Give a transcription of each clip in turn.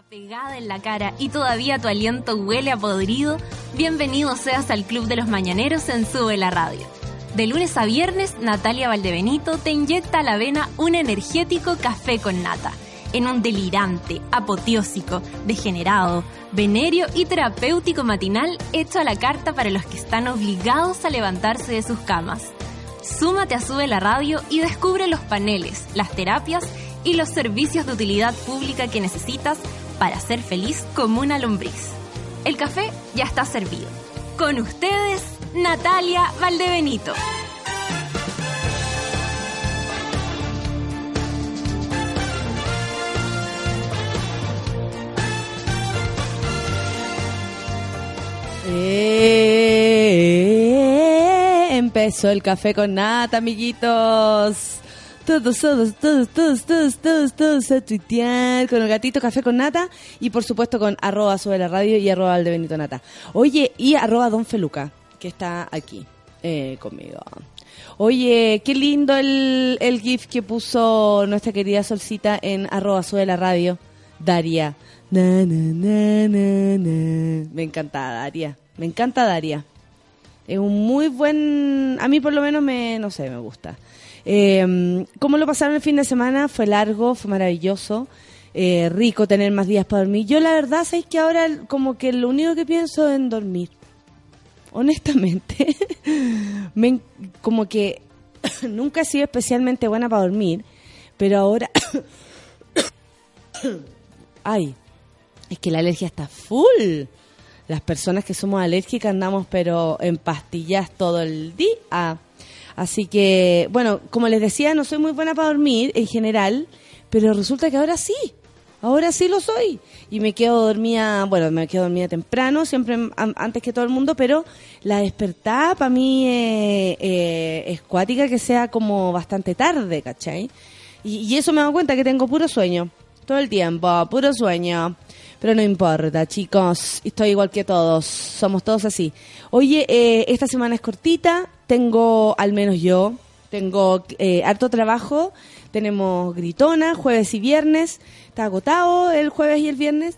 pegada en la cara y todavía tu aliento huele a podrido, bienvenido seas al Club de los Mañaneros en Sube la Radio. De lunes a viernes, Natalia Valdebenito te inyecta a la vena un energético café con nata, en un delirante, apoteósico, degenerado, venerio y terapéutico matinal hecho a la carta para los que están obligados a levantarse de sus camas. Súmate a Sube la Radio y descubre los paneles, las terapias y los servicios de utilidad pública que necesitas para ser feliz como una lombriz. El café ya está servido. Con ustedes, Natalia Valdebenito. Empezó el café con nata, amiguitos. Todos a tuitear con el gatito Café con Nata y por supuesto con @Sube la Radio y @Valdebenito Nata. Oye, y @Don Feluca, que está aquí conmigo. Oye, qué lindo el GIF que puso nuestra querida Solcita en @Sube la Radio. Daria. Na, na, na, na, na. Me encanta Daria. Es un muy buen... A mí por lo menos me gusta. ¿Cómo lo pasaron el fin de semana? Fue largo, fue maravilloso, rico tener más días para dormir. Yo la verdad, ¿sabes que ahora como que lo único que pienso es en dormir? Honestamente, como que nunca he sido especialmente buena para dormir, pero ahora... Ay, es que la alergia está full. Las personas que somos alérgicas andamos pero en pastillas todo el día. Así que, bueno, como les decía, no soy muy buena para dormir en general, pero resulta que ahora sí lo soy. Y me quedo dormida temprano, siempre antes que todo el mundo, pero la despertada para mí es cuática que sea como bastante tarde, ¿cachai? Y eso me he dado cuenta que tengo puro sueño, todo el tiempo, puro sueño. Pero no importa, chicos, estoy igual que todos, somos todos así. Oye, esta semana es cortita, al menos yo, tengo harto trabajo, tenemos gritona, jueves y viernes, está agotado el jueves y el viernes.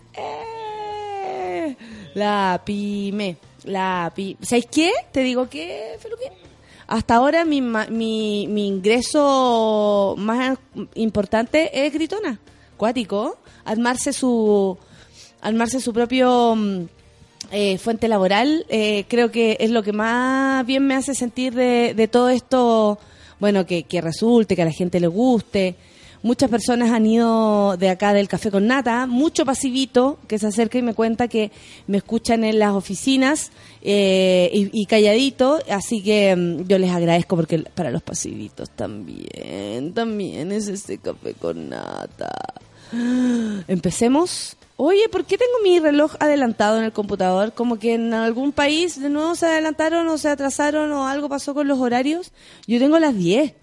La pyme. ¿Sabes qué? Te digo que, Feluque, hasta ahora mi ingreso más importante es gritona, cuático, armarse su propio fuente laboral, creo que es lo que más bien me hace sentir de todo esto, bueno, que resulte, que a la gente le guste. Muchas personas han ido de acá del Café con Nata, mucho pasivito que se acerca y me cuenta que me escuchan en las oficinas y calladito, así que yo les agradezco porque para los pasivitos también es este Café con Nata. Empecemos. Oye, ¿por qué tengo mi reloj adelantado en el computador? Como que en algún país de nuevo se adelantaron o se atrasaron o algo pasó con los horarios. Yo tengo las 10.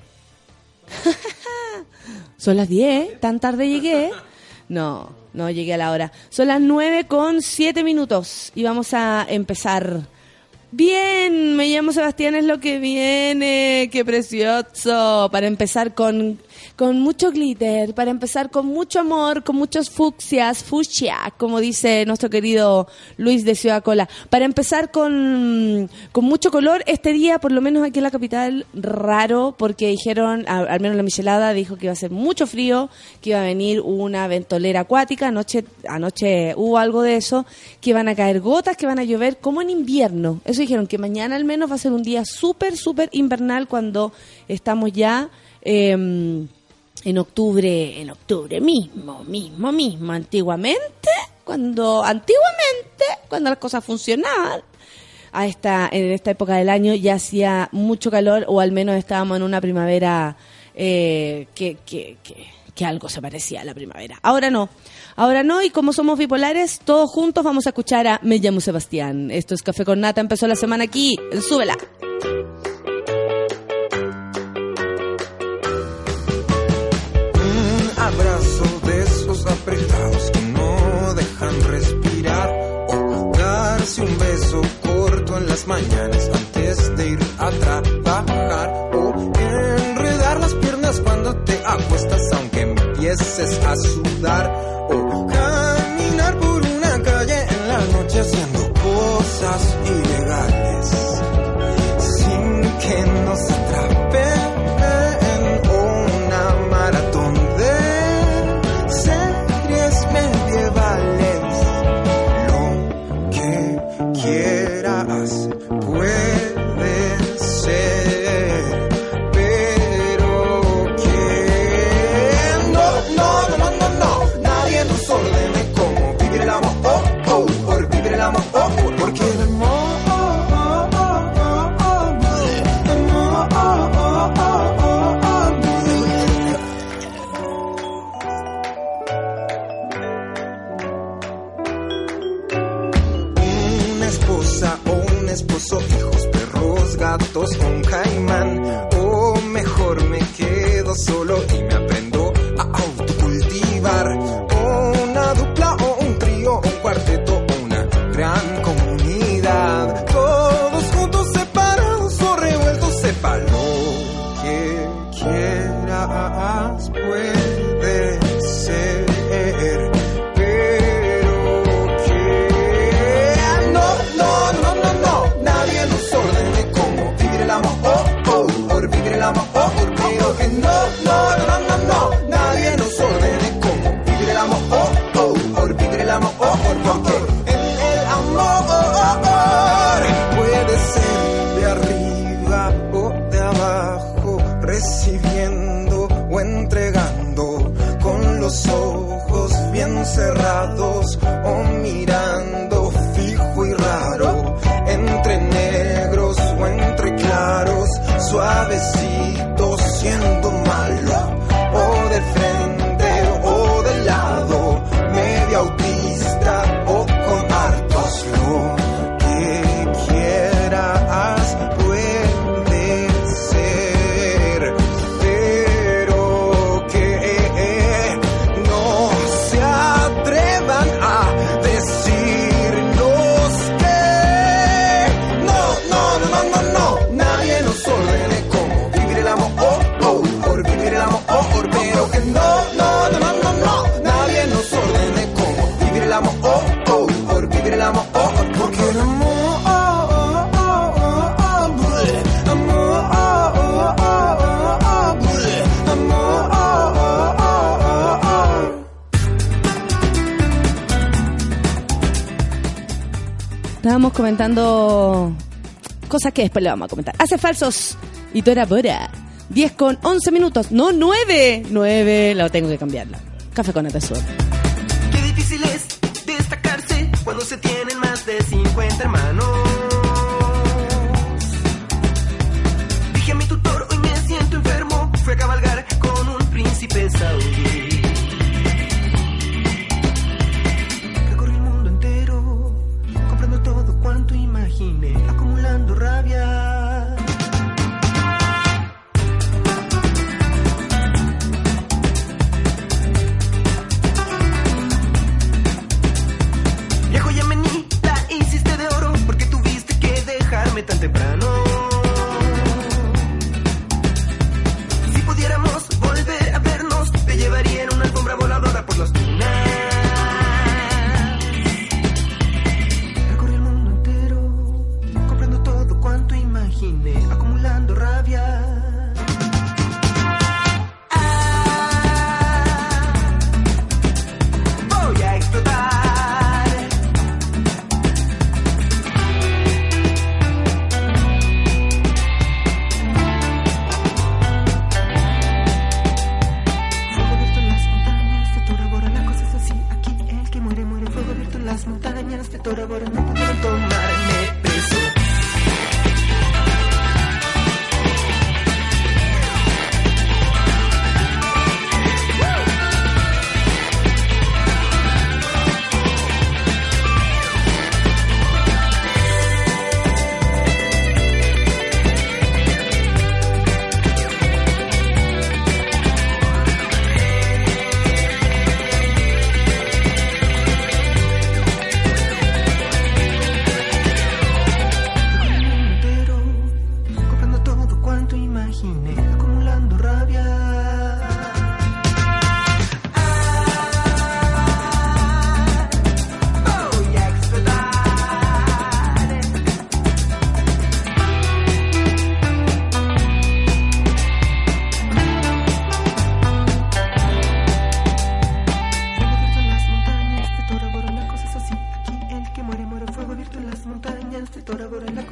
Son las 10, tan tarde llegué. No llegué a la hora. Son las 9:07 y vamos a empezar. Bien, me llamo Sebastián, es lo que viene, qué precioso. Para empezar con mucho glitter, para empezar con mucho amor, con muchos fucsia, como dice nuestro querido Luis de Ciudad Cola. Para empezar con mucho color, este día, por lo menos aquí en la capital, raro, porque dijeron, al menos la michelada dijo que iba a hacer mucho frío, que iba a venir una ventolera acuática, anoche hubo algo de eso, que iban a caer gotas, que van a llover como en invierno. Eso dijeron, que mañana al menos va a ser un día súper, súper invernal cuando estamos ya en octubre mismo. Antiguamente, cuando las cosas funcionaban, en esta época del año ya hacía mucho calor, o al menos estábamos en una primavera que algo se parecía a la primavera. Ahora no, y como somos bipolares, todos juntos vamos a escuchar a Me llamo Sebastián. Esto es Café con Nata, empezó la semana aquí, en Súbela. Un abrazo de esos apretados que no dejan respirar, o darse un beso corto en las mañanas antes de ir a trabajar, o enredar las piernas cuando te acuestas aunque empieces a sudar, o caminar cosas ilegales sin que nos atrapen en una maratón de series medievales. Lo que quieras puede ser, pero que no, nadie nos ordene cómo vivir el amor, por vivir el amor, porque el amor. Una esposa o un esposo, hijos, perros, gatos o un caimán, o mejor me quedo solo y me aprendo a autocultivar, o una dupla o un trío o un cuarteto o una gran comunidad, todos juntos, separados o revueltos, sepa lo que quieras puede ser, pero que no, nadie nos ordene cómo vivir el amor, por vivir el amor, pero que no, nadie nos ordene cómo vivir el amor, por vivir el amor, porque en el amor puede ser de arriba o de abajo, recibiendo o entregando, con los ojos bien cerrados o mirando fijo y raro, entre negros o entre claros, suavecito siendo malo, o de frente o de lado, medio autista o con hartos. Lo que quieras puede ser, pero que no se atrevan a decirnos que no, nadie nos ordene cómo vivir el amor, por vivir el amor, pero que no, nadie nos ordene cómo vivir el amor, por vivir el amor, porque el amor. Estábamos comentando cosas que después le vamos a comentar. Hace falsos y Tora Bora. 10:11. No, 9, la tengo que cambiarla. Café con Atesor. Qué difícil es destacarse cuando se tienen más de 50 hermanos. Dije a mi tutor, hoy me siento enfermo. Fui a cabalgar con un príncipe saudí. Recorrí el mundo entero, comprando todo cuanto imaginé, acumulando rabia. Viejo Yemení, la hiciste de oro, porque tuviste que dejarme tan temprano. Si pudiéramos volver a vernos, te llevaría en una alfombra voladora por las dunas. Recorrí el mundo entero, comprando todo cuanto imaginé, acumulando rabia. Voy a explotar. Fuego abierto en las montañas de Tora Bora, la cosa es así, aquí el que muere, muere. Fuego abierto en las montañas de Tora Bora, no pudieron tomarme preso.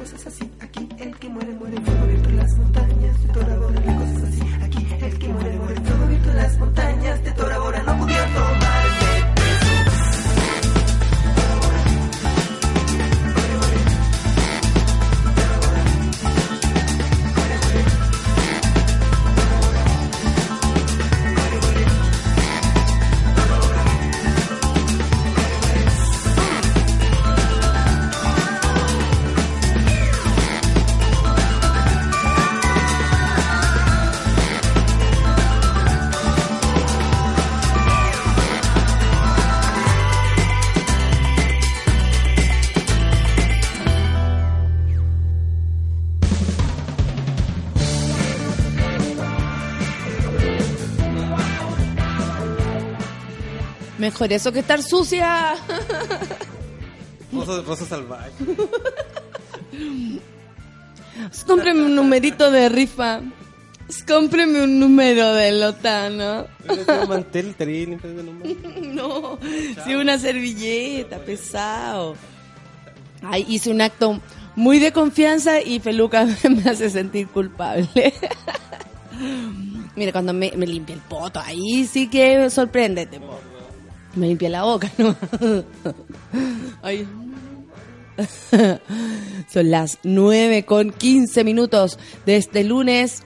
cosas así. Aquí el que muere, muere en fuego abierto en las montañas de Tora Bora, la cosa es así. Aquí el que muere, muere en fuego abierto en las montañas de Tora Bora, no pudieron tomarme preso. Mejor eso que estar sucia. Rosa salvaje. Cómpreme un numerito de rifa. Cómpreme un número de lotano. Un mantel, terini, de número. No, sí, una servilleta, pesado. Ay, hice un acto muy de confianza y Feluca me hace sentir culpable. Mira, cuando me limpia el poto, ahí sí que sorpréndete, po. Me limpia la boca, ¿no? Ay. Son las 9:15 de este lunes.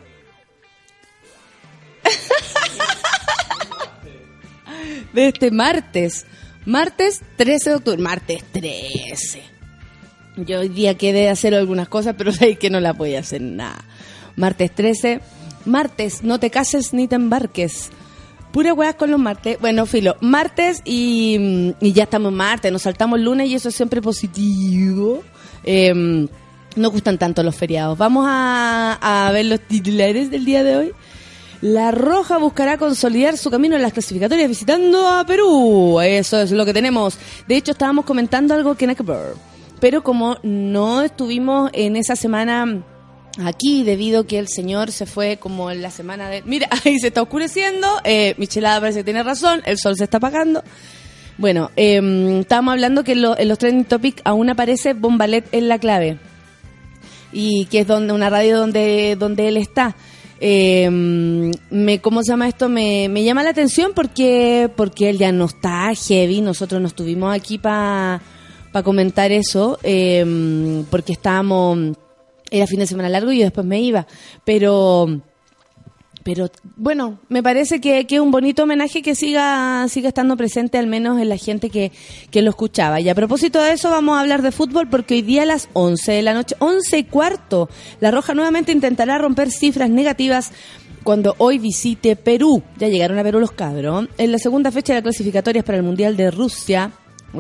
De este martes 13 de octubre. Martes 13. Yo hoy día quedé de hacer algunas cosas, pero sabéis que no la voy a hacer nada. Martes 13. Martes, no te cases ni te embarques. Pura hueá con los martes. Bueno, filo, martes y ya estamos en martes. Nos saltamos el lunes y eso es siempre positivo. No gustan tanto los feriados. Vamos a ver los titulares del día de hoy. La Roja buscará consolidar su camino en las clasificatorias visitando a Perú. Eso es lo que tenemos. De hecho, estábamos comentando algo que no hay que ver. Pero como no estuvimos en esa semana aquí, debido que el señor se fue como en la semana de... Mira, ahí se está oscureciendo. Michelada parece que tiene razón. El sol se está apagando. Bueno, estábamos hablando que en los trending topics aún aparece Bombalet en la clave. Y que es una radio donde él está. ¿Cómo se llama esto? Me llama la atención porque él ya no está heavy. Nosotros no estuvimos aquí para comentar eso. Porque estábamos... Era fin de semana largo y yo después me iba. Pero bueno, me parece que es un bonito homenaje que siga estando presente, al menos en la gente que lo escuchaba. Y a propósito de eso, vamos a hablar de fútbol porque hoy día a las 11 de la noche, 11:15, La Roja nuevamente intentará romper cifras negativas cuando hoy visite Perú. Ya llegaron a Perú los cabros. En la segunda fecha de las clasificatorias para el Mundial de Rusia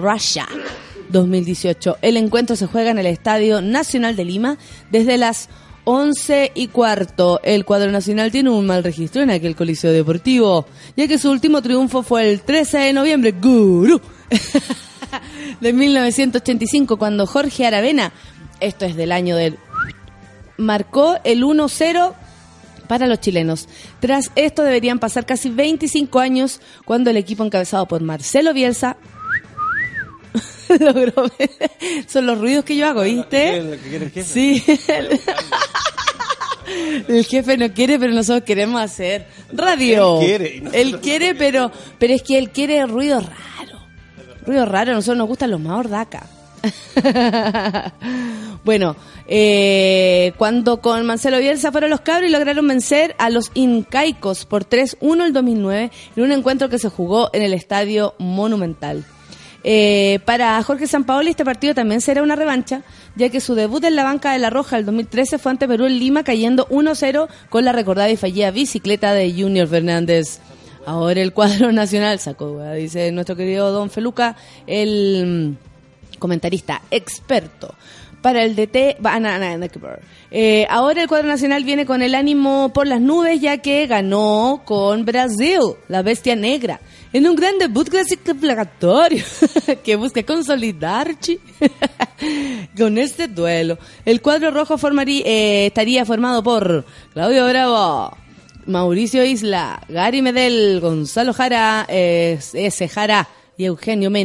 2018. El encuentro se juega en el Estadio Nacional de Lima desde las 11:15. El cuadro nacional tiene un mal registro en aquel coliseo deportivo, ya que su último triunfo fue el 13 de noviembre, ¡Gurú! de 1985, cuando Jorge Aravena, esto es del año del... marcó el 1-0 para los chilenos. Tras esto deberían pasar casi 25 años cuando el equipo encabezado por Marcelo Bielsa logró... Son los ruidos que yo hago, ¿viste? Sí. El jefe no quiere, pero nosotros queremos hacer radio. Él quiere, pero es que él quiere ruido raro. Ruido raro, a nosotros nos gustan los más hordaca. Bueno, cuando con Marcelo Bielsa fueron los cabros y lograron vencer a los incaicos por 3-1 el 2009 en un encuentro que se jugó en el Estadio Monumental. Para Jorge Sampaoli este partido también será una revancha, ya que su debut en la banca de La Roja el 2013 fue ante Perú en Lima, cayendo 1-0 con la recordada y fallida bicicleta de Junior Fernández. Ahora el cuadro nacional sacó, dice nuestro querido Don Feluca, el comentarista experto. Para el DT, ahora el cuadro nacional viene con el ánimo por las nubes, ya que ganó con Brasil, la bestia negra, en un gran debut clasificatorio que busca consolidarse con este duelo. El cuadro rojo estaría formado por Claudio Bravo, Mauricio Isla, Gary Medel, Gonzalo Jara, S. Jara y Eugenio Mena.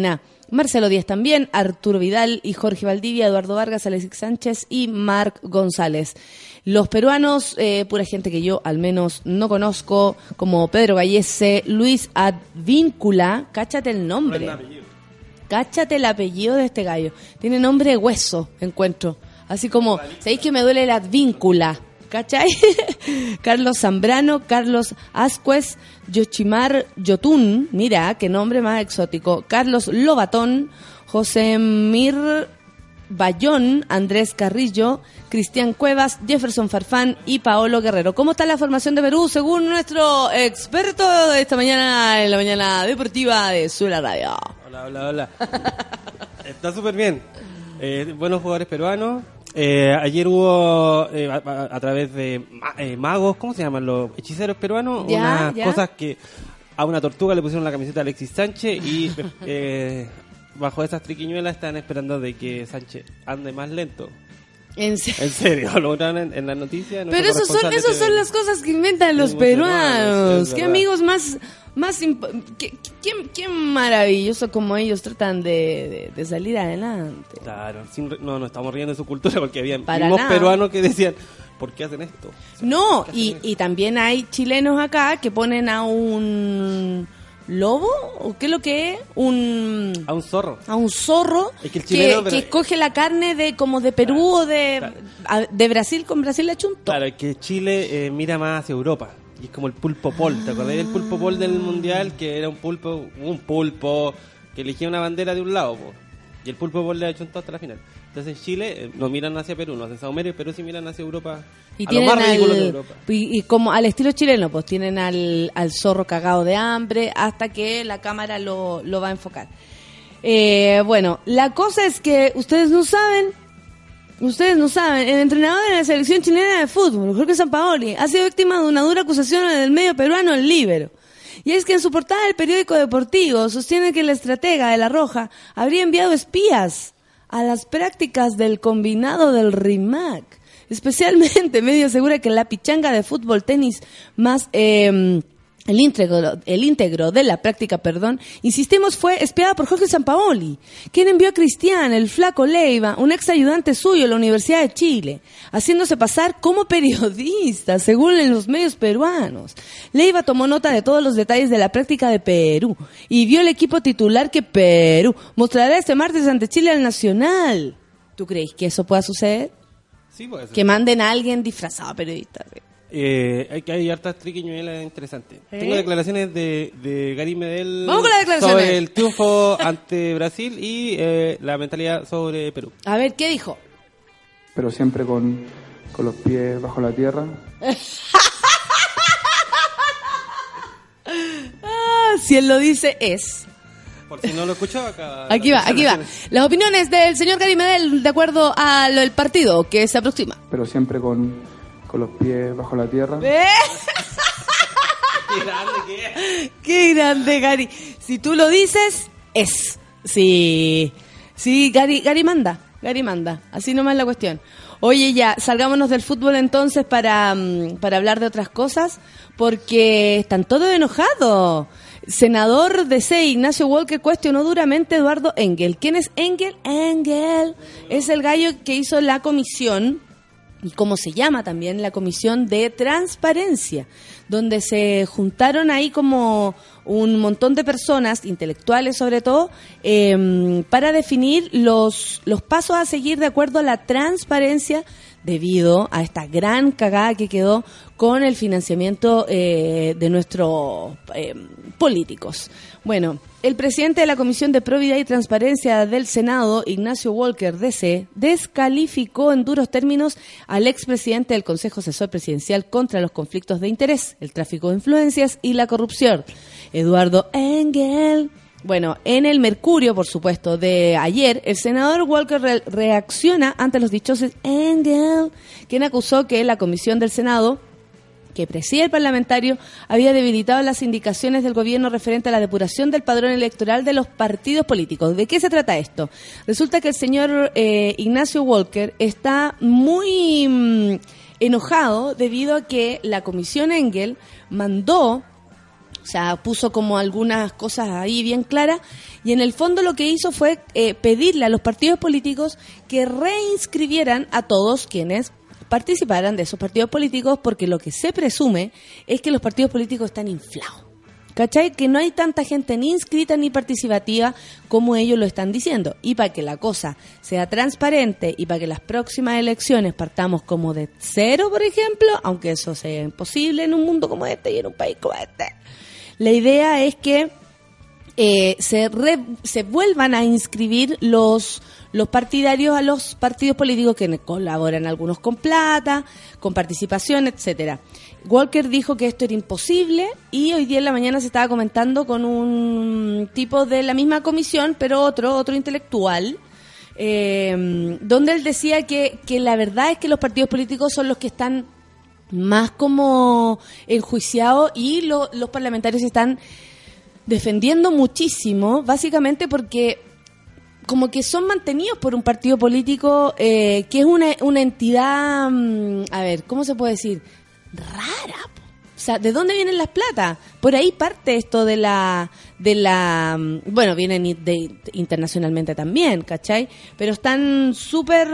Marcelo Díaz también, Arturo Vidal y Jorge Valdivia, Eduardo Vargas, Alexis Sánchez y Marc González. Los peruanos, pura gente que yo al menos no conozco, como Pedro Gallese, Luis Advíncula, cáchate el nombre. Cáchate el apellido de este gallo. Tiene nombre de hueso, encuentro. Así como, ¿sabéis que me duele la advíncula? ¿Cachai? Carlos Zambrano, Carlos Ascuez, Yochimar Yotun, mira, qué nombre más exótico. Carlos Lobatón, José Mir Bayón, Andrés Carrillo, Cristian Cuevas, Jefferson Farfán y Paolo Guerrero. ¿Cómo está la formación de Perú según nuestro experto de esta mañana en la mañana deportiva de Suela Radio? Hola. Está súper bien. Buenos jugadores peruanos. Ayer hubo a través de magos, ¿cómo se llaman los hechiceros peruanos? Unas cosas que a una tortuga le pusieron la camiseta a Alexis Sánchez y bajo esas triquiñuelas están esperando de que Sánchez ande más lento. ¿En serio? Lo notaron en las noticias. Pero esos son las cosas que inventan los peruanos. Qué amigos más qué maravilloso como ellos tratan de salir adelante. Claro, no estamos riendo de su cultura porque había mismos peruanos que decían, ¿por qué hacen esto? O sea, no, y también hay chilenos acá que ponen a un lobo, ¿o qué es lo que es? A un zorro es que, el chileno, que escoge la carne de como de Perú o de Brasil, con Brasil la chunto. Claro, es que Chile mira más hacia Europa. Y es como el pulpo pol, ¿te acordás del pulpo pol del mundial? Que era un pulpo que elegía una bandera de un lado, po. Y el pulpo pol le ha hecho hasta la final. Entonces en Chile no miran hacia Perú, no hacen Sao Medio, pero sí miran hacia Europa. Y a tienen lo más ridículo de Europa. Y como al estilo chileno, pues tienen al zorro cagado de hambre hasta que la cámara lo va a enfocar. Bueno, la cosa es que ustedes no saben, el entrenador de la selección chilena de fútbol, Jorge Sampaoli, ha sido víctima de una dura acusación del medio peruano El Líbero. Y es que en su portada del periódico deportivo sostiene que el estratega de La Roja habría enviado espías a las prácticas del combinado del RIMAC. Especialmente, medio asegura que la pichanga de fútbol tenis más... El íntegro de la práctica, insistimos, fue espiada por Jorge Sampaoli, quien envió a Cristian, el flaco Leiva, un ex ayudante suyo en la Universidad de Chile, haciéndose pasar como periodista, según en los medios peruanos. Leiva tomó nota de todos los detalles de la práctica de Perú y vio el equipo titular que Perú mostrará este martes ante Chile al Nacional. ¿Tú crees que eso pueda suceder? Sí, puede ser. Que manden a alguien disfrazado periodista. Hay hartas triquiñuelas interesantes. Tengo declaraciones de Gary Medel. Vamos con las declaraciones. Sobre el triunfo ante Brasil y la mentalidad sobre Perú. A ver, ¿qué dijo? Pero siempre con los pies bajo la tierra. Si él lo dice, es. Por si no lo escuchó, acá. Aquí va. Las opiniones del señor Gary Medel de acuerdo a lo del partido que se aproxima. Pero siempre con los pies bajo la tierra. Qué grande, Gary. Si tú lo dices, es. Sí, Gary manda. Así nomás la cuestión. Oye, ya, salgámonos del fútbol entonces para hablar de otras cosas, porque están todos enojados. Senador de C, Ignacio Walker, cuestionó duramente a Eduardo Engel. ¿Quién es Engel? Engel es el gallo que hizo la comisión, y como se llama también, la Comisión de Transparencia, donde se juntaron ahí como un montón de personas, intelectuales sobre todo, para definir los pasos a seguir de acuerdo a la transparencia debido a esta gran cagada que quedó con el financiamiento de nuestros políticos. Bueno, el presidente de la Comisión de Probidad y Transparencia del Senado, Ignacio Walker, DC, descalificó en duros términos al expresidente del Consejo Asesor Presidencial contra los conflictos de interés, el tráfico de influencias y la corrupción, Eduardo Engel. Bueno, en el Mercurio, por supuesto, de ayer, el senador Walker reacciona ante los dichosos Engel, quien acusó que la Comisión del Senado, que preside el parlamentario, había debilitado las indicaciones del gobierno referente a la depuración del padrón electoral de los partidos políticos. ¿De qué se trata esto? Resulta que el señor Ignacio Walker está muy enojado debido a que la Comisión Engel mandó O sea, puso como algunas cosas ahí bien claras y en el fondo lo que hizo fue pedirle a los partidos políticos que reinscribieran a todos quienes participaran de esos partidos políticos, porque lo que se presume es que los partidos políticos están inflados. ¿Cachai? Que no hay tanta gente ni inscrita ni participativa como ellos lo están diciendo. Y para que la cosa sea transparente y para que las próximas elecciones partamos como de cero, por ejemplo, aunque eso sea imposible en un mundo como este y en un país como este, la idea es que se vuelvan a inscribir los partidarios a los partidos políticos que colaboran, algunos con plata, con participación, etcétera. Walker dijo que esto era imposible y hoy día en la mañana se estaba comentando con un tipo de la misma comisión, pero otro intelectual, donde él decía que la verdad es que los partidos políticos son los que están más como enjuiciados y los parlamentarios están defendiendo muchísimo, básicamente porque como que son mantenidos por un partido político que es una entidad, a ver, ¿cómo se puede decir? Rara. O sea, ¿de dónde vienen las plata? Por ahí parte esto de la bueno, vienen internacionalmente también, ¿cachai? Pero están súper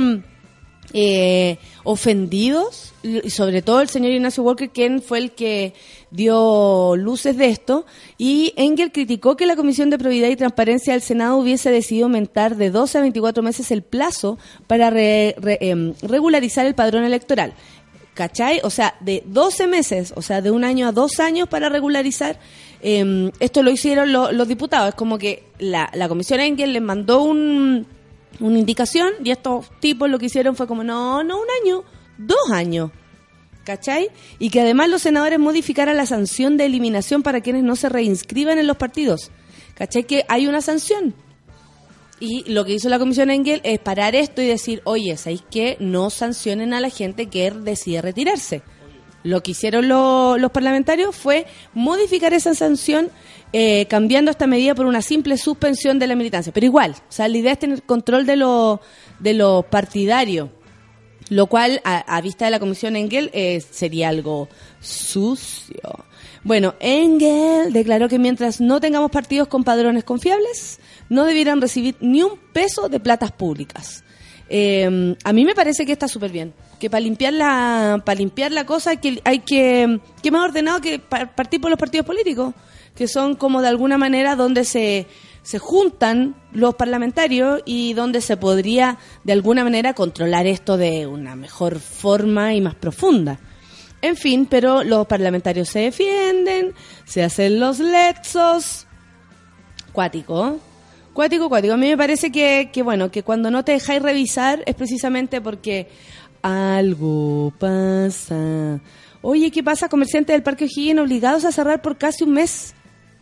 ofendidos, y sobre todo el señor Ignacio Walker, quien fue el que dio luces de esto, y Engel criticó que la Comisión de Probidad y Transparencia del Senado hubiese decidido aumentar de 12 a 24 meses el plazo para regularizar el padrón electoral. ¿Cachai? O sea, de 12 meses, o sea, de 1 año a 2 años para regularizar. Esto lo hicieron los diputados. Es como que la Comisión Engel les mandó una indicación y estos tipos lo que hicieron fue como, no 1 año, 2 años. ¿Cachai? Y que además los senadores modificaran la sanción de eliminación para quienes no se reinscriban en los partidos. ¿Cachai? Que hay una sanción. Y lo que hizo la Comisión Engel es parar esto y decir, oye, ¿sabéis qué? No sancionen a la gente que decide retirarse. Lo que hicieron los parlamentarios fue modificar esa sanción, cambiando esta medida por una simple suspensión de la militancia. Pero igual, o sea, la idea es tener control de lo partidario, lo cual, a vista de la Comisión Engel, sería algo sucio. Bueno, Engel declaró que mientras no tengamos partidos con padrones confiables, no debieran recibir ni un peso de platas públicas. A mí me parece que está súper bien, que para limpiar la cosa hay que más ordenado que partir por los partidos políticos, que son como de alguna manera donde se juntan los parlamentarios y donde se podría de alguna manera controlar esto de una mejor forma y más profunda. En fin, pero los parlamentarios se defienden, se hacen los lechos. Cuático. A mí me parece que bueno, que cuando no te dejáis revisar es precisamente porque algo pasa. Oye, ¿qué pasa? Comerciantes del Parque O'Higgins obligados a cerrar por casi un mes.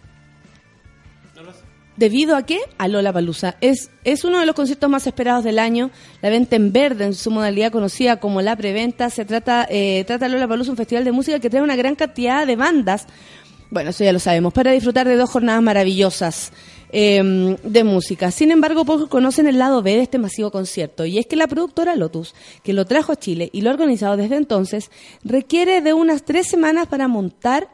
¿Debido a qué? A Lollapalooza. Es uno de los conciertos más esperados del año. La venta en verde, en su modalidad conocida como la preventa, se trata Lollapalooza, un festival de música que trae una gran cantidad de bandas. Bueno, eso ya lo sabemos, para disfrutar de 2 jornadas maravillosas de música. Sin embargo, pocos conocen el lado B de este masivo concierto, y es que la productora Lotus, que lo trajo a Chile y lo ha organizado desde entonces, requiere de unas 3 semanas para montar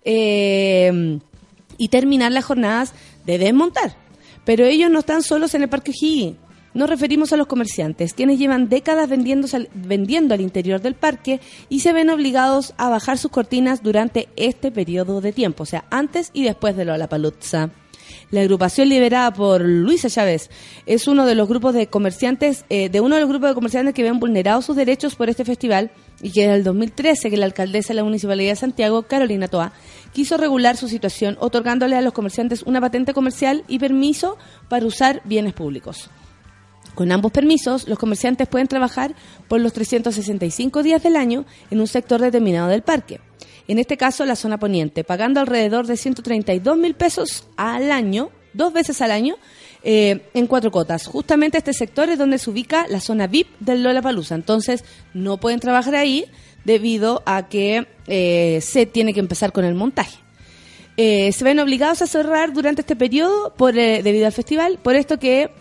y terminar las jornadas de desmontar. Pero ellos no están solos en el Parque O'Higgins. Nos referimos a los comerciantes, quienes llevan décadas vendiendo al interior del parque y se ven obligados a bajar sus cortinas durante este periodo de tiempo, o sea, antes y después de Lollapalooza. La agrupación liderada por Luisa Chávez es uno de los grupos de comerciantes, que ven vulnerados sus derechos por este festival, y que desde el 2013 que la alcaldesa de la Municipalidad de Santiago, Carolina Toa, quiso regular su situación otorgándole a los comerciantes una patente comercial y permiso para usar bienes públicos. Con ambos permisos, los comerciantes pueden trabajar por los 365 días del año en un sector determinado del parque. En este caso, la zona poniente, pagando alrededor de 132.000 pesos al año, 2 veces al año, en 4 cotas. Justamente este sector es donde se ubica la zona VIP del Lollapalooza. Entonces, no pueden trabajar ahí debido a que se tiene que empezar con el montaje. Se ven obligados a cerrar durante este periodo debido al festival, por esto que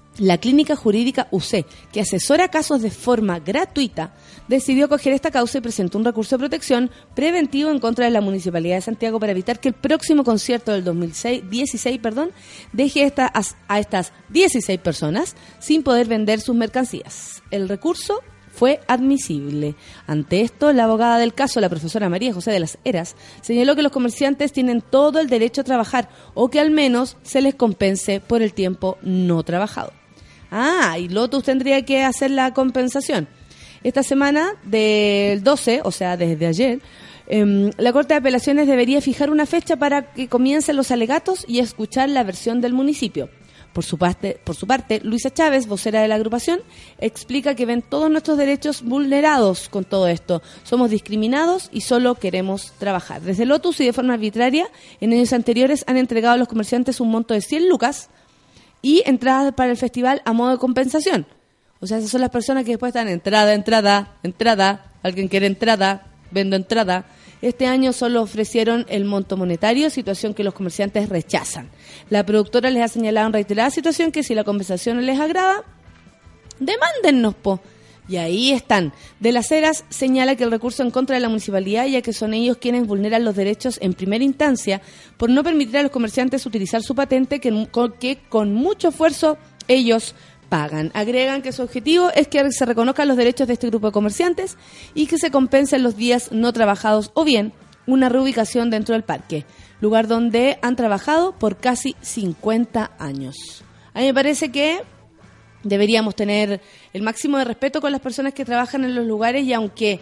La Clínica Jurídica UC, que asesora casos de forma gratuita, decidió acoger esta causa y presentó un recurso de protección preventivo en contra de la Municipalidad de Santiago para evitar que el próximo concierto del 2016 deje a estas 16 personas sin poder vender sus mercancías. El recurso fue admisible. Ante esto, la abogada del caso, la profesora María José de las Heras, señaló que los comerciantes tienen todo el derecho a trabajar o que al menos se les compense por el tiempo no trabajado. Y Lotus tendría que hacer la compensación. Esta semana del 12, o sea, desde ayer, la Corte de Apelaciones debería fijar una fecha para que comiencen los alegatos y escuchar la versión del municipio. Por su parte, Luisa Chávez, vocera de la agrupación, explica que ven todos nuestros derechos vulnerados con todo esto. Somos discriminados y solo queremos trabajar. Desde Lotus y de forma arbitraria, en años anteriores han entregado a los comerciantes un monto de 100 lucas y entradas para el festival a modo de compensación. O sea, esas son las personas que después están entrada, alguien quiere entrada, vendo entrada. Este año solo ofrecieron el monto monetario, situación que los comerciantes rechazan. La productora les ha señalado en reiterada situación que si la compensación no les agrada, demándennos, po. Y ahí están. De las Heras señala que el recurso en contra de la municipalidad, ya que son ellos quienes vulneran los derechos en primera instancia por no permitir a los comerciantes utilizar su patente que con mucho esfuerzo ellos pagan. Agregan que su objetivo es que se reconozcan los derechos de este grupo de comerciantes y que se compensen los días no trabajados o bien una reubicación dentro del parque, lugar donde han trabajado por casi 50 años. A mí me parece que deberíamos tener el máximo de respeto con las personas que trabajan en los lugares y aunque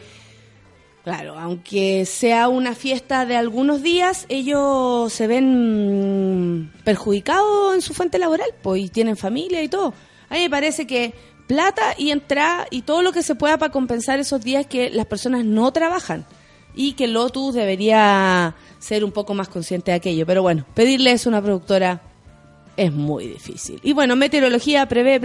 sea una fiesta de algunos días, ellos se ven perjudicados en su fuente laboral, pues, y tienen familia y todo. A mí me parece que plata y entrada y todo lo que se pueda para compensar esos días que las personas no trabajan y que Lotus debería ser un poco más consciente de aquello. Pero bueno, pedirle eso a una productora es muy difícil. Y bueno, meteorología prevé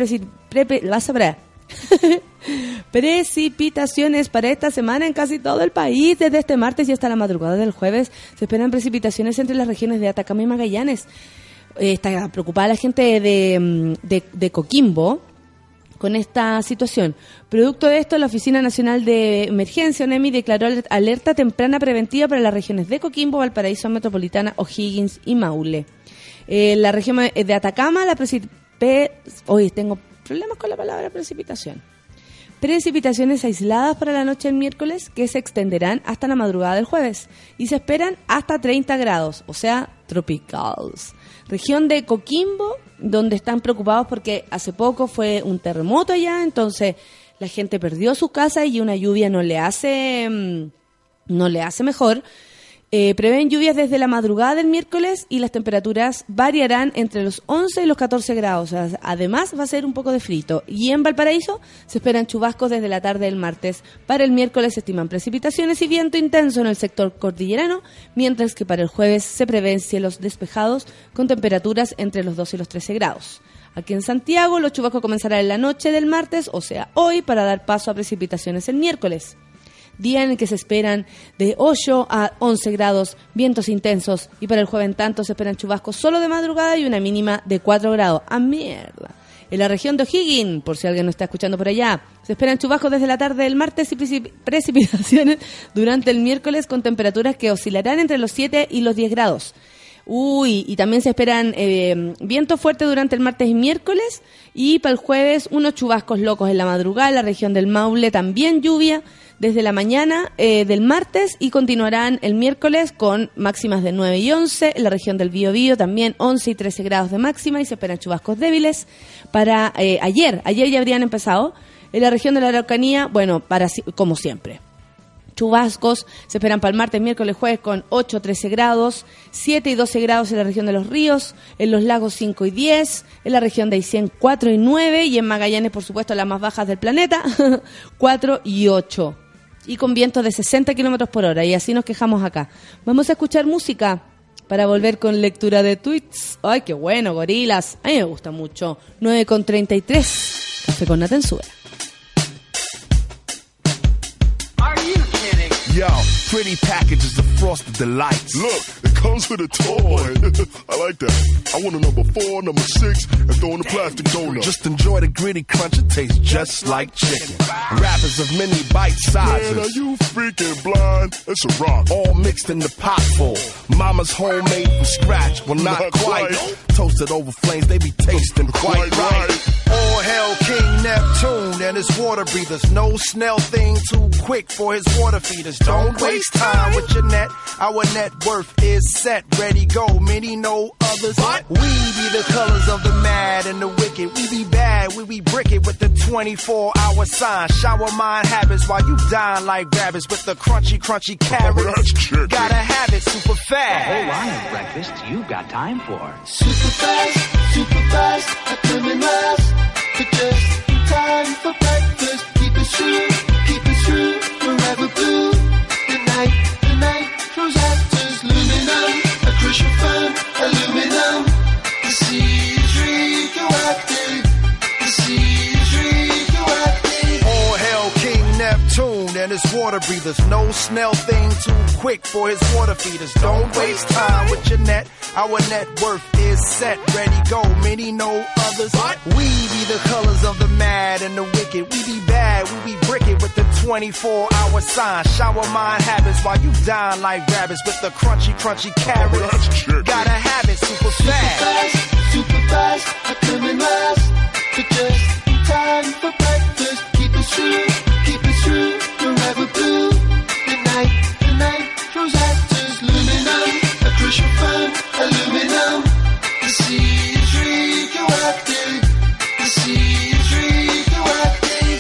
precipitaciones para esta semana en casi todo el país. Desde este martes y hasta la madrugada del jueves se esperan precipitaciones entre las regiones de Atacama y Magallanes. Está preocupada la gente de Coquimbo con esta situación. Producto de esto, la Oficina Nacional de Emergencia, ONEMI, declaró alerta temprana preventiva para las regiones de Coquimbo, Valparaíso Metropolitana, O'Higgins y Maule. La región de Atacama, hoy tengo problemas con la palabra precipitación. Precipitaciones aisladas para la noche del miércoles que se extenderán hasta la madrugada del jueves y se esperan hasta 30 grados, o sea, tropicals. Región de Coquimbo, donde están preocupados porque hace poco fue un terremoto allá, entonces la gente perdió su casa y una lluvia no le hace mejor. Prevén lluvias desde la madrugada del miércoles y las temperaturas variarán entre los 11 y los 14 grados. O sea, además va a ser un poco de frito. Y en Valparaíso se esperan chubascos desde la tarde del martes. Para el miércoles se estiman precipitaciones y viento intenso en el sector cordillerano, mientras que para el jueves se prevén cielos despejados con temperaturas entre los 12 y los 13 grados. Aquí en Santiago los chubascos comenzarán en la noche del martes, o sea, hoy, para dar paso a precipitaciones el miércoles. Día en el que se esperan de 8 a 11 grados, vientos intensos, y para el jueves en tanto se esperan chubascos solo de madrugada y una mínima de 4 grados. ¡Ah, mierda! En la región de O'Higgins, por si alguien no está escuchando por allá, se esperan chubascos desde la tarde del martes y precipitaciones durante el miércoles con temperaturas que oscilarán entre los 7 y los 10 grados. Y también se esperan vientos fuertes durante el martes y miércoles, y para el jueves unos chubascos locos en la madrugada. En la región del Maule también lluvia desde la mañana del martes y continuarán el miércoles con máximas de 9 y 11. En la región del Biobío también 11 y 13 grados de máxima y se esperan chubascos débiles para ayer ya habrían empezado. En la región de la Araucanía, bueno, como siempre. Chubascos se esperan para el martes, miércoles, jueves con 8, 13 grados, 7 y 12 grados en la región de los ríos, en los lagos 5 y 10, en la región de Aysén 4 y 9 y en Magallanes, por supuesto, las más bajas del planeta, 4 y 8. Y con vientos de 60 kilómetros por hora, y así nos quejamos acá. Vamos a escuchar música para volver con lectura de tweets. ¡Ay, qué bueno, gorilas! A mí me gusta mucho. 9:33, Café con Nata en Suela. Yo, pretty packages of Frosted Delights. Look, it comes with a toy. I like that. I want a number 4, number 6, and throw in the plastic donut. Just enjoy the gritty crunch, it tastes just like chicken. Wrappers of many bite sizes. Man, are you freaking blind? It's a rock. All mixed in the pot full. Mama's homemade from scratch. Well, not quite. Toasted over flames, they be tasting quite right. All hail King Neptune and his water breathers. No snail thing too quick for his water feeders. Don't waste time with your net. Our net worth is set. Ready, go. Many know others. We be the colors of the mad and the wicked. We be bad, we be brick it with the 24-hour sign. Shower mind habits while you dine like rabbits with the crunchy carrots. Gotta have it super fast. A whole line of breakfast you've got time for. Super fast, a criminals. For just in time for breakfast. Keep it true, forever blue. The night throws actors, luminum. A crucial firm, aluminum. The sea is radioactive. The sea is radioactive. All hail King Neptune and his water breathers. No snail thing too quick for his water feeders. Don't waste time with your net. Our net worth is set. Ready, go. Many know others. We be the colors of the mad and the wicked. We be bad, we be brick it with the 24-hour sign. Shower mind habits while you dine like rabbits with the crunchy carrots. Gotta have it super fast. Super fast, a criminals. For just in time for breakfast. Keep it true, forever blue. The night throws actors, luminum. A crucial firm, aluminum. The sea is radioactive. The sea is radioactive.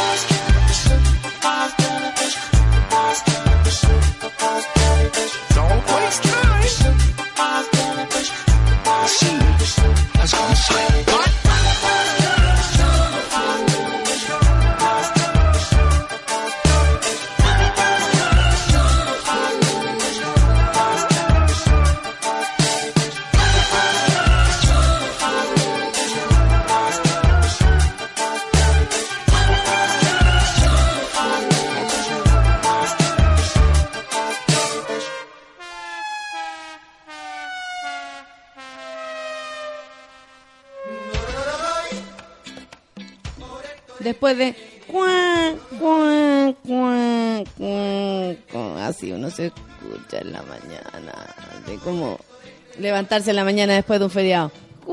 Don't waste time. The sea has gone silent. Después de así uno se escucha en la mañana, así como levantarse en la mañana después de un feriado.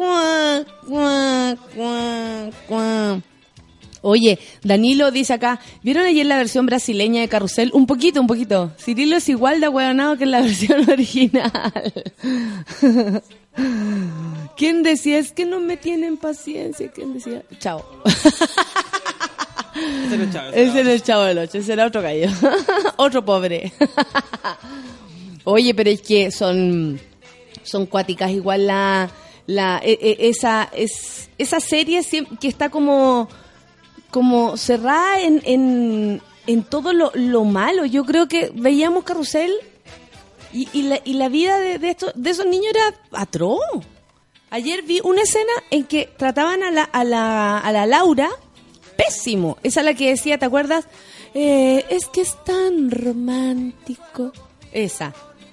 Oye, Danilo dice acá, ¿vieron ayer la versión brasileña de Carrusel? Un poquito. Cirilo es igual de ahueonado que en la versión original. ¿Quién decía? Es que no me tienen paciencia. ¿Quién decía? Chao. Ese era el Chavo del 8, ese era otro gallo. Otro pobre. Oye, pero es que son cuáticas igual esa serie que está como cerrada en todo lo malo. Yo creo que veíamos Carrusel y la vida de esos niños era atroz. Ayer vi una escena en que trataban a la Laura pésimo. Esa es la que decía, ¿te acuerdas? Es que es tan romántico. Esa.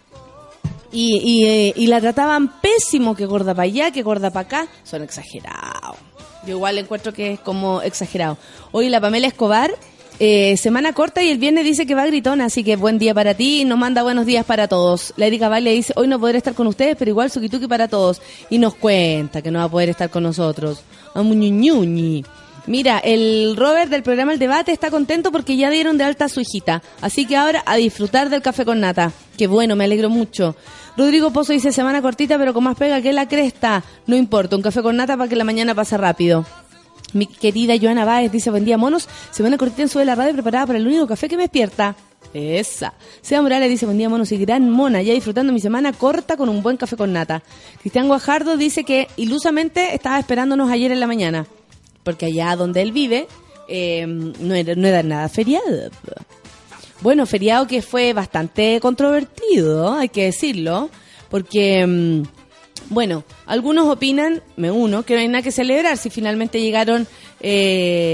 Y la trataban pésimo, que gorda para allá, que gorda para acá. Son exagerados. Yo igual encuentro que es como exagerado. Hoy la Pamela Escobar, semana corta y el viernes dice que va gritona, así que buen día para ti y nos manda buenos días para todos. La Erika Valle dice, hoy no podré estar con ustedes, pero igual suquituki para todos. Y nos cuenta que no va a poder estar con nosotros. Amuñuñuñi. Mira, el Robert del programa El Debate está contento porque ya dieron de alta a su hijita. Así que ahora a disfrutar del café con nata. Qué bueno, me alegro mucho. Rodrigo Pozo dice, semana cortita pero con más pega que la cresta. No importa, un café con nata para que la mañana pase rápido. Mi querida Joana Báez dice, buen día monos, semana cortita en Sube la Radio preparada para el único café que me despierta. Esa. Seba Morales dice, buen día monos y gran mona, ya disfrutando mi semana corta con un buen café con nata. Cristian Guajardo dice que ilusamente estaba esperándonos ayer en la mañana. Porque allá donde él vive no era nada feriado. Bueno, feriado que fue bastante controvertido, hay que decirlo, porque, bueno, algunos opinan, me uno, que no hay nada que celebrar si finalmente llegaron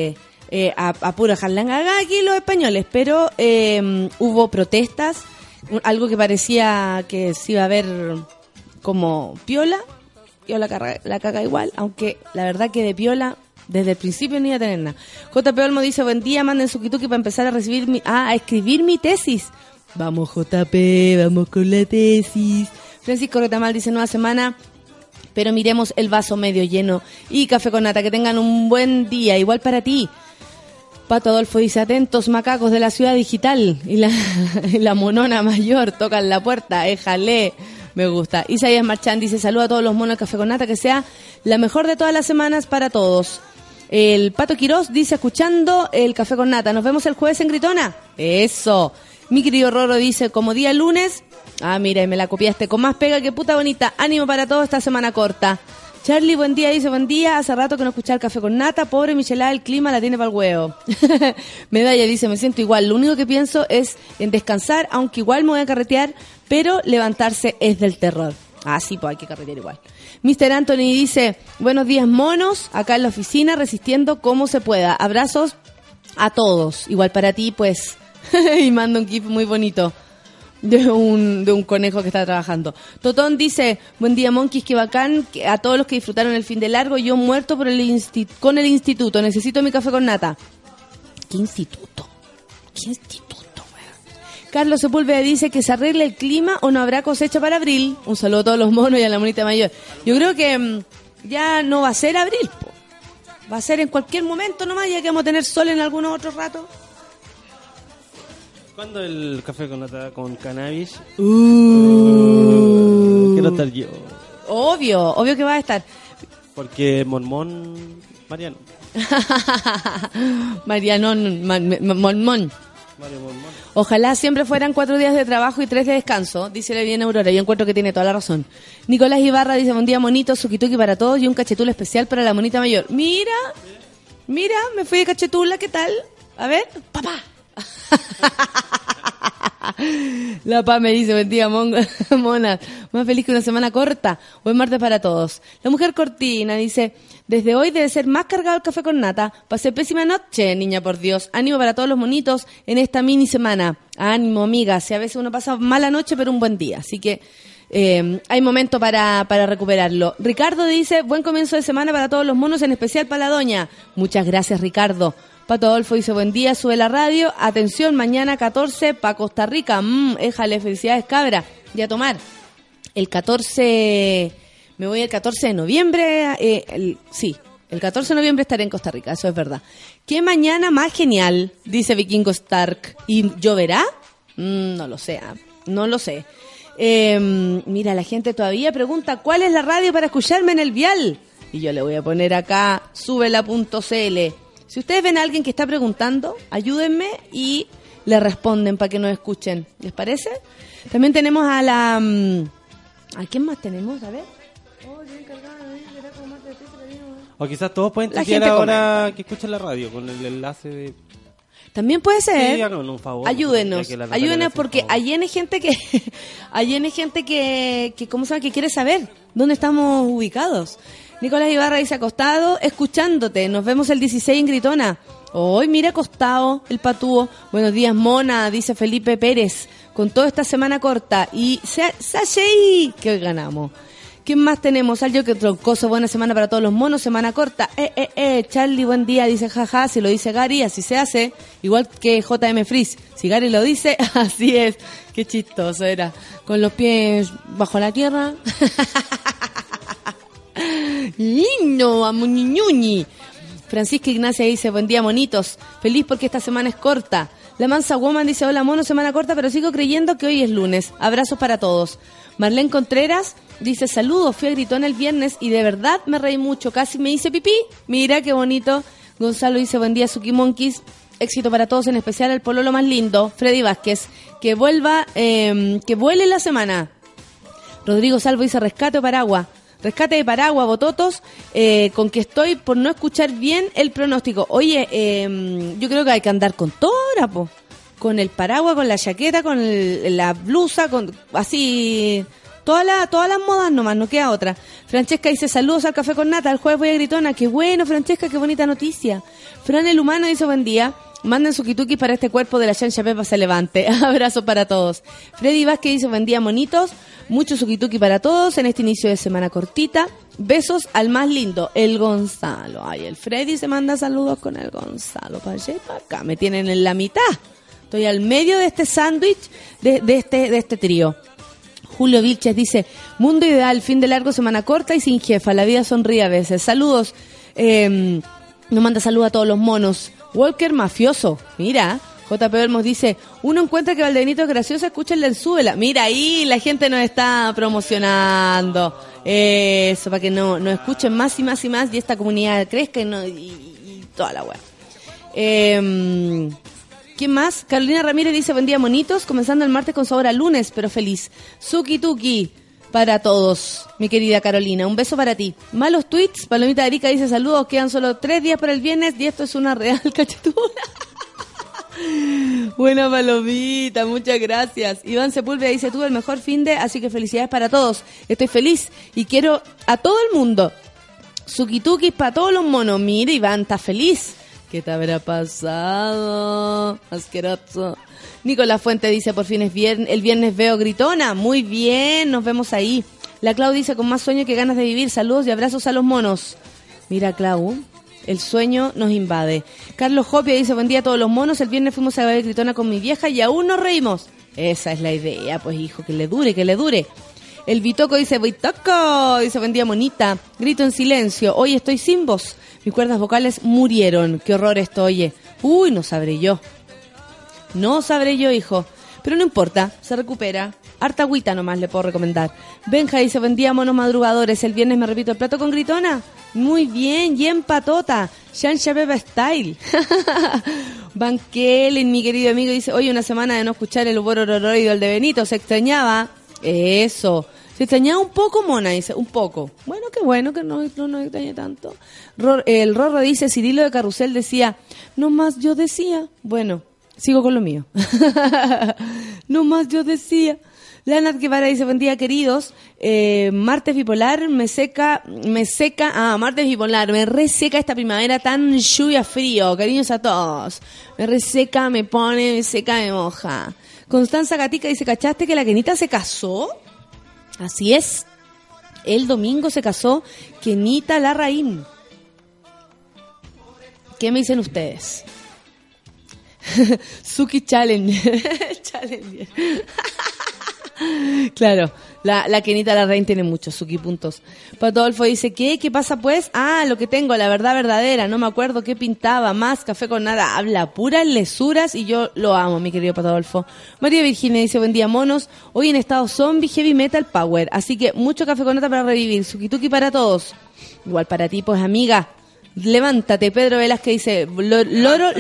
a puro jarlangagá aquí los españoles, pero hubo protestas, algo que parecía que se iba a ver como piola, yo la caga igual, aunque la verdad que de piola desde el principio no iba a tener nada. JP Olmo dice, buen día, manden su kituki para empezar a escribir mi tesis. Vamos JP, vamos con la tesis. Francisco Retamal dice, nueva semana, pero miremos el vaso medio lleno. Y Café con Nata, que tengan un buen día, igual para ti. Pato Adolfo dice, atentos macacos de la ciudad digital. Y la monona mayor tocan la puerta, éjale. Me gusta. Isaías Marchán dice, saluda a todos los monos del Café con Nata, que sea la mejor de todas las semanas para todos. El Pato Quirós dice, escuchando el Café con Nata, nos vemos el jueves en Gritona. Eso. Mi querido Roro dice, como día lunes, mira, y me la copiaste, con más pega que puta bonita, ánimo para todos esta semana corta. Charlie, buen día, dice, buen día, hace rato que no escuchaba el Café con Nata, pobre Michelada, el clima la tiene para el huevo. Medalla dice, me siento igual, lo único que pienso es en descansar, aunque igual me voy a carretear, pero levantarse es del terror. Sí, pues hay que carretear igual. Mr. Anthony dice, buenos días monos, acá en la oficina, resistiendo como se pueda. Abrazos a todos, igual para ti, pues... y manda un gif muy bonito de un conejo que está trabajando. Totón dice, buen día monkeys, qué bacán, a todos los que disfrutaron el fin de largo, yo muerto con el instituto, necesito mi Café con Nata. ¿Qué instituto? Carlos Sepúlveda dice que se arregle el clima o no habrá cosecha para abril. Un saludo a todos los monos y a la monita mayor. Yo creo que ya no va a ser abril, po. Va a ser en cualquier momento nomás, ya que vamos a tener sol en algunos otros ratos. ¿Cuándo el Café con Nata con cannabis? Quiero estar yo. Obvio que va a estar. Porque Mormón... Mariano. Marianón, Mormón. Mario Mormón. Ojalá siempre fueran 4 días de trabajo y 3 de descanso, dice la bien Aurora. Yo encuentro que tiene toda la razón. Nicolás Ibarra dice, buen día monito, suquituki para todos y un cachetul especial para la monita mayor. Mira, me fui de cachetula, ¿qué tal? A ver, papá. La PA me dice, buen día monas, más feliz que una semana corta, buen martes para todos. La mujer Cortina dice, desde hoy debe ser más cargado el Café con Nata, pasé pésima noche, niña por Dios, ánimo para todos los monitos en esta mini semana, ánimo amiga, si a veces uno pasa mala noche pero un buen día, así que hay momento para recuperarlo. Ricardo dice, buen comienzo de semana para todos los monos, en especial para la doña. Muchas gracias Ricardo. Pato Adolfo dice, buen día, sube la radio. Atención, mañana 14 para Costa Rica. Éjale, felicidades, cabra. Y a tomar. El 14, me voy el 14 de noviembre. El 14 de noviembre estaré en Costa Rica, eso es verdad. ¿Qué mañana más genial? Dice Vikingo Stark. ¿Y lloverá? No lo sé, no lo sé. Mira, la gente todavía pregunta, ¿cuál es la radio para escucharme en el vial? Y yo le voy a poner acá, súbela.cl. Si ustedes ven a alguien que está preguntando, ayúdenme y le responden para que nos escuchen. ¿Les parece? También tenemos a la... ¿A quién más tenemos? A ver. O quizás todos pueden chequear ahora comenta que escuchan la radio con el enlace de... También puede ser. Sí, háganos un favor. Ayúdenos porque allí hay gente que ¿cómo se llama? Que quiere saber dónde estamos ubicados. Nicolás Ibarra dice, acostado, escuchándote. Nos vemos el 16 en Gritona. Hoy, mira, acostado, el patúo. Buenos días, mona, dice Felipe Pérez. Con toda esta semana corta. Y Sashei, que hoy ganamos. ¿Quién más tenemos? Algo que troncoso, buena semana para todos los monos, semana corta. Charlie, buen día, dice jaja. Si lo dice Gary, así se hace. Igual que JM Freeze. Si Gary lo dice, así es. Qué chistoso era. Con los pies bajo la tierra. Lindo, amuñuñuñi. Francisca Ignacia dice, buen día monitos, feliz porque esta semana es corta. La Mansa Woman dice, hola mono, semana corta, pero sigo creyendo que hoy es lunes. Abrazos para todos. Marlene Contreras dice, saludos, fui a Gritona el viernes y de verdad me reí mucho, casi me hice pipí. Mira qué bonito. Gonzalo dice, buen día Suki Monkeys, éxito para todos, en especial al pololo más lindo, Freddy Vázquez, que vuele la semana. Rodrigo Salvo dice, rescate o paraguas. Rescate de paraguas, bototos, con que estoy por no escuchar bien el pronóstico. Oye, yo creo que hay que andar con todo ahora, po. Con el paraguas, con la chaqueta, con la blusa, con así, Todas las modas nomás, no queda otra. Francesca dice, saludos al Café con Nata, el jueves voy a Gritona. Qué bueno, Francesca, qué bonita noticia. Fran el Humano dice, buen día. Manden su kituki para este cuerpo de la Chancha Pepa se levante. Abrazo para todos. Freddy Vázquez dice, buen día, monitos. Mucho su kituki para todos en este inicio de semana cortita. Besos al más lindo, el Gonzalo. Ay, el Freddy se manda saludos con el Gonzalo. Para allá y para acá. Me tienen en la mitad. Estoy al medio de este sándwich, de este trío. Julio Vilches dice, mundo ideal, fin de largo, semana corta y sin jefa. La vida sonríe a veces. Saludos. Nos manda saludos a todos los monos. Walker Mafioso, mira, JP Olmos dice, uno encuentra que Valdebenito es gracioso, escúchenle en Súbela. Mira ahí, la gente nos está promocionando eso, para que nos escuchen más y más y más y esta comunidad crezca y toda la wea. ¿Quién más? Carolina Ramírez dice, buen día, monitos, comenzando el martes con sabor a lunes, pero feliz. Suki Tuki para todos, mi querida Carolina, un beso para ti. Malos tweets, Palomita Arica dice, saludos, quedan solo 3 días para el viernes y esto es una real cachetura. Buena Palomita, muchas gracias. Iván Sepúlveda dice, tuve el mejor finde, así que felicidades para todos. Estoy feliz y quiero a todo el mundo. Suki-tukis para todos los monos. Mira, Iván, ¿estás feliz? ¿Qué te habrá pasado? Asqueroso. Nicolás Fuente dice, por fin es viernes, el viernes veo Gritona. Muy bien, nos vemos ahí. La Clau dice, con más sueño que ganas de vivir. Saludos y abrazos a los monos. Mira, Clau, el sueño nos invade. Carlos Jopia dice, buen día a todos los monos. El viernes fuimos a ver Gritona con mi vieja y aún nos reímos. Esa es la idea, pues hijo, que le dure, que le dure. El Bitoco dice, Bitoco, dice, buen día, monita. Grito en silencio, hoy estoy sin voz. Mis cuerdas vocales murieron. Qué horror esto, oye. Uy, no sabré yo. No sabré yo, hijo. Pero no importa, se recupera. Harta agüita nomás le puedo recomendar. Benja dice, buen día, monos madrugadores. El viernes me repito el plato con Gritona. Muy bien, y en patota. Shansha Pepa Style. Van Kellen, mi querido amigo, dice, hoy una semana de no escuchar el borororoido, el de Benito. Se extrañaba. Eso. Se extrañaba un poco, mona, dice, un poco. Bueno, qué bueno que no extrañe tanto. El Rorro dice, Cirilo de Carrusel decía, no más yo decía. Bueno, sigo con lo mío. No más yo decía. Leonard Guevara dice, buen día, queridos. Martes bipolar, martes bipolar, me reseca esta primavera tan lluvia frío. Cariños a todos. Me reseca, me pone, me seca, me moja. Constanza Gatica dice, ¿cachaste que la Kenita se casó? Así es. El domingo se casó Kenita Larraín. ¿Qué me dicen ustedes? Suki Challenge. Challenge. Claro, la Kenita Larraín tiene muchos Suki puntos. Patolfo dice, ¿qué pasa pues? Ah, lo que tengo, la verdad verdadera, no me acuerdo qué pintaba, más Café con Nada, habla puras lesuras y yo lo amo, mi querido Patolfo. María Virginia dice, buen día, monos, hoy en estado zombie, heavy metal power, así que mucho Café con Nata para revivir, Suki Tuki para todos. Igual para ti, pues amiga, levántate. Pedro Velázquez dice, loro,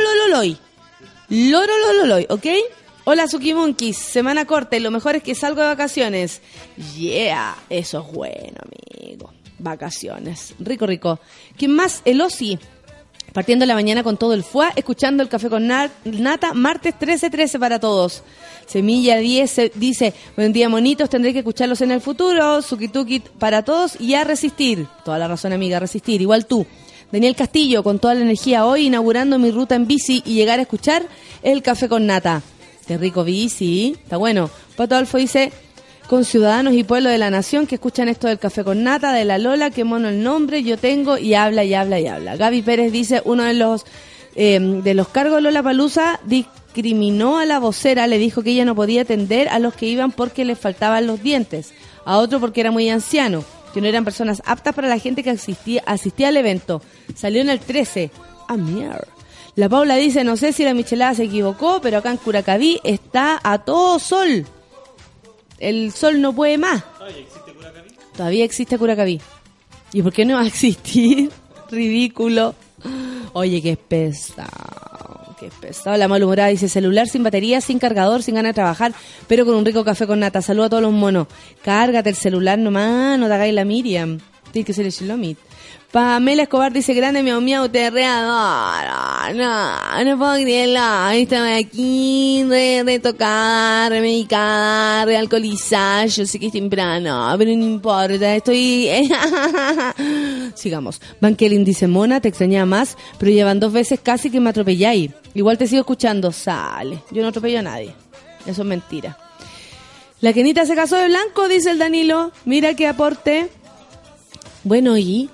¿ok? Hola, Suki Monkeys, semana corta y lo mejor es que salgo de vacaciones. Yeah, eso es bueno, amigo. Vacaciones, rico. ¿Quién más? El Osi, partiendo la mañana con todo el fuá, escuchando el Café con Nata, martes 13 para todos. Semilla 10 dice, buen día, monitos, tendré que escucharlos en el futuro. Suki Tuki para todos y a resistir. Toda la razón, amiga, a resistir, igual tú. Daniel Castillo, con toda la energía hoy, inaugurando mi ruta en bici y llegar a escuchar el Café con Nata. Qué rico bici, está bueno. Pato Alfo dice, con ciudadanos y pueblo de la nación que escuchan esto del Café con Nata, de la Lola, qué mono el nombre, yo tengo, y habla. Gaby Pérez dice, uno de los cargos de Lollapalooza discriminó a la vocera, le dijo que ella no podía atender a los que iban porque les faltaban los dientes, a otro porque era muy anciano, que no eran personas aptas para la gente que asistía al evento. Salió en el 13. Mierda. La Paula dice, no sé si la michelada se equivocó, pero acá en Curacaví está a todo sol. El sol no puede más. ¿Todavía existe Curacaví? Todavía existe Curacaví. ¿Y por qué no va a existir? Ridículo. Oye, qué pesado. La malhumorada dice, celular sin batería, sin cargador, sin ganas de trabajar, pero con un rico café con nata. Saludos a todos los monos. Cárgate el celular nomás, no te hagáis la Miriam. Tiene que ser el Shilomit. Pamela Escobar dice, grande miau miau, te readoro. No puedo creerlo. Estaba aquí retocada, remedicada, realcoholizada. Yo sé que es temprano, pero no importa, estoy... Sigamos. Van Kelly dice, Mona, te extrañaba más, pero llevan 2 veces casi que me atropelláis. Igual te sigo escuchando. Sale. Yo no atropello a nadie. Eso es mentira. La Kenita se casó de blanco, dice el Danilo. Mira qué aporte. Bueno, ¿y?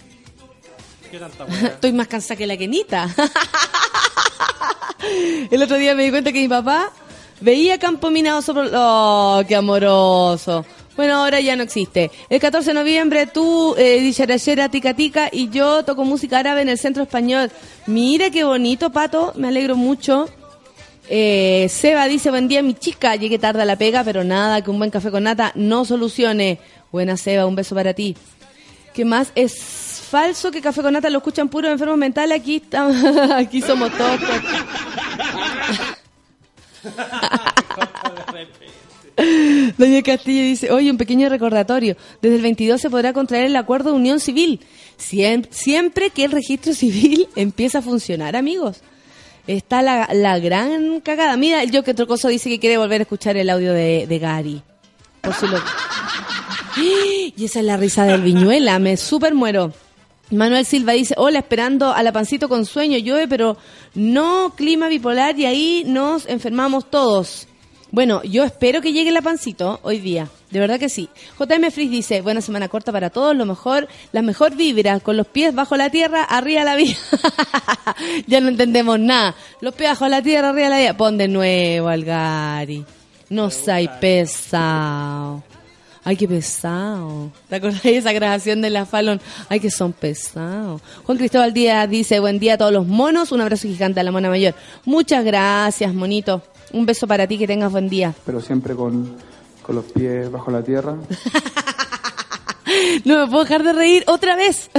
Estoy más cansada que la Kenita. El otro día me di cuenta que mi papá veía Campo Minado sobre... ¡Oh, qué amoroso! Bueno, ahora ya no existe. El 14 de noviembre tú, Dicharachera, Tica Tica, y yo toco música árabe en el Centro Español. Mira qué bonito, Pato. Me alegro mucho. Seba dice, buen día mi chica, llegué tarde a la pega, pero nada, que un buen café con nata no solucione. Buena Seba, un beso para ti. ¿Qué más? Es falso que café con nata lo escuchan puros enfermos mentales, aquí estamos, aquí somos todos. Doña Castillo dice, oye, un pequeño recordatorio, desde el 22 se podrá contraer el acuerdo de unión civil, siempre que el registro civil empiece a funcionar, amigos. Está la gran cagada. Mira, el Yo que Trocoso dice que quiere volver a escuchar el audio de Gary. Por si lo... Y esa es la risa del Viñuela, me súper muero. Manuel Silva dice, hola, esperando a la Pancito con sueño, llueve, pero no clima bipolar y ahí nos enfermamos todos. Bueno, yo espero que llegue la Pancito hoy día, de verdad que sí. JM Frizz dice, buena semana corta para todos, la mejor vibra, con los pies bajo la tierra, arriba la vida. Ya no entendemos nada. Los pies bajo la tierra, arriba la vida. Pon de nuevo al Gary. No seas pesado. Ay, qué pesado. ¿Te acordás de esa grabación de la Fallon? Ay, que son pesados. Juan Cristóbal Díaz dice, buen día a todos los monos. Un abrazo gigante a la mona mayor. Muchas gracias, monito. Un beso para ti, que tengas buen día. Pero siempre con los pies bajo la tierra. No me puedo dejar de reír otra vez.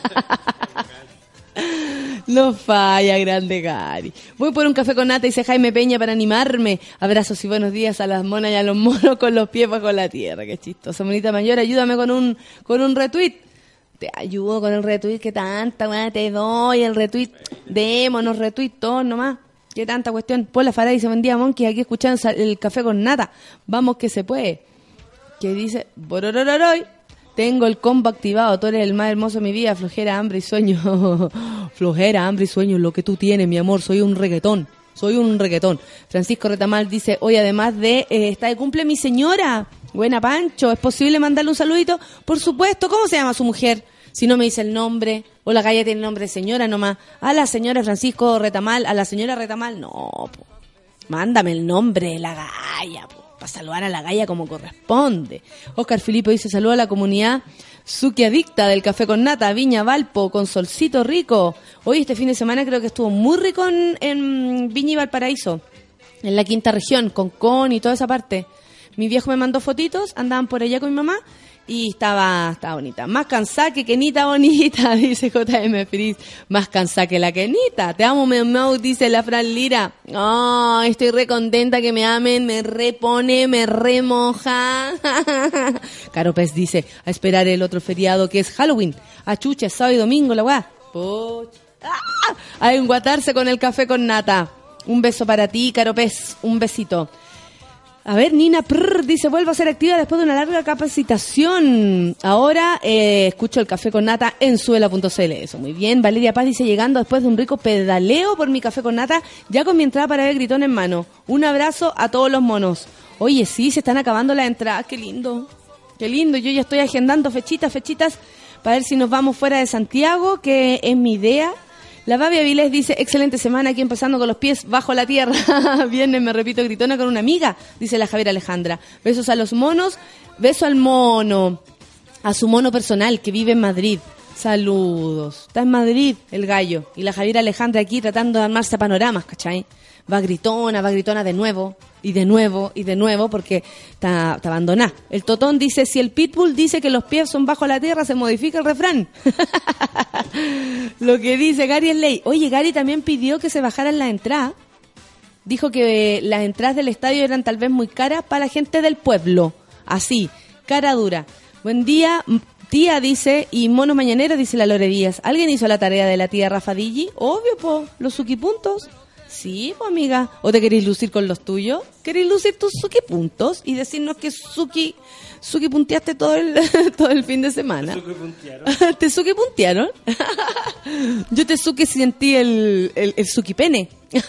No falla, grande Gary. Voy por un café con nata, dice Jaime Peña, para animarme. Abrazos y buenos días a las monas y a los monos con los pies bajo la tierra. Qué chistoso. Monita mayor, ayúdame con un retweet. Te ayudo con el retweet, que tanta buena te doy. El retweet, démonos retweet todos nomás. Qué tanta cuestión. Paula Farah dice, buen día, Monkey, aquí escuchando el café con nata. Vamos que se puede. Que dice, bororororoy. Tengo el combo activado, tú eres el más hermoso de mi vida, flojera, hambre y sueño. Flojera, hambre y sueño, lo que tú tienes, mi amor, soy un reggaetón. Francisco Retamal dice, hoy además de, está de cumple mi señora. Buena, Pancho, ¿es posible mandarle un saludito? Por supuesto, ¿cómo se llama su mujer? Si no me dice el nombre, o la galla tiene el nombre de señora nomás. A la señora Francisco Retamal, a la señora Retamal, no, po. Mándame el nombre de la galla, po, para saludar a la galla como corresponde. Oscar Filipo dice, saludo a la comunidad Suki Adicta del Café con Nata, Viña Valpo, con solcito rico. Hoy este fin de semana creo que estuvo muy rico en Viña y Valparaíso, en la quinta región, con y toda esa parte. Mi viejo me mandó fotitos, andaban por allá con mi mamá y estaba bonita. Más cansada que Kenita bonita, dice JM Feliz. Más cansada que la Kenita. Te amo, Mau, dice la Fran Lira. Oh, estoy re contenta que me amen, me repone, me remoja. Caro Pez dice, a esperar el otro feriado que es Halloween. A chucha, sábado y domingo, la weá. A enguatarse con el café con nata. Un beso para ti, Caro Pez. Un besito. A ver, Nina dice, vuelvo a ser activa después de una larga capacitación. Ahora escucho el café con nata en suela.cl. Eso, muy bien. Valeria Paz dice, llegando después de un rico pedaleo por mi café con nata, ya con mi entrada para ver Gritón en mano. Un abrazo a todos los monos. Oye, sí, se están acabando las entradas. Qué lindo. Qué lindo. Yo ya estoy agendando fechitas para ver si nos vamos fuera de Santiago, que es mi idea. La Babi Avilés dice, excelente semana aquí empezando con los pies bajo la tierra. Viernes me repito gritona con una amiga, dice la Javiera Alejandra. Besos a los monos, beso al mono, a su mono personal que vive en Madrid. Saludos. Está en Madrid el gallo. Y la Javiera Alejandra aquí tratando de armarse panoramas, ¿cachai? Va gritona de nuevo, y de nuevo, porque está abandonada. El Totón dice, si el Pitbull dice que los pies son bajo la tierra, se modifica el refrán. Lo que dice Gary es ley. Oye, Gary también pidió que se bajaran las entradas. Dijo que las entradas del estadio eran tal vez muy caras para la gente del pueblo. Así, cara dura. Buen día, Tía dice, y monos mañaneros, dice la Lore Díaz. ¿Alguien hizo la tarea de la tía Rafa Digi? Obvio, po, los suquipuntos. Sí, pues amiga. ¿O te queréis lucir con los tuyos? ¿Queréis lucir tus suquipuntos y decirnos que suquipunteaste todo el fin de semana? ¿Te suquipuntearon? Yo te sentí el suquipene.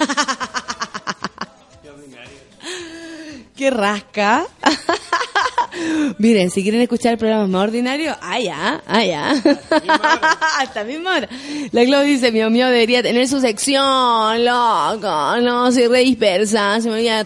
¡Qué rasca! Miren, si quieren escuchar el programa más ordinario, allá. Hasta misma hora. La Clau dice, mi mío debería tener su sección, loco. No, soy re dispersa, se me olvida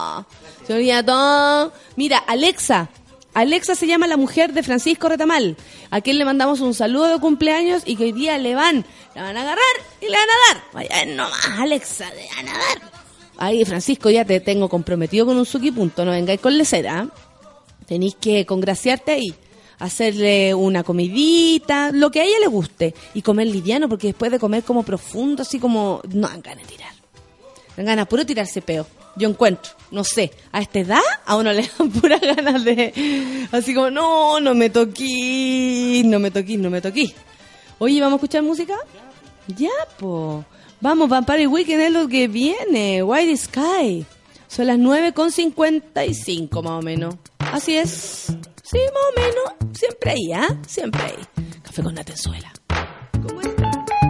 todo. Mira, Alexa se llama la mujer de Francisco Retamal, a quien le mandamos un saludo de cumpleaños y que hoy día la van a agarrar y le van a dar. Vaya nomás, Alexa, le van a dar. Ay, Francisco, ya te tengo comprometido con un suquipunto, no vengáis con lecera. Tenéis que congraciarte ahí, hacerle una comidita, lo que a ella le guste, y comer liviano, porque después de comer como profundo, así como, no dan ganas de tirar. Dan ganas puro tirarse peo. Yo encuentro, no sé, a esta edad a uno le dan puras ganas de, así como, no me toquís. Oye, ¿vamos a escuchar música? Ya, po. Vamos, Vampire Weekend es lo que viene. White Sky. Son las 9:55 más o menos. Así es. Sí, más o menos. Siempre ahí, ¿ah? Siempre ahí. Café con Natenzuela. ¿Cómo es?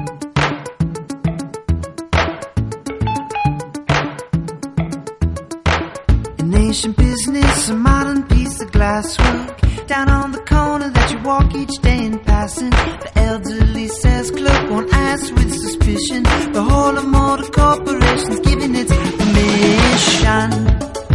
An ancient business, a modern piece of glasswork. Down on the corner that you walk each day in passing. The elderly sales clerk won't ask with suspicion. The whole of motor corporation's giving its permission.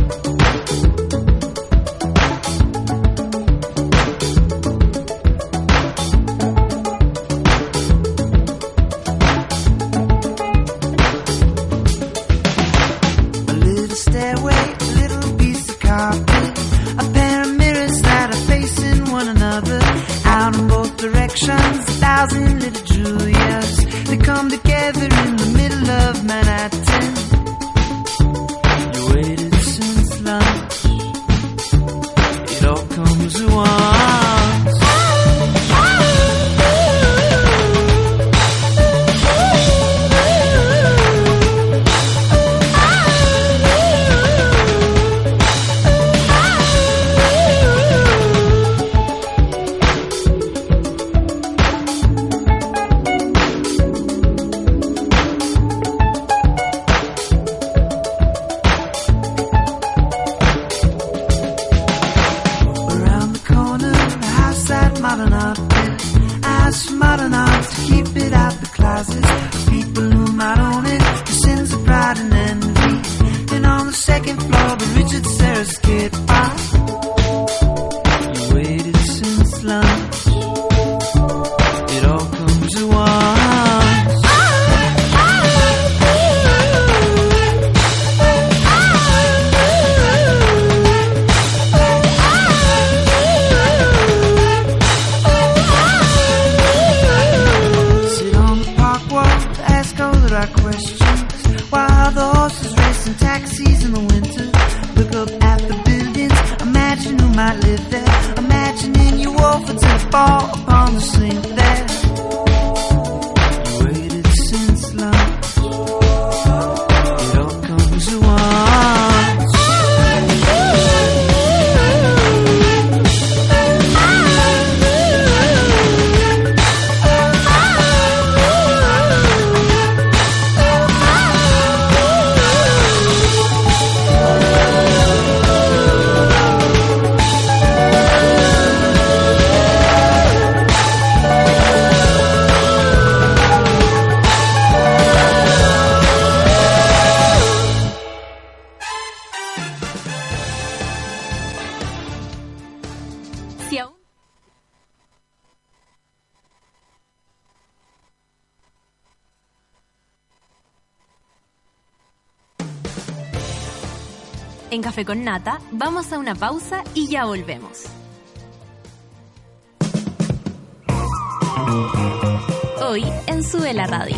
Thousand little Julias, they come together in the middle of Manhattan. You waited since lunch, it all comes at once. En Café con Nata, vamos a una pausa y ya volvemos. Hoy en Sube la Radio.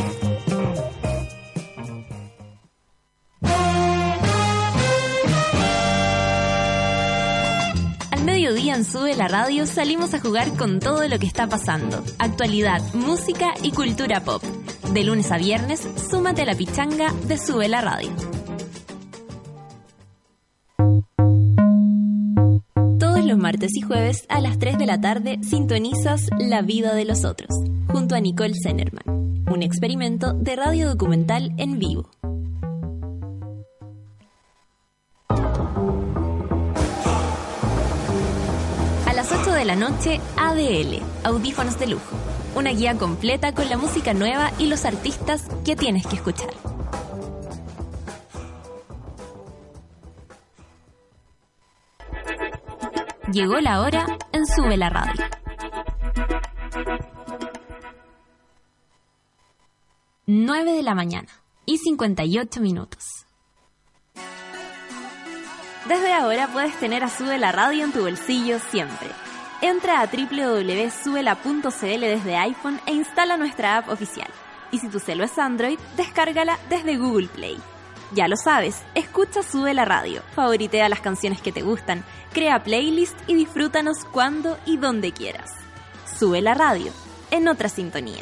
Al mediodía día en Sube la Radio salimos a jugar con todo lo que está pasando. Actualidad, música y cultura pop. De lunes a viernes, súmate a la pichanga de Sube la Radio. Todos los martes y jueves a las 3 de la tarde sintonizas La Vida de los Otros, junto a Nicole Zenerman. Un experimento de radio documental en vivo. A las 8 de la noche, ADL, Audífonos de Lujo. Una guía completa con la música nueva y los artistas que tienes que escuchar. Llegó la hora en Sube la Radio. Nueve de la mañana y 58 minutos. Desde ahora puedes tener a Sube la Radio en tu bolsillo siempre. Entra a www.subela.cl desde iPhone e instala nuestra app oficial. Y si tu celu es Android, descárgala desde Google Play. Ya lo sabes, escucha Sube la Radio, favoritea las canciones que te gustan, crea playlist y disfrútanos cuando y donde quieras. Sube la Radio, en otra sintonía.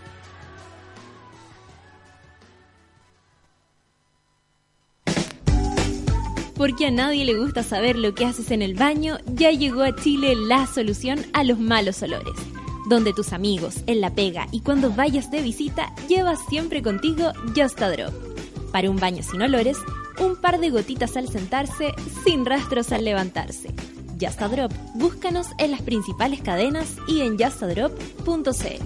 Porque a nadie le gusta saber lo que haces en el baño, ya llegó a Chile la solución a los malos olores. Donde tus amigos, en la pega y cuando vayas de visita, llevas siempre contigo Just a Drop. Para un baño sin olores, un par de gotitas al sentarse, sin rastros al levantarse. Just a Drop, búscanos en las principales cadenas y en justadrop.cl.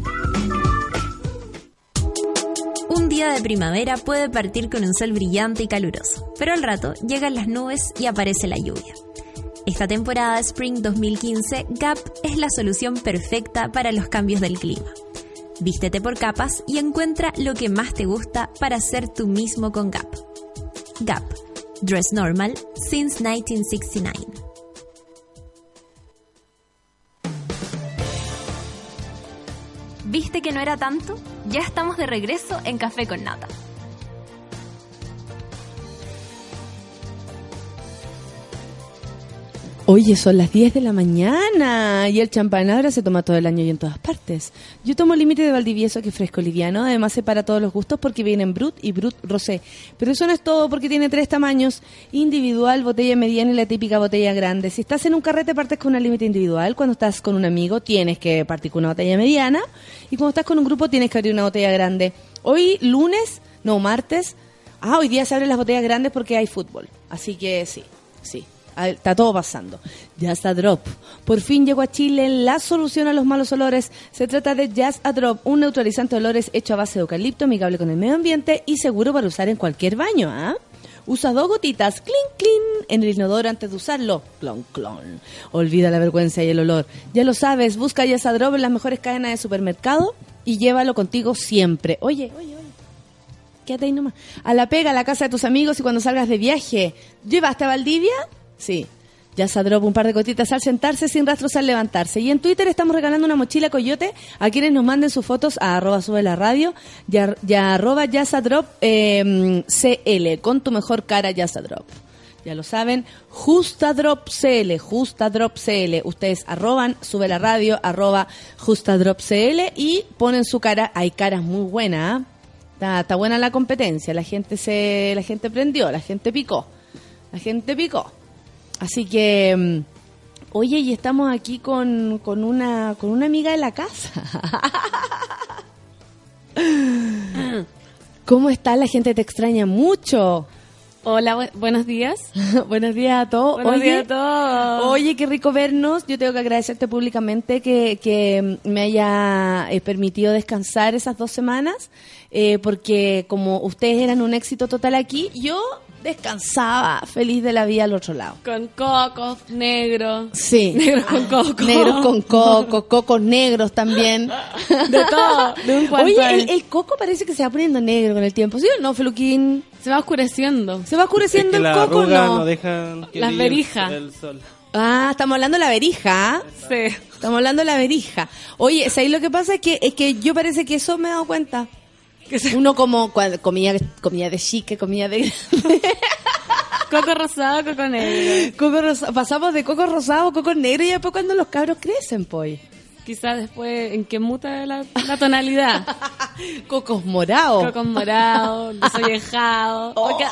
Un día de primavera puede partir con un sol brillante y caluroso, pero al rato llegan las nubes y aparece la lluvia. Esta temporada Spring 2015, Gap es la solución perfecta para los cambios del clima. Vístete por capas y encuentra lo que más te gusta para ser tú mismo con Gap. Gap. Dress normal since 1969. ¿Viste que no era tanto? Ya estamos de regreso en Café con Nata. Oye, son las 10 de la mañana y el champán ahora se toma todo el año y en todas partes. Yo tomo Límite de Valdivieso, que es fresco liviano, además es para todos los gustos porque viene en Brut y Brut Rosé. Pero eso no es todo porque tiene 3 tamaños: individual, botella mediana y la típica botella grande. Si estás en un carrete partes con una Límite individual, cuando estás con un amigo tienes que partir con una botella mediana y cuando estás con un grupo tienes que abrir una botella grande. Hoy martes, hoy día se abren las botellas grandes porque hay fútbol, así que sí. Está todo pasando. Just a Drop. Por fin llegó a Chile la solución a los malos olores. Se trata de Just a Drop, un neutralizante de olores hecho a base de eucalipto, amigable con el medio ambiente y seguro para usar en cualquier baño. Usa 2 gotitas, clink, en el inodoro antes de usarlo. Clon. Olvida la vergüenza y el olor. Ya lo sabes, busca Just a Drop en las mejores cadenas de supermercado y llévalo contigo siempre. Oye. Quédate ahí nomás. A la pega, a la casa de tus amigos y cuando salgas de viaje. ¿Llevaste a Valdivia? Sí. Just a Drop, un par de gotitas al sentarse, sin rastros al levantarse. Y en Twitter estamos regalando una mochila Coyote a quienes nos manden sus fotos a @subelaradio y a @Just a Drop CL, con tu mejor cara Just a Drop. Ya lo saben, justadropcl. Ustedes @Sube la Radio, @justadropcl y ponen su cara. Hay caras muy buenas, Está buena la competencia, la gente prendió, la gente picó. Así que, oye, y estamos aquí con una amiga de la casa. ¿Cómo estás? La gente te extraña mucho. Hola, buenos días. Buenos días a todos. Oye, qué rico vernos. Yo tengo que agradecerte públicamente que me haya permitido descansar esas 2 semanas, porque como ustedes eran un éxito total aquí, yo descansaba feliz de la vida al otro lado. Con cocos negros. Sí. Negros con coco. Negros con coco, cocos negros también. De todo. Oye, el coco parece que se va poniendo negro con el tiempo. ¿Sí o no, Feluquín? Se va oscureciendo. ¿Se va oscureciendo el coco? No dejan que las berijas. el sol. Estamos hablando de la berija. Sí. Estamos hablando de la berija. Oye, ¿sabes lo que pasa? Es que yo parece que eso me he dado cuenta. Uno como comía de chique, comía de grande. Coco rosado, coco negro. Pasamos de coco rosado a coco negro y después cuando los cabros crecen, pues. Quizás después en que muta la tonalidad. Cocos morados. Cocos morados, desollejado.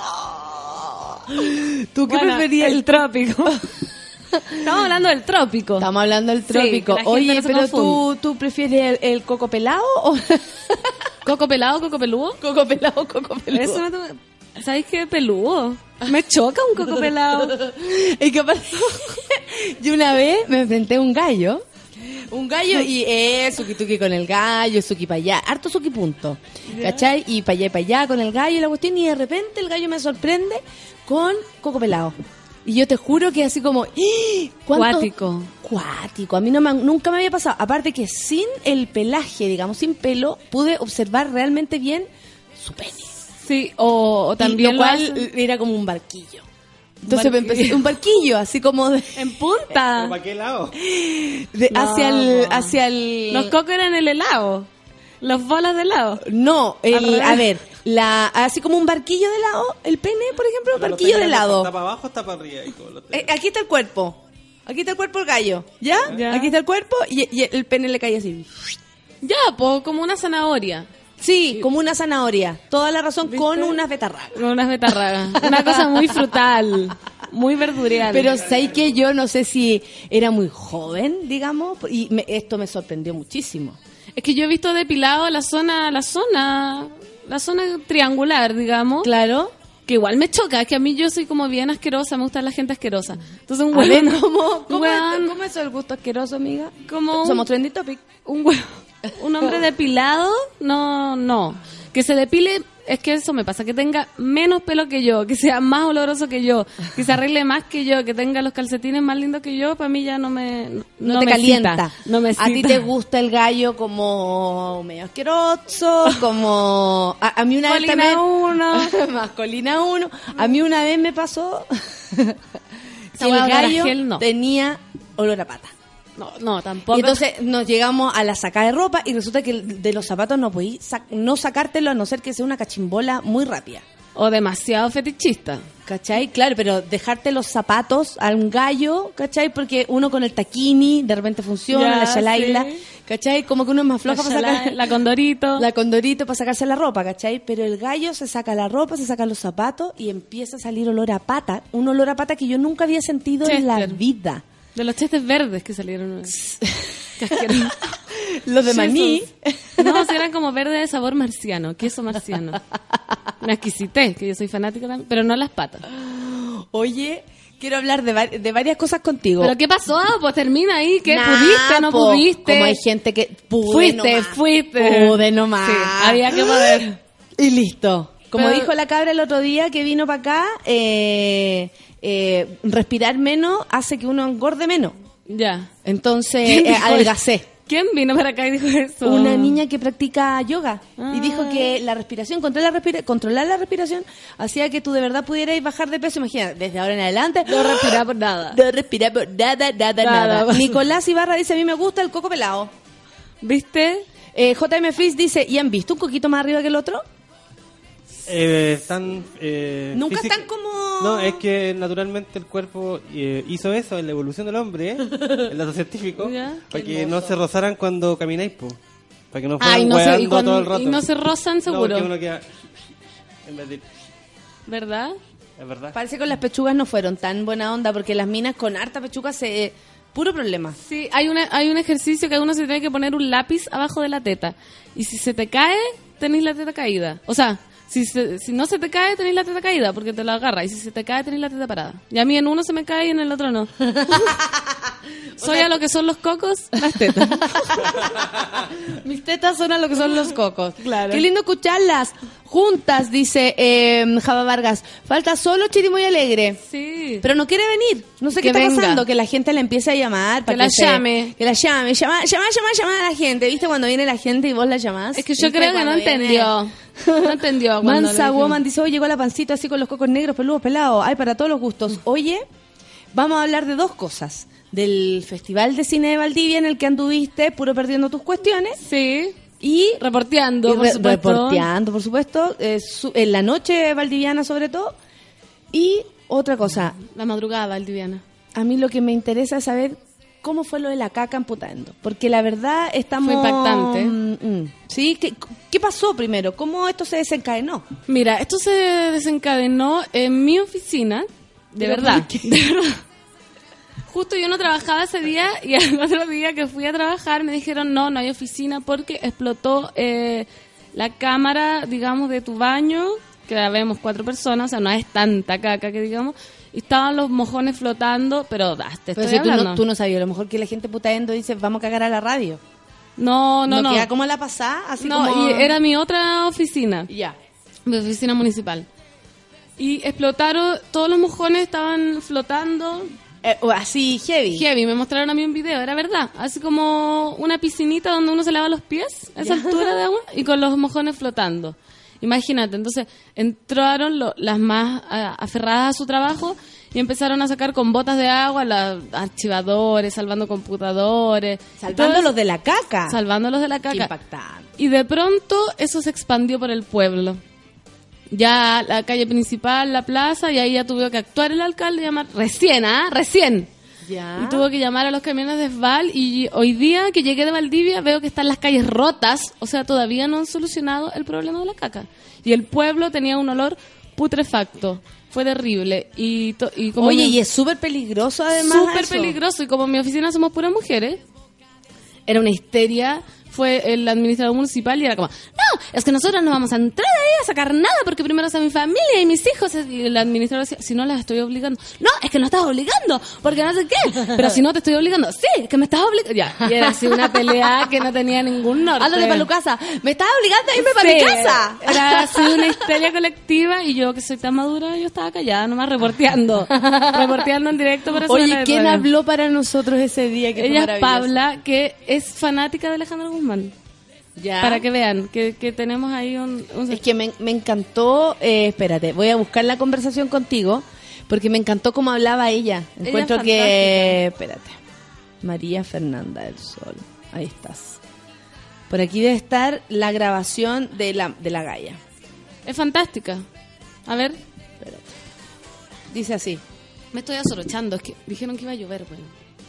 ¿Tú qué preferías? El trópico. Estamos hablando del trópico. Estamos hablando del trópico. Sí, oye, no pero ¿tú prefieres el coco pelado o coco pelado, coco peludo? Coco pelado, coco peludo. Eso ¿sabes qué? Peludo. Me choca un coco pelado. ¿Y qué pasó? Yo una vez me enfrenté a un gallo y suki tuki con el gallo, suki para allá, harto suki punto, ¿cachai? Y para allá con el gallo y la cuestión, y de repente el gallo me sorprende con coco pelado. Y yo te juro que así como cuático. A mí nunca me había pasado. Aparte que sin el pelaje, digamos, sin pelo, pude observar realmente bien su pene. Sí, o también lo cual era como un barquillo. Entonces me empecé un barquillo, así como en punta. ¿Para qué lado? Hacia el... Los cocos eran el helado. Los bolas de helado. No, así como un barquillo de helado, el pene, por ejemplo, un barquillo de helado. ¿Está para abajo o está para arriba? Aquí está el cuerpo. Aquí está el cuerpo del gallo. ¿Ya? Aquí está el cuerpo y el pene le cae así. Ya, pues como una zanahoria. Sí, como una zanahoria. Toda la razón. ¿Viste? Con unas betarragas. Con unas betarragas. Una cosa muy frutal, muy verdurial. Pero sé que yo no sé si era muy joven, digamos, y esto me sorprendió muchísimo. Es que yo he visto depilado la zona triangular, digamos. Claro. Que igual me choca, es que a mí yo soy como bien asquerosa, me gusta la gente asquerosa. Entonces un hueón... ¿Cómo es eso el gusto asqueroso, amiga? Somos trending topic. Un hombre depilado, no. Que se depile, es que eso me pasa, que tenga menos pelo que yo, que sea más oloroso que yo, que se arregle más que yo, que tenga los calcetines más lindos que yo, para mí ya no te calienta. No me cita. ¿A ti te gusta el gallo como medio asqueroso, como... A mí una vez también... Masculina 1. A mí una vez me pasó que el gallo tenía olor a pata. No, tampoco. Y entonces nos llegamos a la sacada de ropa y resulta que de los zapatos no podí no sacártelo a no ser que sea una cachimbola muy rápida. O demasiado fetichista. ¿Cachai? Claro, pero dejarte los zapatos a un gallo, ¿cachai? Porque uno con el taquini de repente funciona, la chalaila, sí. ¿Cachai? Como que uno es más floja para sacar... La condorito. La condorito para sacarse la ropa, ¿cachai? Pero el gallo se saca la ropa, se saca los zapatos y empieza a salir olor a pata. Un olor a pata que yo nunca había sentido en la vida. De los chestes verdes que salieron. Los de maní. No, eran como verdes de sabor marciano, queso marciano. Me exquisité, que yo soy fanática también, pero no las patas. Oye, quiero hablar de varias cosas contigo. ¿Pero qué pasó? Pues termina ahí. ¿Qué? ¿Pudiste? ¿No pudiste? Como hay gente que fuiste. Pude nomás. Sí, había que poder. Y listo. Como dijo la cabra el otro día que vino para acá, respirar menos hace que uno engorde menos. Ya. Entonces, adelgacé. ¿Quién vino para acá y dijo eso? Una niña que practica yoga. Y dijo que la respiración, controlar la respiración, hacía que tú de verdad pudieras bajar de peso. Imagina, desde ahora en adelante. No respirar por nada. No respirar por nada. Nicolás Ibarra dice, a mí me gusta el coco pelado. ¿Viste? JM Frizz dice, ¿y han visto un coquito más arriba que el otro? Nunca están como... No, es que naturalmente el cuerpo hizo eso en la evolución del hombre, el dato científico, para que no se rozaran cuando camináis, para que no fueran hueando todo el rato. Y no se rozan, seguro. No, uno queda en vez de... ¿Verdad? Es verdad. Parece que con las pechugas no fueron tan buena onda, porque las minas con harta pechuga puro problema. Sí, hay un ejercicio que uno se tiene que poner un lápiz abajo de la teta. Y si se te cae, tenés la teta caída. O sea... Si no se te cae, tenés la teta caída, porque te la agarra. Y si se te cae, tenés la teta parada. Y a mí en uno se me cae y en el otro no. Soy a lo que son los cocos, las tetas. Mis tetas son a lo que son los cocos. Claro. Qué lindo escucharlas juntas, dice Java Vargas. Falta solo Chirimoy Alegre. Sí. Pero no quiere venir. No sé qué está pasando. Que la gente la empiece a llamar. Que la llame. Que la llame. Llama a la gente. ¿Viste cuando viene la gente y vos la llamás? Es que yo creo que no entendió. No entendió. Mansa Woman dice, oye, llegó la pancita así con los cocos negros, peludos, pelados. Ay, para todos los gustos. Oye, vamos a hablar de dos cosas. Del Festival de Cine de Valdivia, en el que anduviste puro perdiendo tus cuestiones. Sí. Y reporteando, por supuesto. En la noche valdiviana, sobre todo. Y Otra cosa, La madrugada valdiviana. a mí lo que me interesa es saber cómo fue lo de la caca en Putaendo. Porque la verdad estamos... Fue impactante. ¿Sí? ¿Qué pasó primero? ¿Cómo esto se desencadenó? Mira, esto se desencadenó en mi oficina, de ¿Pero verdad. por qué? De verdad. Justo yo no trabajaba ese día y al otro día que fui a trabajar me dijeron no hay oficina porque explotó la cámara, digamos, de tu baño, que la vemos 4 personas, o sea, no es tanta caca que digamos, y estaban los mojones flotando, pero te Pero estoy si hablando. tú no sabías, a lo mejor que la gente Putaendo dice, vamos a cagar a la radio. No. queda como la pasada, así No, como... y era mi otra oficina. Ya. Mi oficina municipal. Y explotaron, todos los mojones estaban flotando. Así, heavy. Me mostraron a mí un video, era verdad. Así como una piscinita donde uno se lava los pies, a esa altura de agua, y con los mojones flotando. Imagínate, entonces entraron las más aferradas a su trabajo y empezaron a sacar con botas de agua los archivadores, salvando computadores. Salvándolos de la caca. Salvándolos de la caca. Qué impactante. Y de pronto eso se expandió por el pueblo. Ya la calle principal, la plaza, y ahí ya tuvo que actuar el alcalde y llamar... Recién. Ya. Y tuvo que llamar a los camiones de Sval y hoy día que llegué de Valdivia veo que están las calles rotas, o sea, todavía no han solucionado el problema de la caca. Y el pueblo tenía un olor putrefacto. Fue terrible. Y como Oye, y es súper peligroso además. súper peligroso. Y como en mi oficina somos puras mujeres, era una histeria. Fue el administrador municipal y era como, no, es que nosotros no vamos a entrar ahí a sacar nada porque primero está mi familia y mis hijos. Y el administrador decía, si no las estoy obligando. No, es que no estás obligando, porque no sé qué. Pero si no te estoy obligando, sí, es que me estás obligando. Ya, y era así una pelea que no tenía ningún norte. Ándale para tu casa. Me estás obligando a irme para mi casa. Era así una histeria colectiva y yo que soy tan madura, yo estaba callada, nomás reporteando en directo para Oye, Zona de ¿quién Radio. habló para nosotros ese día? Que Ella fue es maravilloso? Paula, que es fanática de Alejandro Guzmán. Ya. Para que vean que tenemos ahí un... Es que me encantó, espérate, voy a buscar la conversación contigo, porque me encantó cómo hablaba ella. Encuentro es que... Espérate. María Fernanda del Sol. Ahí estás. Por aquí debe estar la grabación de la Gaia. Es fantástica. A ver. Espérate. Dice así. Me estoy asorochando, es que dijeron que iba a llover, bueno.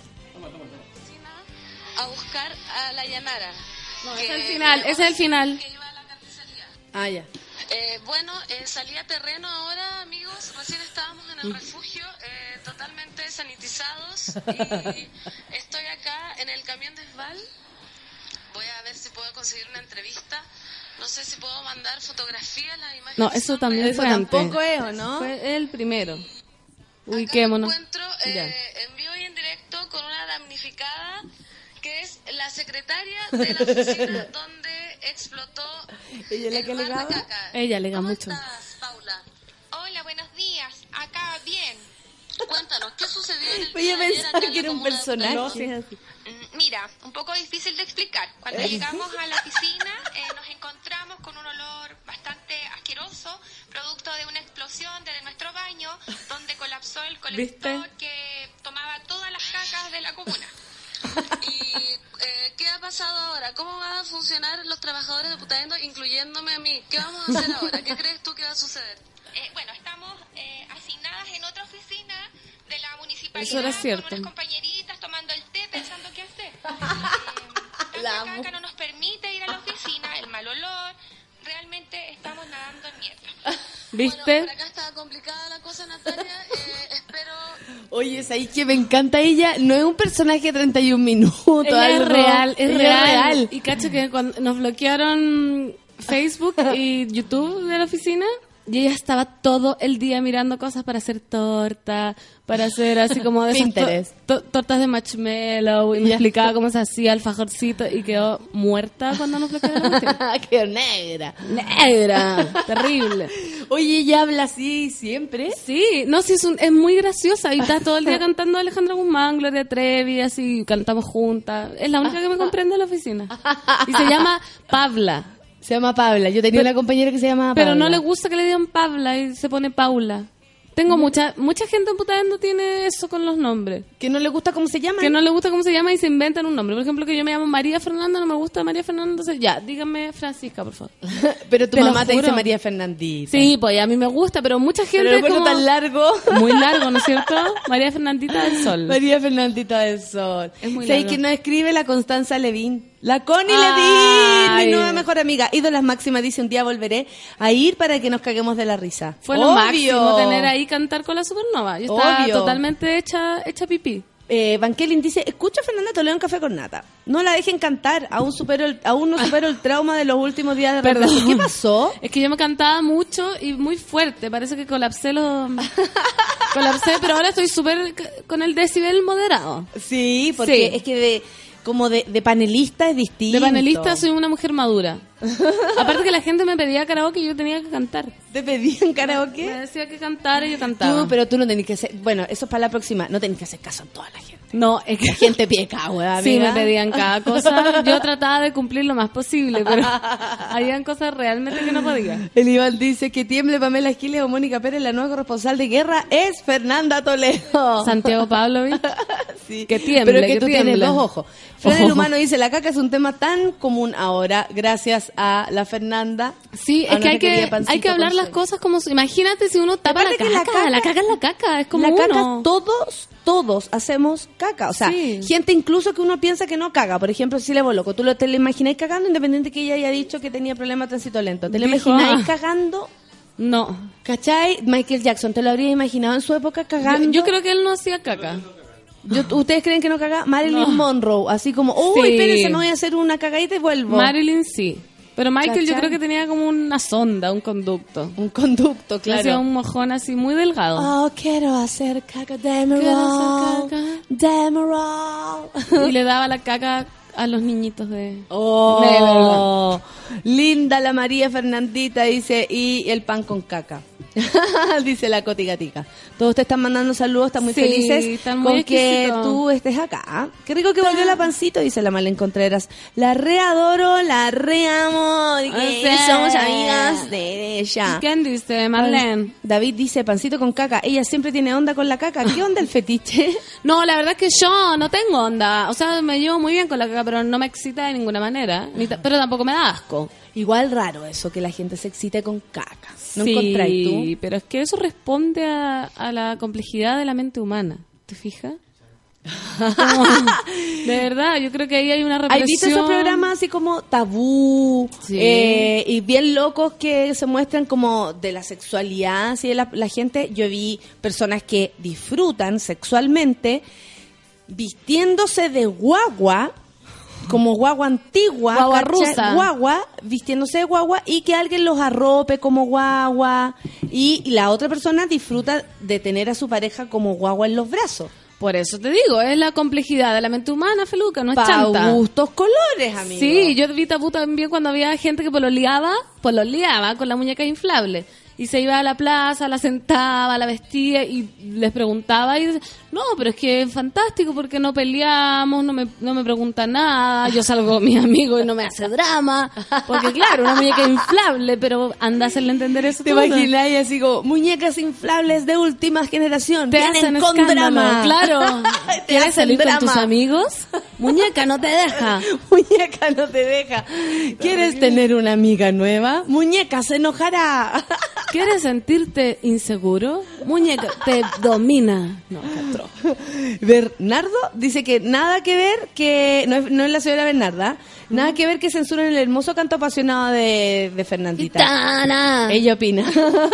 A buscar a la Yanara. No, ese es el final, ese es el final. Ah, ya. Salí a terreno ahora, amigos. Recién estábamos en el refugio, totalmente sanitizados. Y estoy acá en el camión de Sval. Voy a ver si puedo conseguir una entrevista. No sé si puedo mandar fotografías, las imágenes. No, eso también Eso fue antes. tampoco es, ¿o no? Fue el primero. Me Ubiquémonos. encuentro en vivo y en directo con una damnificada que es la secretaria de la oficina donde explotó ¿Ella es la que el bar alegaba? de caca. Ella alega ¿Cómo mucho. estás, Paula? Hola, buenos días. Acá bien. Cuéntanos, ¿qué sucedió en el Oye, día de ayer pensaba acá en que la era un comuna de personaje. Putaendo? No, sí, es así. Mira, un poco difícil de explicar. Cuando llegamos a la oficina nos encontramos con un olor bastante asqueroso, producto de una explosión de nuestro baño, donde colapsó el colector ¿Viste? que tomaba todas las cacas de la comuna. ¿Y qué ha pasado ahora? ¿Cómo van a funcionar los trabajadores de Putaendo, incluyéndome a mí? ¿Qué vamos a hacer ahora? ¿Qué crees tú que va a suceder? Bueno, estamos asignadas en otra oficina de la municipalidad. Eso era cierto. Con unas compañeritas tomando el té pensando qué hacer. La caca no nos permite ir a la oficina, el mal olor. Realmente estamos nadando en mierda. ¿Viste? Bueno, por acá está complicada la cosa, Natalia. Espero... Oye, es ahí que me encanta ella. No es un personaje de 31 minutos. Ella es algo. real, es Ella real. Y cacho que cuando nos bloquearon Facebook y YouTube de la oficina, y ella estaba todo el día mirando cosas para hacer torta, para hacer así como de esas Pinterest. tortas de marshmallow, y me explicaba cómo se hacía alfajorcito y quedó muerta cuando nos bloquearon la oficina. Qué negra. Negra, terrible. Oye, ella habla así siempre. Sí, no, sí, es muy graciosa y está todo el día cantando Alejandra Guzmán, Gloria Trevi, así, cantamos juntas. Es la única que me comprende en la oficina. Y se llama Pabla. Se llama Paula. Yo tenía una compañera que se llama Paula. Pero no le gusta que le digan Pabla y se pone Paula. Tengo mucha gente en Putaendo tiene eso con los nombres. Que no le gusta cómo se llama. Que no le gusta cómo se llama y se inventan un nombre. Por ejemplo, que yo me llamo María Fernanda, no me gusta María Fernanda, entonces ya, dígame Francisca, por favor. Pero tu Te lo mamá te juro. dice María Fernandita. Sí, pues a mí me gusta, pero mucha gente Pero el como... tan largo. Muy largo, ¿no es cierto? María Fernandita del Sol. María Fernandita del Sol. Es muy ¿Sabes largo. quién nos escribe? La Constanza Levín. La Connie Ay. Levín, mi nueva mejor amiga. Ídolas máxima, dice, un día volveré a ir para que nos caguemos de la risa. Fue lo Obvio. máximo tener ahí cantar con la Supernova. Yo estaba Obvio. totalmente hecha pipí. Van Kelly dice, escucha a Fernanda Toledo en Café con Nata. No la dejen cantar. Aún no supero el trauma de los últimos días de Perdón. reemplazo. ¿Qué pasó? Es que yo me cantaba mucho y muy fuerte. Parece que colapsé, pero ahora estoy súper con el decibel moderado. Sí, porque Sí. es que como de panelista es distinto. De panelista soy una mujer madura. Aparte que la gente me pedía karaoke y yo tenía que cantar. ¿Te pedían karaoke? Me decía que cantara y yo cantaba. Pero tú no tenés que hacer... Bueno, eso es para la próxima. No tenés que hacer caso a toda la gente. No, es que La gente pide cagua, sí, amiga. me pedían cada cosa. Yo trataba de cumplir lo más posible, pero habían cosas realmente que no podía. El Iván dice que tiemble Pamela Esquiles o Mónica Pérez, la nueva corresponsal de guerra es Fernanda Toledo. Santiago Pavlovich. Sí. Que tiemble, Pero es que que tú tiemble. tienes dos ojos. Fred el Humano dice, la caca es un tema tan común ahora, gracias a la Fernanda. Sí, a es que nuestra querida Pancito hay que hablar las Consuelo. cosas como... Imagínate si uno tapa la Aparte caca, que la caca es la caca, es como la caca, uno. todos hacemos caca. O sea, Sí. gente incluso que uno piensa que no caga. Por ejemplo, si le loco, tú te lo imagináis cagando, independiente que ella haya dicho que tenía problemas de tránsito lento. ¿Te lo Dijo, imagináis ah. cagando? No. ¿Cachai? Michael Jackson, ¿te lo habrías imaginado en su época cagando? Yo creo que él no hacía caca. ¿Ustedes creen que no caga? Marilyn Monroe, así como, uy, Sí. espérense, me voy a hacer una cagadita y vuelvo. Marilyn sí. Pero Michael yo ¿Cachai? creo que tenía como una sonda, un conducto. Un conducto, Le hacía claro. un mojón así muy delgado. Oh, quiero hacer caca, dame Quiero roll, hacer dame roll. Y le daba la caca a los niñitos de... Oh, linda la María Fernandita, dice, y el pan con caca. Dice la Coti Gatica. Todos te están mandando saludos, están muy Sí, felices están muy con que exquisitos. tú estés acá. Qué rico que volvió la Pancito, dice la Malen Contreras. La readoro, la reamo, y que sea, somos amigas de ella. ¿Quién dice? Marlene. David dice, Pancito con caca. Ella siempre tiene onda con la caca. ¿Qué onda el fetiche? No, la verdad es que yo no tengo onda. O sea, me llevo muy bien con la caca, pero no me excita de ninguna manera. Pero tampoco me da asco. Igual raro eso, que la gente se excite con caca. ¿No sí, encontráis tú? pero es que eso responde a la complejidad de la mente humana. ¿Te fijas? Como, de verdad, yo creo que ahí hay una represión. ¿Has visto esos programas así como tabú? Sí. Y bien locos que se muestran como de la sexualidad, así de la gente. Yo vi personas que disfrutan sexualmente vistiéndose de guagua, como guagua antigua, Guagua ¿cachai? rusa. Guagua, vistiéndose de guagua y que alguien los arrope como guagua y la otra persona disfruta de tener a su pareja como guagua en los brazos. Por eso te digo, es la complejidad de la mente humana, Feluca, no es Pa' chanta. gustos colores, amigo. Sí, yo vi tabú también cuando había gente que pololeaba con la muñeca inflable. Y se iba a la plaza, la sentaba, la vestía y les preguntaba y dice, no, pero es que es fantástico porque no peleamos, no me pregunta nada, yo salgo con mis amigos y no me hace drama. Porque claro, una muñeca inflable, pero anda a hacerle entender eso. ¿Te tú, ¿no? imaginas? Y así como, muñecas inflables de última generación. Te vienen hacen con escándalo, drama. claro. Te ¿Quieres hacen salir drama. con tus amigos? Muñeca, no te deja. Muñeca no te deja. ¿Quieres tener una amiga nueva? Muñeca se enojará. ¿Quieres sentirte inseguro? Muñeca, te domina. No, Castro. Bernardo dice que nada que ver, que no es la señora Bernarda, nada que ver que censuren el hermoso canto apasionado de Fernandita. Gitana. Ella opina.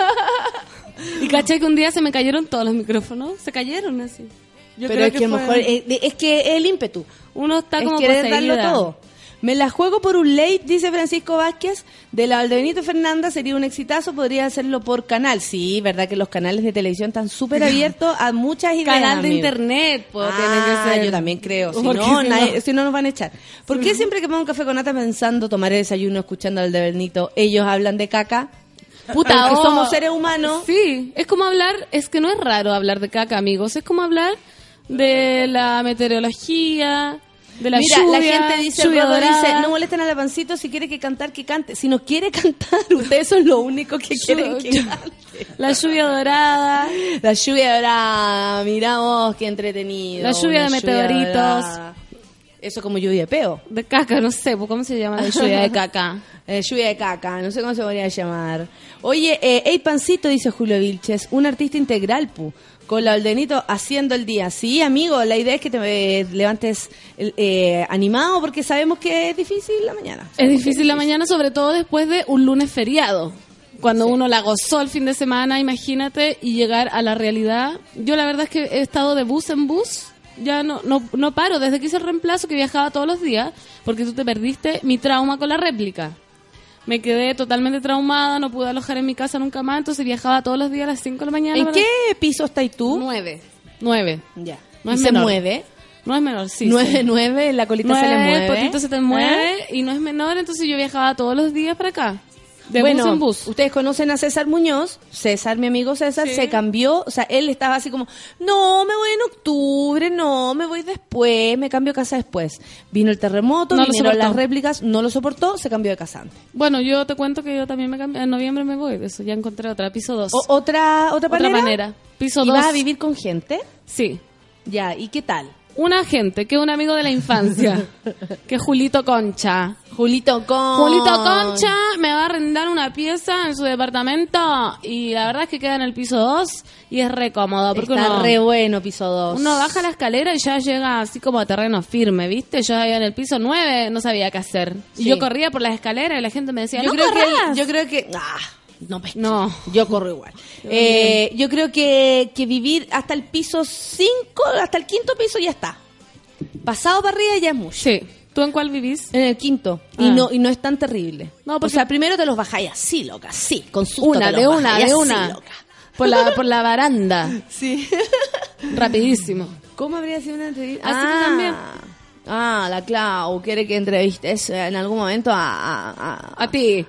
Y caché que un día se me cayeron todos los micrófonos. Se cayeron así. Yo Pero creo es que a lo fue- mejor es que el ímpetu. uno está Es como querer poseída. darlo todo. Me la juego por un late, dice Francisco Vázquez, de la Valdebenito Fernanda, sería un exitazo, podría hacerlo por canal. Sí, verdad que los canales de televisión están súper abiertos a muchas ideas. Canal de amigo. internet, pues, tiene que ser. Yo también creo, si Porque no, si si no nos van a echar. ¿Por qué siempre que pongo un café con nata pensando tomar el desayuno, escuchando al de Bernito, ellos hablan de caca? Puta, Aunque oh. somos seres humanos. Sí, es como hablar, es que no es raro hablar de caca, amigos. Es como hablar de la meteorología, de la Mira, lluvia. la gente dice, lluvia Rodo dorada. dice, no molesten a la Pancito, si quiere que cantar, que cante. Si no quiere cantar, ustedes son lo único que quieren que cante. La lluvia dorada. La lluvia dorada, mirá vos, qué entretenido. La lluvia de meteoritos. Dorada. Eso como lluvia de peo. De caca, no sé, ¿cómo se llama la lluvia de caca? Lluvia de caca, no sé cómo se podría llamar. Oye, hey Pancito, dice Julio Vilches, un artista integral, con la Oldenito haciendo el día. Sí, amigo, la idea es que te levantes animado porque sabemos que es difícil la mañana. Es difícil la mañana, sobre todo después de un lunes feriado. Cuando uno la gozó el fin de semana, imagínate, y llegar a la realidad. Yo la verdad es que he estado de bus en bus. Ya no paro, desde que hice el reemplazo, que viajaba todos los días, porque tú te perdiste mi trauma con la réplica. Me quedé totalmente traumada, no pude alojar en mi casa nunca más, entonces viajaba todos los días a las 5 de la mañana. ¿En qué piso estás tú? 9. Ya. No es ¿Y menor. se mueve? No es menor, sí. 9, la colita se le mueve. El potito se te mueve y no es menor, entonces yo viajaba todos los días para acá. De bus en bus. Ustedes conocen a César Muñoz. César, mi amigo César, se cambió. O sea, él estaba así como, no, me voy en octubre, no, me voy después, me cambio de casa después. Vino el terremoto, vinieron las réplicas, no lo soportó, se cambió de casa antes. Bueno, yo te cuento que yo también me cambié. En noviembre me voy, eso ya encontré otra, piso 2. ¿Otra manera? Piso 2. ¿Y vas a vivir con gente? Sí. Ya, ¿y qué tal? Una gente, que es un amigo de la infancia, que es Julito Concha. Julito Concha me va a arrendar una pieza en su departamento y la verdad es que queda en el piso 2 y es re cómodo. Porque está re bueno piso 2. Uno baja la escalera y ya llega así como a terreno firme, ¿viste? Yo ahí en el piso 9 no sabía qué hacer. Y yo corría por las escaleras y la gente me decía, yo creo que no, yo corro igual. Yo creo que vivir hasta el piso 5, hasta el quinto piso ya está. Pasado para arriba ya es mucho. Sí. ¿Tú en cuál vivís? En el quinto. Y no es tan terrible. No, porque... O sea, primero te los bajáis así, loca, sí, con susto. Una. Loca. Por la baranda. Sí. Rapidísimo. ¿Cómo habría sido una entrevista? Así también. La Clau quiere que entrevistes en algún momento a ti.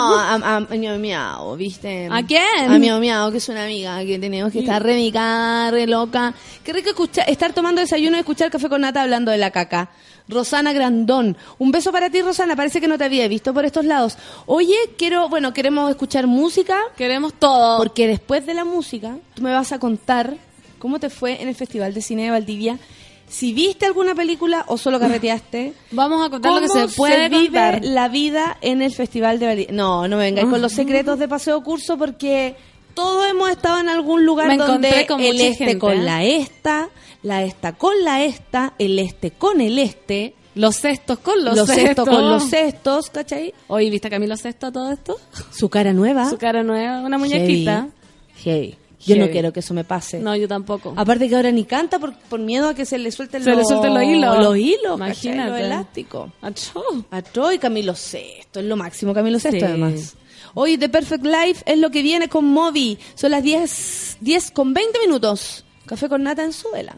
A Miau Miau, ¿viste? ¿A quién? A Miau Miau, que es una amiga que tenemos que estar remicada, re loca. Qué rico estar tomando desayuno y escuchar Café con Nata hablando de la caca. Rosana Grandón. Un beso para ti, Rosana. Parece que no te había visto por estos lados. Oye, queremos escuchar música. Queremos todo. Porque después de la música, tú me vas a contar cómo te fue en el Festival de Cine de Valdivia. Si viste alguna película o solo carreteaste. Vamos a contar lo que se puede vive la vida en el Festival de Valdivia. No me vengáis con los secretos de Paseo Curso porque todos hemos estado en algún lugar donde el este gente, con la esta con la esta, el este con el este. Los cestos con los cestos. Cestos con los cestos, ¿cachai? Oye, ¿viste a Camilo Sesto todo esto? Su cara nueva, una muñequita. Heavy. Yo no quiero que eso me pase. No, yo tampoco. Aparte que ahora ni canta por miedo a que se le suelten los hilos. Los hilos, imagínate. Los elásticos. Achó. Y Camilo Sesto, es lo máximo Camilo Sesto además. Hoy The Perfect Life es lo que viene con Moby. Son las 10 con 20 minutos. Café con Nata en su vela.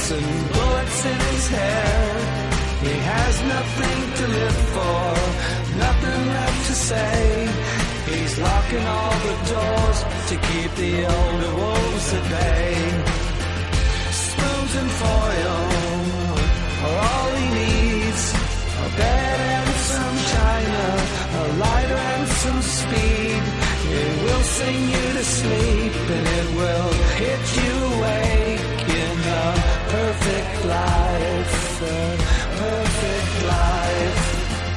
boots and bullets in his hair. He has nothing to live for, nothing left to say. He's locking all the doors to keep the older wolves at bay. Spoons and foil are all he needs. A bed and some china, a lighter and some speed. It will sing you to sleep and it will hit you awake in a perfect life, a perfect life.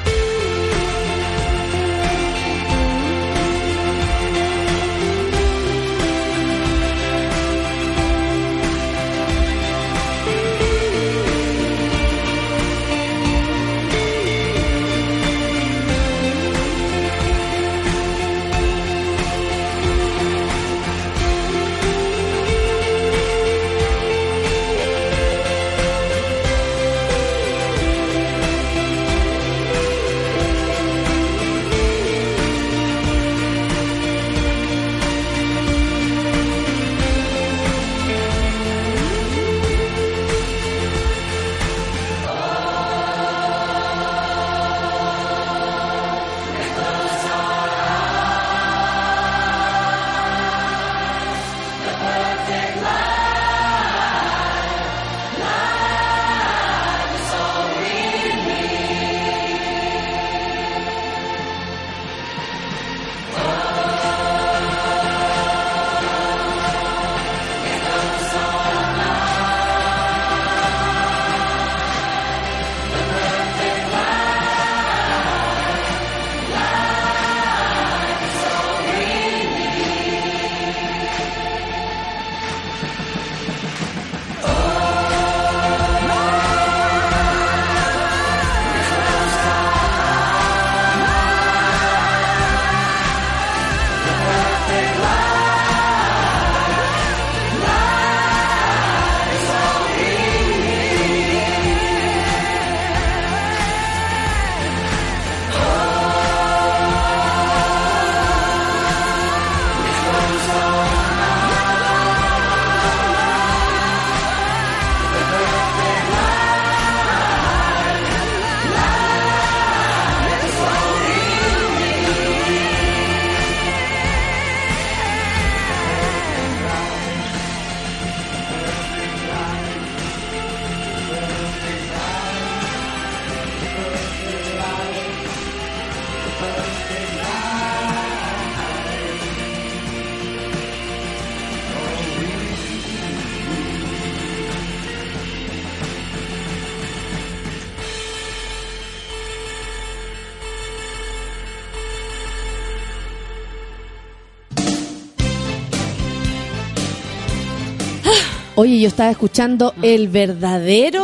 Oye, yo estaba escuchando el verdadero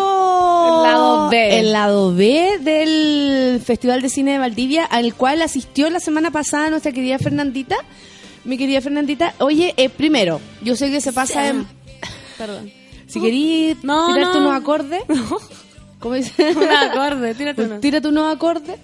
el lado B del Festival de Cine de Valdivia, al cual asistió la semana pasada nuestra querida Fernandita. Mi querida Fernandita. Oye, primero, yo sé que se pasa en... Perdón. Si querís tirarte unos acordes. ¿Cómo dice? Un acorde, tírate uno. Tírate unos acordes.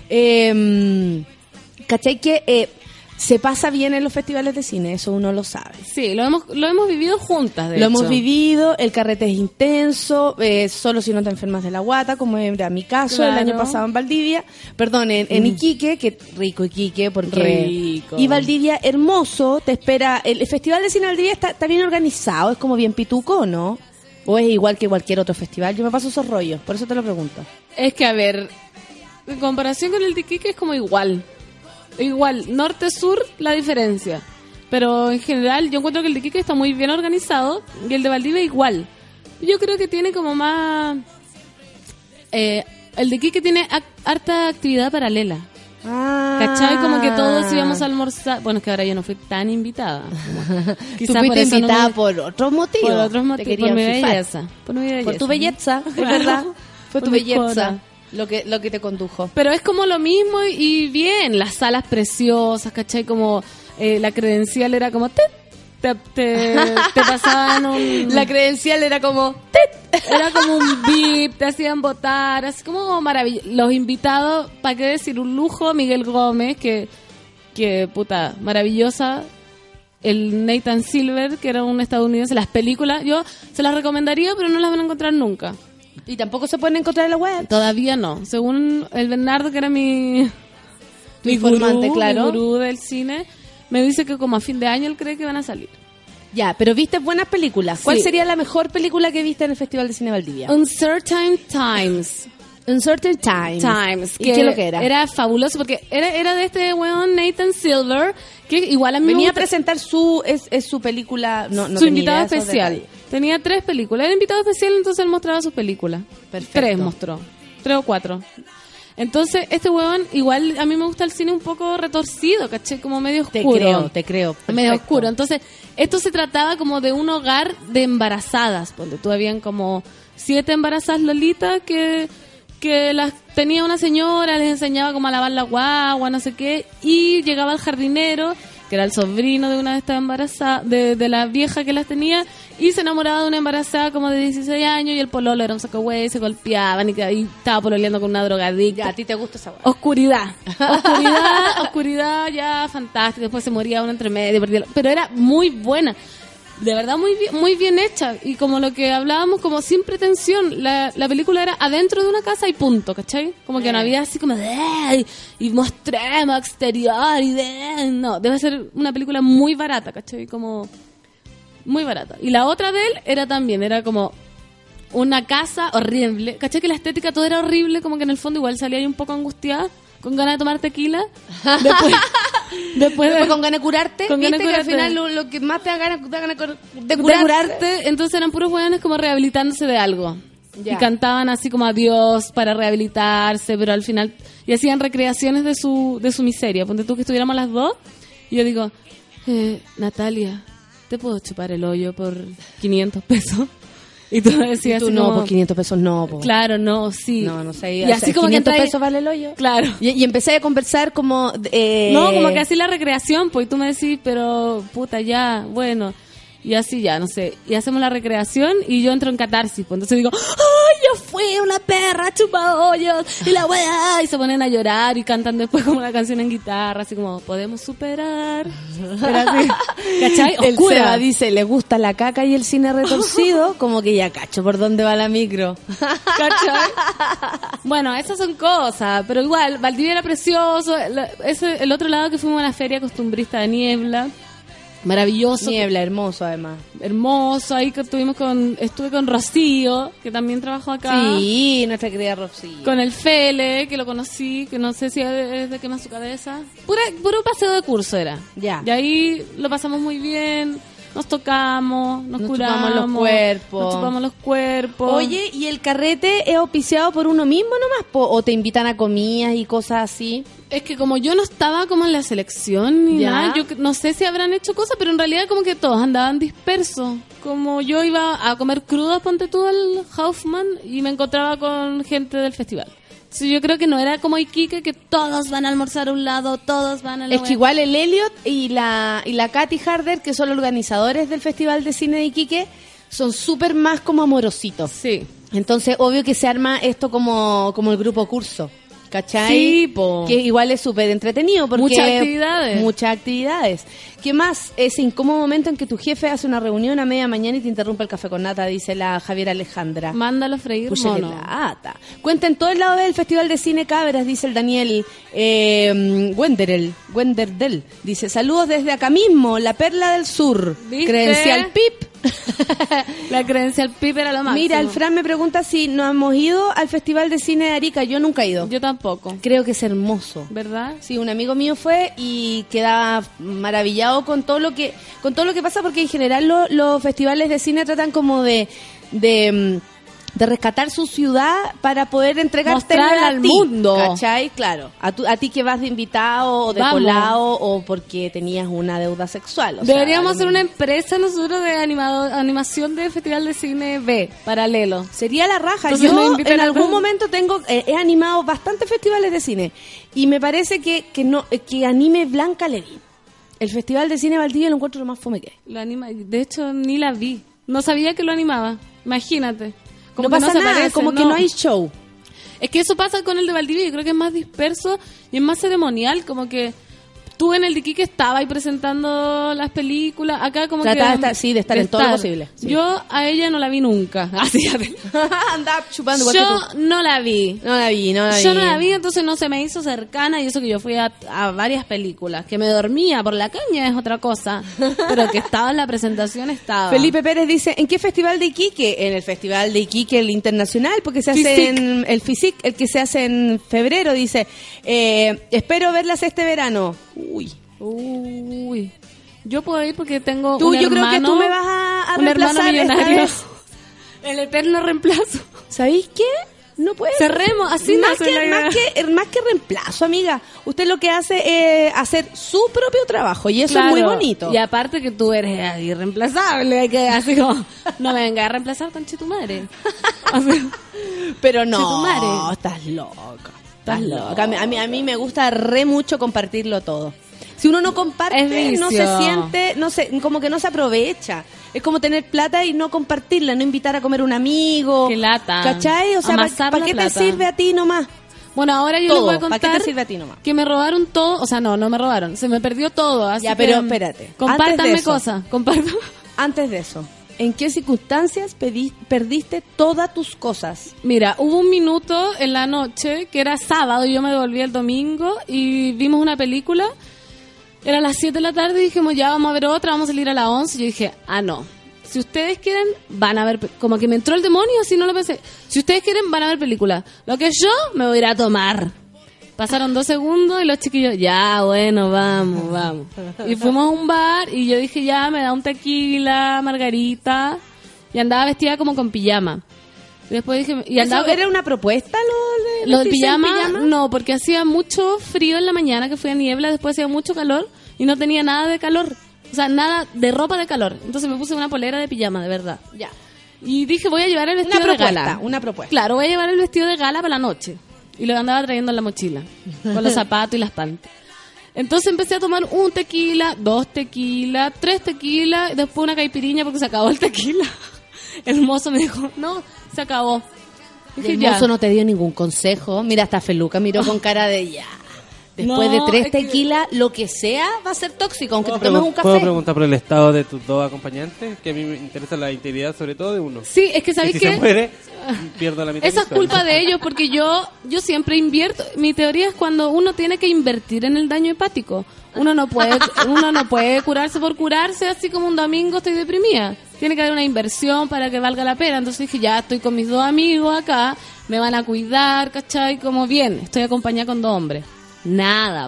¿Cachai que se pasa bien en los festivales de cine? Eso uno lo sabe. Sí, lo hemos vivido juntas, de Lo hecho. hemos vivido, el carrete es intenso, solo si no te enfermas de la guata, como era mi caso el año pasado en Valdivia. Perdón, en Iquique, que rico Iquique, porque... Rico. Y Valdivia, hermoso, te espera... El Festival de Cine de Valdivia está bien organizado, es como bien pituco, ¿no? ¿O es igual que cualquier otro festival? Yo me paso esos rollos, por eso te lo pregunto. Es que, a ver, en comparación con el de Iquique es como igual. Igual, norte-sur, la diferencia. Pero en general yo encuentro que el de Iquique está muy bien organizado y el de Valdivia igual. Yo creo que tiene como más... el de Iquique tiene harta actividad paralela. ¿Cachai? Como que todos íbamos a almorzar. Bueno, es que ahora yo no fui tan invitada. Tú fuiste invitada por otros motivos. Por otros motivos. Por mi belleza. Por tu belleza, es verdad. Fue tu belleza lo que te condujo. Pero es como lo mismo y bien. Las salas preciosas, ¿cachai? Como la credencial era como... Te pasaban un... La credencial era como... Era como un VIP, te hacían votar, así como maravilloso. Los invitados, ¿para qué decir? Un lujo, Miguel Gómez, que puta, maravillosa el Nathan Silver, que era un estadounidense. Las películas, yo se las recomendaría, pero no las van a encontrar nunca. Y tampoco se pueden encontrar en la web. Todavía no. Según el Bernardo, que era mi informante, gurú, claro. mi gurú del cine, me dice que como a fin de año él cree que van a salir. Ya, pero viste buenas películas. ¿Cuál Sí. sería la mejor película que viste en el Festival de Cine Valdivia? Uncertain Times. Uncertain Times. ¿Y qué es lo que era? Era fabuloso porque era de este weón Nathan Silver, que igual a mí Venía me a presentar su película, no su tenía invitado idea de esos especial. detalles. Tenía 3 películas. Era invitado especial, entonces él mostraba sus películas. Perfecto. 3 mostró. 3 o 4. Entonces, este huevón, igual a mí me gusta el cine un poco retorcido, ¿caché? Como medio oscuro. Te creo. Perfecto. Medio oscuro. Entonces, esto se trataba como de un hogar de embarazadas. Donde tú habían como 7 embarazadas lolitas que las tenía una señora, les enseñaba cómo a lavar la guagua, no sé qué. Y llegaba el jardinero, que era el sobrino de una de estas embarazadas, de la vieja que las tenía, y se enamoraba de una embarazada como de 16 años, y el pololo era un saco güey, se golpeaban, y estaba pololeando con una drogadicta. Ya, a ti te gusta esa hueá. Oscuridad ya fantástica. Después se moría uno entre medio, pero era muy buena. De verdad muy bien hecha. Y como lo que hablábamos, como sin pretensión. La película era adentro de una casa y punto, ¿cachai? Como que no había así como de y mostremos exterior y no, debe ser una película muy barata, ¿cachai? Como muy barata. Y la otra de él era como una casa horrible, ¿cachai? Que la estética todo era horrible, como que en el fondo igual salía ahí un poco angustiada, con ganas de tomar tequila. Después con ganas de curarte. Con ¿Viste ganas de que al curarte. final lo que más te da ganas de de curarte? Entonces eran puros hueones como rehabilitándose de algo. Ya. Y cantaban así como adiós para rehabilitarse, pero al final y hacían recreaciones de su miseria. Ponte tú que estuviéramos las dos y yo digo, Natalia, ¿te puedo chupar el hoyo por 500 pesos? Y tú me decías Y tú así no, como, por 500 pesos no. Po. Claro, no, sí. No sé. Y así como 500 que pesos vale el hoyo. Claro. Y empecé a conversar como... No, como que así la recreación, pues, y tú me decís, pero puta, ya, bueno, y así ya, no sé, y hacemos la recreación y yo entro en catarsis, pues, entonces digo, ¡ay, yo fui una perra chupa hoyos! Y la weá, y se ponen a llorar y cantan después como una canción en guitarra, así como, podemos superar. Pero así, ¿cachai? El Oscura. Seba dice, le gusta la caca y el cine retorcido, como que ya cacho por dónde va la micro. ¿Cachai? Bueno, esas son cosas, pero igual, Valdivia era precioso, el otro lado que fuimos a la feria costumbrista de Niebla, maravilloso. Niebla, hermoso además. Hermoso, ahí que estuve con Rocío, que también trabajó acá. Sí, nuestra querida Rocío. Con el Fele, que lo conocí, que no sé si es de quema su cabeza. Puro paseo de curso era. Ya. Y ahí lo pasamos muy bien. Nos tocamos, nos curamos, chupamos los cuerpos. Nos chupamos los cuerpos. Oye, ¿y el carrete es auspiciado por uno mismo nomás? ¿O te invitan a comidas y cosas así? Es que como yo no estaba como en la selección ni Ya. nada, yo no sé si habrán hecho cosas, pero en realidad como que todos andaban dispersos. Como yo iba a comer crudas, ponte tú al Hoffman, y me encontraba con gente del festival. Entonces yo creo que no era como Iquique, que todos van a almorzar a un lado, todos van a la Es que wea. igual el Elliot y la Katy Harder, que son los organizadores del Festival de Cine de Iquique, son súper más como amorositos. Sí. Entonces, obvio que se arma esto como el grupo curso. ¿Cachai? Sí, po. Que igual es súper entretenido porque... Muchas actividades. ¿Qué más? Ese incómodo momento en que tu jefe hace una reunión a media mañana y te interrumpe el café con nata, dice la Javiera Alejandra. Mándalo a freír Púchale mono. lata. Cuenten todo el lado del Festival de Cine Cabras, dice el Daniel Wenderdel. Dice, saludos desde acá mismo, la Perla del Sur. ¿Viste? Credencial PIP. La credencial PIP era lo máximo. Mira, el Fran me pregunta si nos hemos ido al Festival de Cine de Arica. Yo nunca he ido. Yo tampoco. Creo que es hermoso. ¿Verdad? Sí, un amigo mío fue y quedaba maravillado con todo lo que pasa, porque en general los festivales de cine tratan como de rescatar su ciudad para poder entregarte Mostrarla al mundo. ¿Cachai? Claro. A ti que vas de invitado o de Vamos. colado o porque tenías una deuda sexual. O sea, Deberíamos lo hacer una mismo. empresa nosotros de animación de Festival de Cine B, paralelo. Sería la raja. Entonces nos Yo invitan en a algún todos. momento he animado bastantes festivales de cine y me parece que anime Blanca Levin. El Festival de Cine Valdivia lo encuentro lo más fome que hay. Lo anima, de hecho ni la vi. No sabía que lo animaba. Imagínate. No que pasa se nada, parece, como que no hay show. Es que eso pasa con el de Valdivia, yo creo que es más disperso y es más ceremonial, como que tú en el de Iquique estabas ahí presentando las películas. Acá como Trataba que... de estar en todo lo posible. Sí. Yo a ella no la vi nunca. Así andaba chupando. Yo no la vi. No la vi. Yo no la vi, entonces no se me hizo cercana. Y eso que yo fui a varias películas. Que me dormía por la caña es otra cosa. Pero que estaba en la presentación, estaba. Felipe Pérez dice, ¿en qué festival de Iquique? En el festival de Iquique, el internacional, porque se hace en el FISIC, el que se hace en febrero. Dice, espero verlas este verano. Uy. Yo puedo ir porque tengo yo hermano, creo que tú me vas a un hermano reemplazar millonario. esta vez. El eterno reemplazo. ¿Sabéis qué? No puede. Cerremos, así más que reemplazo, amiga. Usted lo que hace es hacer su propio trabajo y eso es muy bonito. Y aparte que tú eres irreemplazable, hay que así como, no me venga a reemplazar con Chetumare. Pero no, Chetumare. Estás loca. A mí me gusta mucho compartirlo todo. Si uno no comparte, no se siente, como que no se aprovecha. Es como tener plata y no compartirla, no invitar a comer un amigo. Qué lata. ¿Cachai? O sea, ¿para qué te sirve a ti nomás? Bueno, ahora yo les voy a contar ¿para qué te sirve a ti nomás? Que me robaron todo, o sea, no me robaron, se me perdió todo. Así ya, pero espérate. Compártanme cosas, Antes de eso, ¿en qué circunstancias perdiste todas tus cosas? Mira, hubo un minuto en la noche, que era sábado, yo me devolví el domingo y vimos una película. Era las 7 de la tarde y dijimos, ya vamos a ver otra, vamos a salir a las 11. Y yo dije, no. Si ustedes quieren, van a ver... Como que me entró el demonio, así no lo pensé. Si ustedes quieren, van a ver películas. Lo que yo me voy a ir a tomar. Pasaron 2 segundos y los chiquillos, ya, bueno, vamos. Y fuimos a un bar y yo dije, ya, me da un tequila, margarita. Y andaba vestida como con pijama. Y después dije... ¿Era una propuesta lo del pijama? No, porque hacía mucho frío en la mañana, que fue a niebla, después hacía mucho calor y no tenía nada de calor. O sea, nada de ropa de calor. Entonces me puse una polera de pijama, de verdad. Ya. Y dije, voy a llevar el vestido de gala. Una propuesta. Claro, voy a llevar el vestido de gala para la noche. Y lo andaba trayendo en la mochila, con los zapatos y las panties. Entonces empecé a tomar un tequila, 2 tequilas, 3 tequilas, y después una caipiriña porque se acabó el tequila. El mozo me dijo, no, se acabó. Dije, el mozo no te dio ningún consejo. Mira, hasta Feluca miró con cara de ya. Después de 3 tequilas, lo que sea va a ser tóxico, aunque te tomes un café. ¿Puedo preguntar por el estado de tus 2 acompañantes? Que a mí me interesa la integridad, sobre todo de uno. Sí, es que ¿sabéis qué? Si se muere, pierdo la mitad. Esa es culpa de ellos, porque yo siempre invierto. Mi teoría es cuando uno tiene que invertir en el daño hepático. Uno no puede curarse por curarse, así como un domingo estoy deprimida. Tiene que haber una inversión para que valga la pena. Entonces dije, ya estoy con mis 2 amigos acá, me van a cuidar, ¿cachai? Como bien, estoy acompañada con 2 hombres. Nada,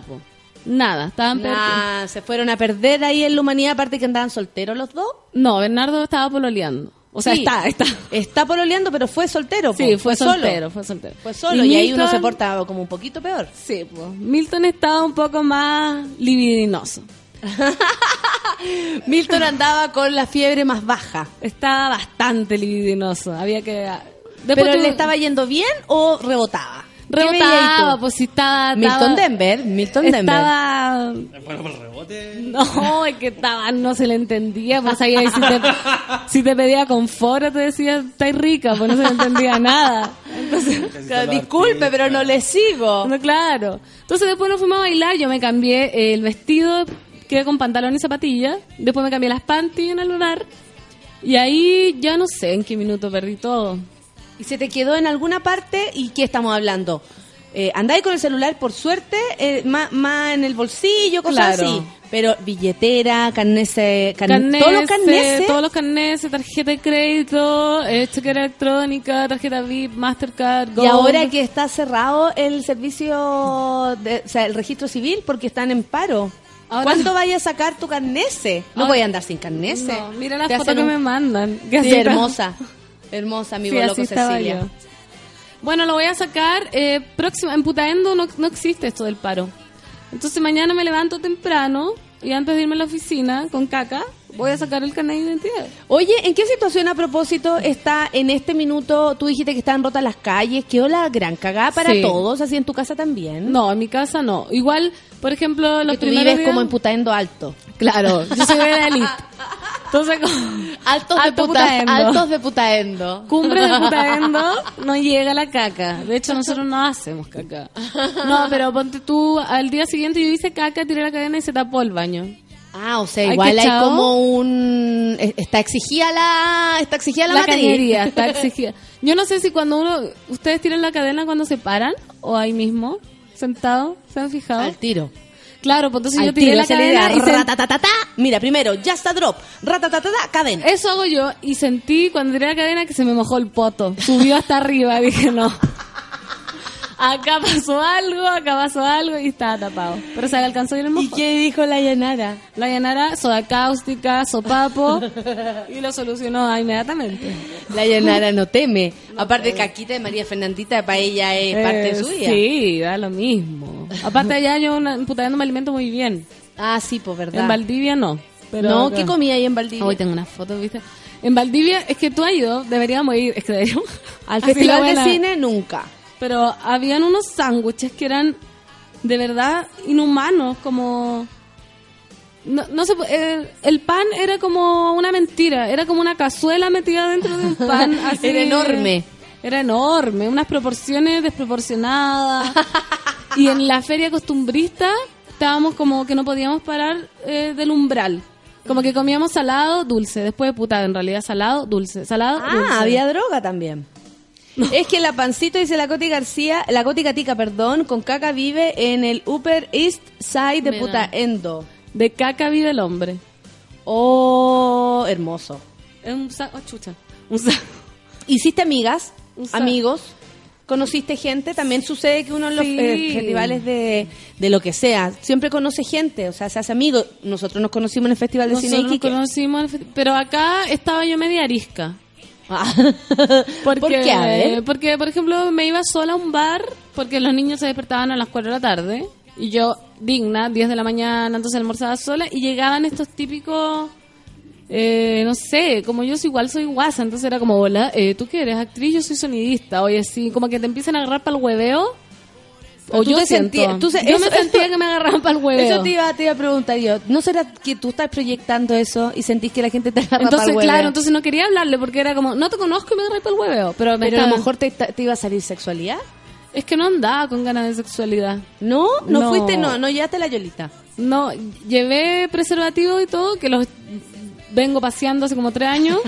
estaban perdidos. Se fueron a perder ahí en la humanidad, aparte que andaban solteros los 2. No, Bernardo estaba pololeando. O sea, sí, está pololeando, pero fue soltero. Sí, fue soltero. Fue solo y ahí uno se porta como un poquito peor. Sí, pues. Milton estaba un poco más libidinoso. Milton andaba con la fiebre más baja. Estaba bastante libidinoso. Había que... ¿Pero le estaba yendo bien o rebotaba? Rebotaba, pues si estaba... Milton Denver. Estaba... Bueno, por el rebote. No, es que no se le entendía. Pues ahí si te pedía confort, te decía, estáis rica, pues no se le entendía nada. Entonces, disculpe, pero no le sigo. No, claro. Entonces después nos fuimos a bailar, yo me cambié el vestido, quedé con pantalón y zapatillas, después me cambié las panties en el lugar, y ahí ya no sé en qué minuto perdí todo. ¿Y se te quedó en alguna parte? ¿Y qué estamos hablando? Andáis con el celular, por suerte, más en el bolsillo, cosas así. Pero billetera, carnese, todos los carneses, tarjeta de crédito, chequera electrónica, tarjeta VIP, Mastercard, Gold. Y ahora que está cerrado el servicio, o sea, el registro civil, porque están en paro. ¿Cuándo vayas a sacar tu carnese? No voy a andar sin carnese. No, mira las fotos que me mandan. Sí, hermosa, mi loco Cecilia. Bueno, lo voy a sacar próximo. En Putaendo no existe esto del paro. Entonces mañana me levanto temprano y antes de irme a la oficina con caca, voy a sacar el carnet de identidad. Oye, ¿en qué situación a propósito está en este minuto? Tú dijiste que estaban rotas las calles. ¿Quedó la gran cagada para todos? ¿Así en tu casa también? No, en mi casa no. Igual, por ejemplo, los primeros vives días... como en Putaendo Alto. Claro, yo soy de la elite. Entonces, Altos de Putaendo. Cumbre de Putaendo no llega la caca. De hecho, nosotros no hacemos caca. No, pero ponte tú, al día siguiente yo hice caca, tiré la cadena y se tapó el baño. Ah, o sea, igual hay como un... Está exigida la materia. Cañería, está exigida. Yo no sé si cuando ustedes tiran la cadena cuando se paran o ahí mismo, sentados, ¿se han fijado? Al tiro. Claro, pues entonces yo tiré la cadena y ratatatata. Mira, primero, ya está drop. Ratatatata, cadena. Eso hago yo y sentí cuando tiré la cadena que se me mojó el poto. Subió hasta arriba, dije no. Acá pasó algo y estaba tapado. Pero se alcanzó a ir el mojón. ¿Y qué dijo la Yanara? La Yanara, soda cáustica, sopapo, y lo solucionó inmediatamente. La Yanara no teme. Aparte, caquita de María Fernandita, para ella es parte suya. Sí, da lo mismo. Aparte, allá yo en Putaendo me alimento muy bien. Ah, sí, pues verdad. En Valdivia no. Pero no, acá. ¿Qué comía ahí en Valdivia? Hoy tengo una foto, ¿viste? En Valdivia, es que tú has ido, deberíamos ir, es que deberíamos. Al Festival de Cine, nunca. Pero habían unos sándwiches que eran de verdad inhumanos, como... No sé, el pan era como una mentira, era como una cazuela metida dentro de un pan. Así, Era enorme, unas proporciones desproporcionadas. Y en la feria costumbrista estábamos como que no podíamos parar del umbral. Como que comíamos salado, dulce, después de puta, en realidad salado, dulce, salado, dulce. Había droga también. No. Es que la Pancito, dice la Coti Gatica, con caca vive en el Upper East Side de Putaendo. De caca vive el hombre. Oh, hermoso. Chucha. ¿Hiciste amigas? Amigos. ¿Conociste gente? También sucede que uno en los festivales de lo que sea siempre conoce gente, o sea, se hace amigo. Nosotros nos conocimos en el Festival de Cine Iquique. Pero acá estaba yo media arisca. ¿Por qué? A ver. Porque, por ejemplo, me iba sola a un bar porque los niños se despertaban a las 4 de la tarde y yo, digna, 10 de la mañana, entonces almorzaba sola y llegaban estos típicos, no sé, como yo igual soy guasa, entonces era como, hola, ¿tú qué eres? ¿Actriz? Yo soy sonidista. Oye, así, como que te empiezan a agarrar para el hueveo. O yo me sentía que me agarraban para el hueveo. Eso te iba a preguntar yo. ¿No será que tú estás proyectando eso y sentís que la gente te agarra para el hueveo? Claro, entonces no quería hablarle porque era como, no te conozco y me agarré para el hueveo. Pero a lo mejor te iba a salir sexualidad. Es que no andaba con ganas de sexualidad. ¿No? ¿No fuiste? No llevaste la Yolita. No, llevé preservativo y todo, que los vengo paseando hace como 3 años.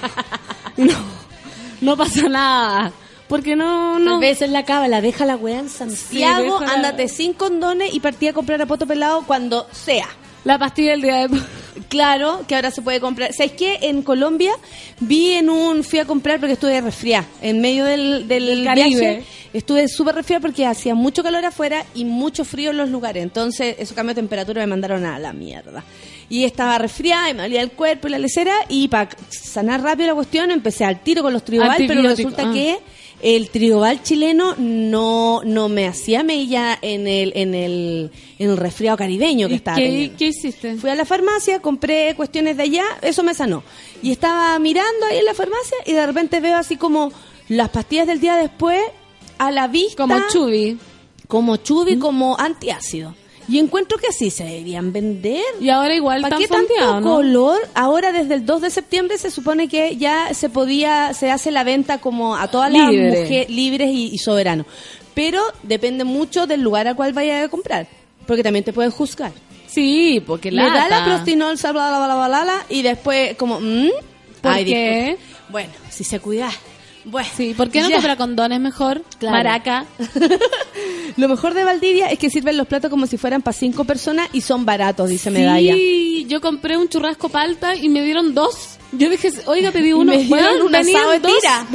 No pasa nada. Porque no. Tal vez en la cábala, deja la weá en Santiago, ándate sin condones y partí a comprar a poto pelado cuando sea. La pastilla del día de... Claro, que ahora se puede comprar. ¿Sabes qué? En Colombia fui a comprar porque estuve resfriada. En medio del viaje estuve súper resfriada porque hacía mucho calor afuera y mucho frío en los lugares. Entonces, esos cambios de temperatura me mandaron a la mierda. Y estaba resfriada y me dolía el cuerpo y la lecera. Y para sanar rápido la cuestión, empecé al tiro con los Trioval, pero resulta que el Trioval chileno no me hacía mella en el resfriado caribeño que estaba teniendo. ¿Qué hiciste? Fui a la farmacia, compré cuestiones de allá, eso me sanó. Y estaba mirando ahí en la farmacia y de repente veo así como las pastillas del día después a la vista. Como Chubby, como antiácido. Y encuentro que sí se deberían vender. Y ahora igual ¿para qué tanto color? Ahora desde el 2 de septiembre se supone que ya se hace la venta como a todas las mujeres libres y soberanos. Pero depende mucho del lugar al cual vayas a comprar. Porque también te pueden juzgar. Sí, porque le da la prostinol, y después como... ¿Por qué? Bueno, si se cuida... Bueno, sí, ¿por qué no compra condones mejor? Claro. Maraca. Lo mejor de Valdivia es que sirven los platos como si fueran para 5 personas y son baratos, dice Medalla. Sí, yo compré un churrasco palta y me dieron 2. Yo dije, oiga, pedí uno. Me dieron un asado de tira.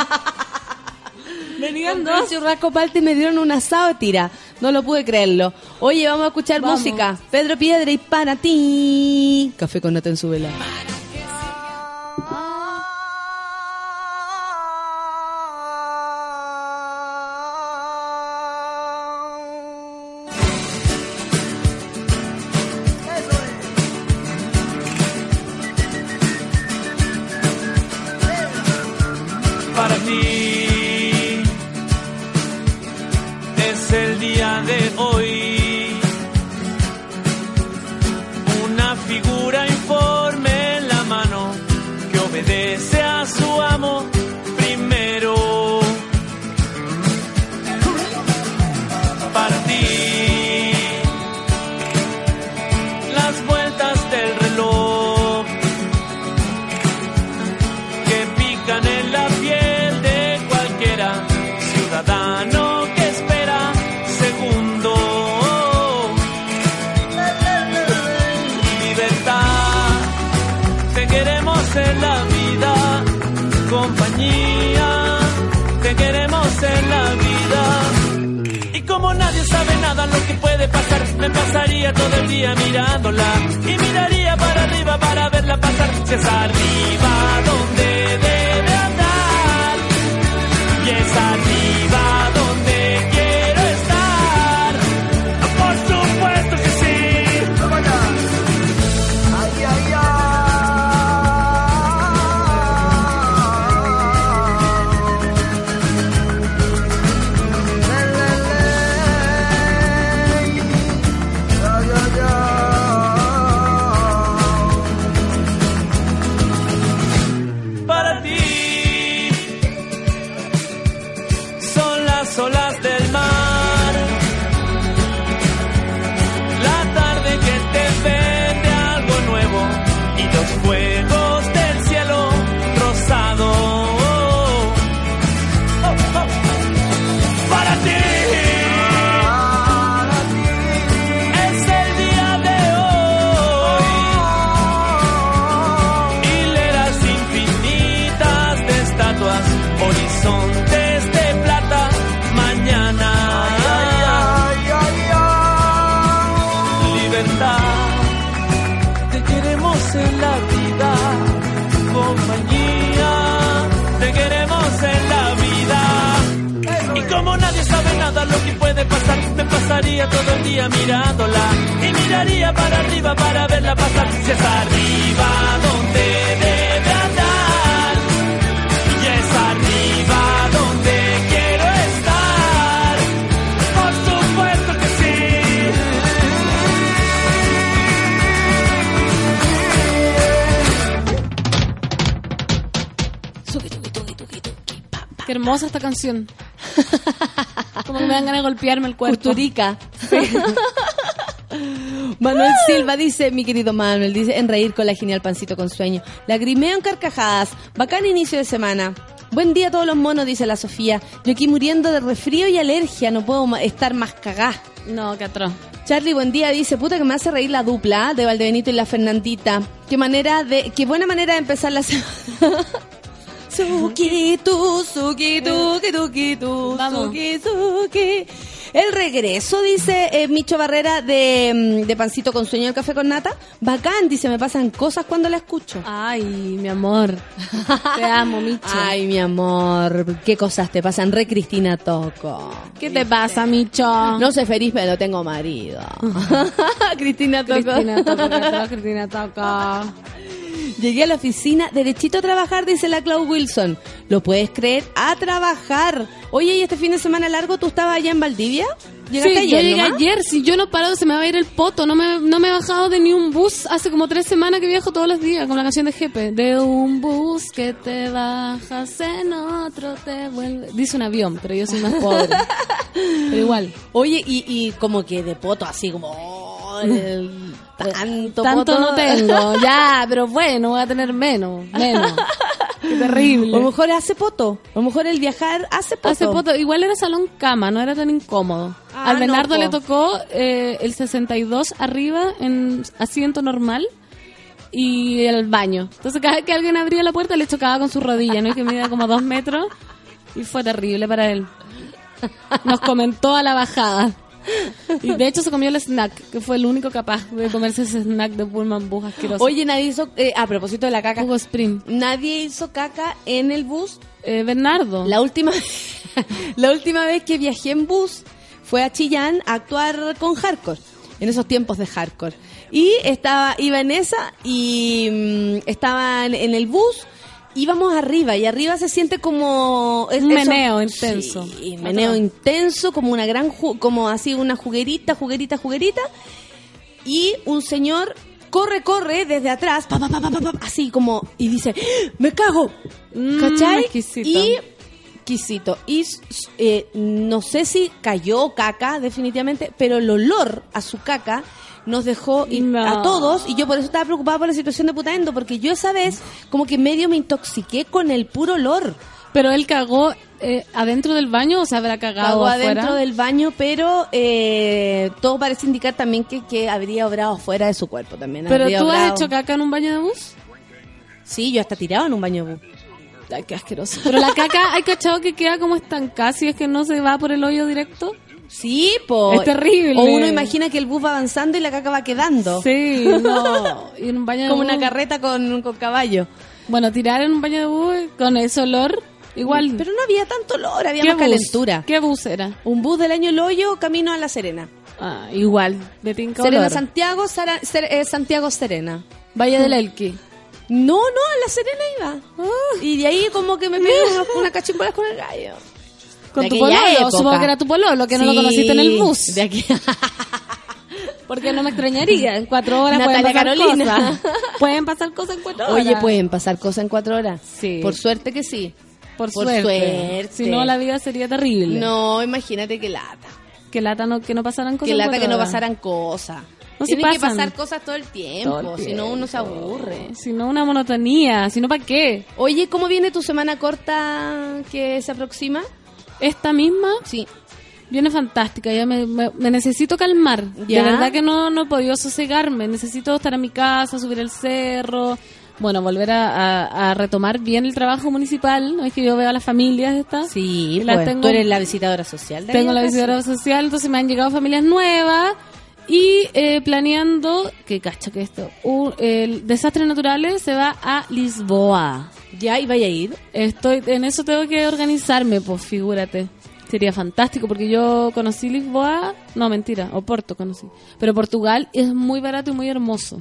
Venían 2. Un churrasco palta y me dieron un asado de tira. No lo pude creerlo. Oye, vamos a escuchar música. Pedro Piedra y para ti. Café con nata en su vela. Para ti es el día de hoy, una figura informe en la nadie sabe nada lo que puede pasar, me pasaría todo el día mirándola y miraría para arriba para verla pasar. Si es arriba donde debe andar y es arriba donde quiero estar, por supuesto que sí. Ay, ay, ay. Para ti son las olas del mar, la tarde que te vende algo nuevo y los fuegos del cielo rosado. Para ti es el día de hoy, hileras infinitas de estatuas, horizontes de plata, mañana. Libertad, te queremos en la vida, compañía, te queremos en la vida. Y como nadie sabe nada lo que puede pasar, me pasaría todo el día mirándola y miraría para arriba para verla pasar. Si es arriba donde debe andar y es arriba donde quiero estar, por supuesto que sí. Qué hermosa esta canción. Como que me dan ganas de golpearme el cuerpo. Custurica. Manuel Silva dice, mi querido Manuel, dice, en reír con la genial Pancito con Sueño. Lagrimeo en carcajadas. Bacán inicio de semana. Buen día a todos los monos, dice la Sofía. Yo aquí muriendo de resfrío y alergia, no puedo estar más cagá. No, qué atroz. Charlie, buen día, dice, puta que me hace reír la dupla de Valdebenito y la Fernandita. Qué buena manera de empezar la semana. Suki, tu, suki, tuki, tuki, tu, suki, suki. El regreso, dice Micho Barrera de Pancito con Sueño del Café con Nata. Bacán, dice, me pasan cosas cuando la escucho. Ay, mi amor. Te amo, Micho. Ay, mi amor. ¿Qué cosas te pasan? Re Cristina Toco. ¿Qué te pasa, Micho? No sé feliz, pero tengo marido. Cristina Toco. Cristina Toco. Llegué a la oficina derechito a trabajar, dice la Clau Wilson. ¿Lo puedes creer? A trabajar. Oye, ¿y este fin de semana largo tú estabas allá en Valdivia? ¿Llegaste ayer? Yo llegué nomás? ayer. Si yo no paro, se me va a ir el poto. No me he bajado de ni un bus. Hace como 3 semanas que viajo todos los días con la canción de Jepe. De un bus que te bajas, en otro te vuelve. Dice un avión, pero yo soy más pobre. Pero igual. Oye, y como que de poto, así como... Tanto poto no tengo, ya, pero bueno, voy a tener menos. Qué terrible. A lo mejor hace poto, a lo mejor el viajar hace poto. Igual era salón cama, no era tan incómodo. Al Bernardo le tocó el 62 arriba en asiento normal y el baño. Entonces cada vez que alguien abría la puerta le chocaba con su rodilla, ¿no? Y que medía como 2 metros y fue terrible para él. Nos comentó a la bajada. Y de hecho se comió el snack, que fue el único capaz de comerse ese snack de Pullman Bus asqueroso. Oye, nadie hizo, a propósito de la caca, Hugo Spring. Nadie hizo caca en el bus. Bernardo. La última vez que viajé en bus fue a Chillán a actuar con Hardcore, en esos tiempos de Hardcore. Y iba en esa y estaban en el bus. Íbamos arriba y arriba se siente como un meneo intenso. Sí, meneo intenso, como una gran como así una juguerita y un señor corre desde atrás, así como y dice, "Me cago." ¿Cachai? Exquisito. Y no sé si cayó caca definitivamente, pero el olor a su caca nos dejó a todos, y yo por eso estaba preocupada por la situación de Putaendo, porque yo esa vez como que medio me intoxiqué con el puro olor. Pero él cagó adentro del baño, o se habrá cagado afuera. Adentro del baño, pero todo parece indicar también que habría obrado fuera de su cuerpo también. ¿Pero tú has hecho caca en un baño de bus? Sí, yo hasta tirado en un baño de bus. Ay, qué asqueroso. Pero la caca, ¿hay cachado que queda como estancada si es que no se va por el hoyo directo? Sí, po. Es terrible. O uno imagina que el bus va avanzando y la caca va quedando. Sí, no. Y en un baño de Como bus, una carreta con caballo. Bueno, tirar en un baño de bus con ese olor, igual. Pero no había tanto olor, había ¿Qué más bus? calentura. ¿Qué bus era? Un bus del año El Hoyo, camino a La Serena. Ah, igual, de tinca Serena olor. Santiago, Santiago Serena. Valle del Elqui. No, a La Serena iba. Y de ahí como que me pegué una cachimbolas con el gallo. Con De tu aquella pololo, época. supongo que era tu pololo, que no lo Sí, conociste en el bus. De aquí. Porque no me extrañaría, en 4 horas Natalia pueden pasar Carolina. cosas. Pueden pasar cosas en 4 horas. Oye, pueden pasar cosas en 4 horas. Sí. Por suerte que sí. Por suerte. Si no, la vida sería terrible. No, imagínate qué lata. Que lata que no pasaran cosas. Qué en lata 4 que no horas. pasaran cosas. No, si Tienen que pasan. pasar cosas todo el tiempo, Todo el si no tiempo. uno se aburre. Si no, una monotonía. Si no, ¿para qué? Oye, ¿cómo viene tu semana corta que se aproxima? Esta misma Sí. viene fantástica. Ya me necesito calmar. ¿Ya? De verdad que no he podido sosegarme. Necesito estar en mi casa, subir el cerro. Bueno, volver a retomar bien el trabajo municipal. No es que yo veo a las familias estas. Sí, las pues, tengo, tú eres la visitadora social. Tengo la visitadora social, entonces me han llegado familias nuevas. Y planeando, que cacha que esto, Desastres Naturales se va a Lisboa. ¿Ya? ¿Y vaya a ir? En eso tengo que organizarme, pues figúrate. Sería fantástico porque yo conocí Lisboa, no mentira, Oporto conocí. Pero Portugal es muy barato y muy hermoso.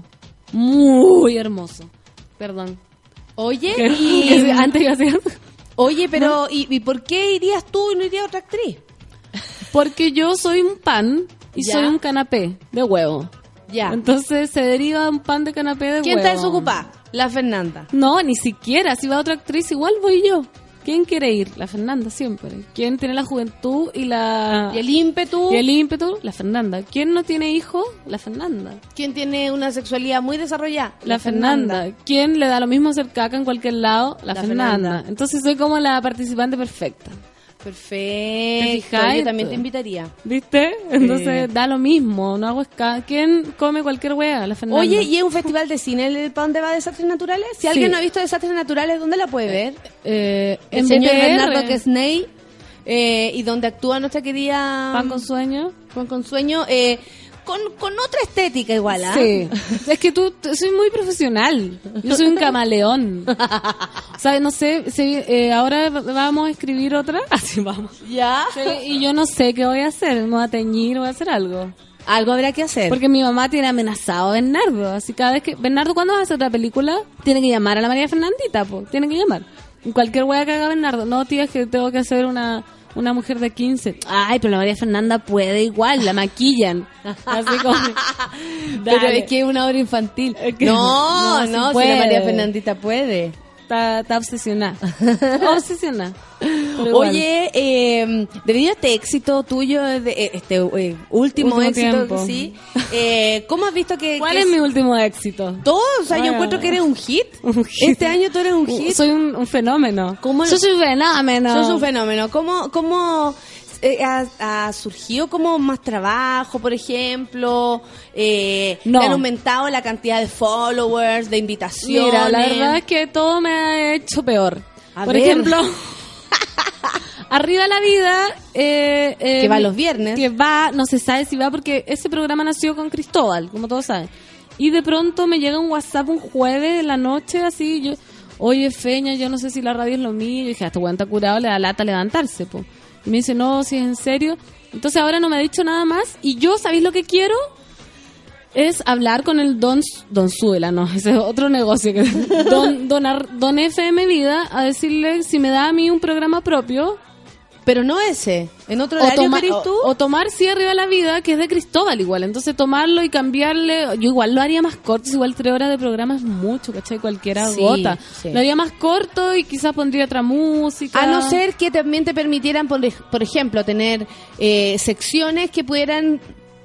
Muy hermoso. Perdón. Oye, y antes iba a decir. Oye, pero ¿y por qué irías tú y no iría otra actriz? Porque yo soy un pan y ¿Ya? soy un canapé de huevo. Ya. Entonces se deriva un pan de canapé de ¿Quién huevo. está desocupada? La Fernanda. No, ni siquiera. Si va otra actriz, igual voy yo. ¿Quién quiere ir? La Fernanda, siempre. ¿Quién tiene la juventud y el ímpetu? Y el ímpetu, la Fernanda. ¿Quién no tiene hijos? La Fernanda. ¿Quién tiene una sexualidad muy desarrollada? La Fernanda. ¿Quién le da lo mismo hacer caca en cualquier lado? La Fernanda. Entonces soy como la participante perfecta. Perfecto. ¿Te fijáis? Yo también te invitaría. ¿Viste? Entonces da lo mismo. No hago ¿Quién come cualquier wea? La Fernanda. Oye, ¿y es un festival de cine para dónde va Desastres Naturales? Si alguien no ha visto Desastres Naturales, ¿dónde la puede ver? En señor BTR. Bernardo Quesney, y donde actúa nuestra querida Pan con sueño. Pan con sueño, con otra estética igual, ¿ah? Sí. Es que tú soy muy profesional. Yo soy un camaleón. O sea, no sé, ahora vamos a escribir otra. Así vamos. ¿Ya? Sí, y yo no sé qué voy a hacer. Me voy a teñir, voy a hacer algo. Algo habrá que hacer. Porque mi mamá tiene amenazado a Bernardo. Así cada vez que... Bernardo, ¿cuándo vas a hacer otra película? Tiene que llamar a la María Fernandita, po. Tiene que llamar. Cualquier wea que haga Bernardo. No, tía, es que tengo que hacer una mujer de 15. Ay, pero la María Fernanda puede igual, la maquillan. Así como... Pero es que es una obra infantil. No, sí si puede. la María Fernandita puede. Está obsesionada. Obsesionada. Pero igual. Oye, debido a este éxito tuyo, este último éxito, tiempo. sí, ¿cómo has visto que... ¿Cuál es mi último éxito? Todo, o sea, yo Bueno. encuentro que eres un hit. Un hit. Este año tú eres un hit. Soy un fenómeno. ¿Cómo Yo soy un fenómeno. Sos un fenómeno. ¿Cómo ha surgido como más trabajo, por ejemplo? No. ¿Le han aumentado la cantidad de followers, de invitaciones? Mira, la verdad es que todo me ha hecho peor. A Por ver. ejemplo, Arriba la Vida... que va los viernes. Que va, no se sabe si va porque ese programa nació con Cristóbal, como todos saben. Y de pronto me llega un WhatsApp un jueves en la noche, así, yo... Oye, Feña, yo no sé si la radio es lo mío. Yo dije, este weón está curado, le da lata levantarse, po. Y me dice, no, si es en serio. Entonces ahora no me ha dicho nada más. Y yo, ¿sabéis lo que quiero? Es hablar con el Don Suela, no, ese es otro negocio. Que Don FM Vida, a decirle si me da a mí un programa propio. Pero no ese, en otro horario querés tú. O tomar sí Arriba la Vida, que es de Cristóbal igual. Entonces tomarlo y cambiarle, yo igual lo haría más corto, igual 3 horas de programa es mucho, ¿cachai? Cualquiera Sí, agota. sí. Lo haría más corto y quizás pondría otra música. A no ser que también te permitieran, por ejemplo, tener secciones que pudieran,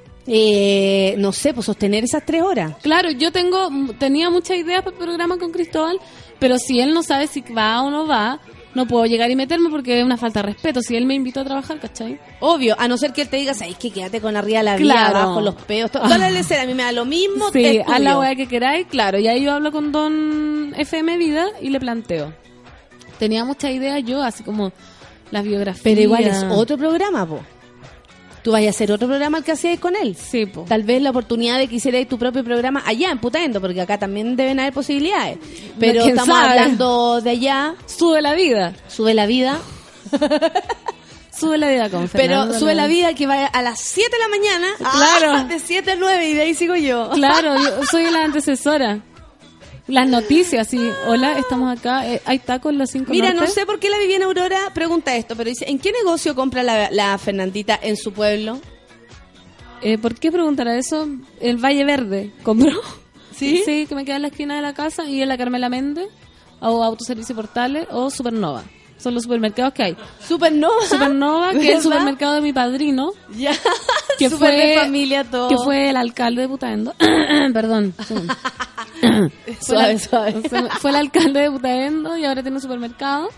no sé, pues sostener esas 3 horas. Claro, yo tenía muchas ideas para el programa con Cristóbal, pero si él no sabe si va o no va, no puedo llegar y meterme porque es una falta de respeto. Si él me invitó a trabajar, ¿cachai? Obvio, a no ser que él te diga, ¿sabes que quédate con Arriba la Vida, Claro. abajo los peos? Toda la escena, a mí me da lo mismo. Sí, es haz la tuyo. weá que queráis, claro. Y ahí yo hablo con Don FM Vida y le planteo. Tenía muchas ideas yo, así como las biografías. Pero igual es otro programa, po. Tú vas a hacer otro programa al que hacías con él. Sí, po. Tal vez la oportunidad de que hicierais tu propio programa allá en Putaendo, porque acá también deben haber posibilidades. Pero ¿Quién estamos sabe? hablando de allá. Sube la vida. Sube la vida. Sube la vida con Pero Fernando sube la López. vida que va a las 7 de la mañana. Claro. De 7 a 9 y de ahí sigo yo. Claro, yo soy la antecesora. Las noticias, sí. Hola, estamos acá. ¿Hay tacos en los 5 Mira, Norte? no sé por qué la Viviana Aurora pregunta esto, pero dice, ¿en qué negocio compra la Fernandita en su pueblo? ¿Por qué preguntará eso? El Valle Verde compró. ¿Sí? Sí, que me queda en la esquina de la casa y en la Carmela Méndez, o Autoservicio Portales, o Supernova. Son los supermercados que hay. Supernova, que es el ¿verdad? supermercado de mi padrino. Ya, Que súper fue de familia todo. Que fue el alcalde de Putaendo. Perdón. Suave. Fue el alcalde de Putaendo y ahora tiene un supermercado.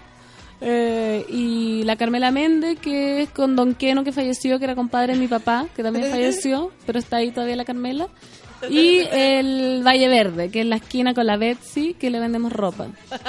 Y la Carmela Méndez, que es con Don Queno, que falleció, que era compadre de mi papá, que también falleció, pero está ahí todavía la Carmela. Y el Valle Verde, que es la esquina con la Betsy, que le vendemos ropa.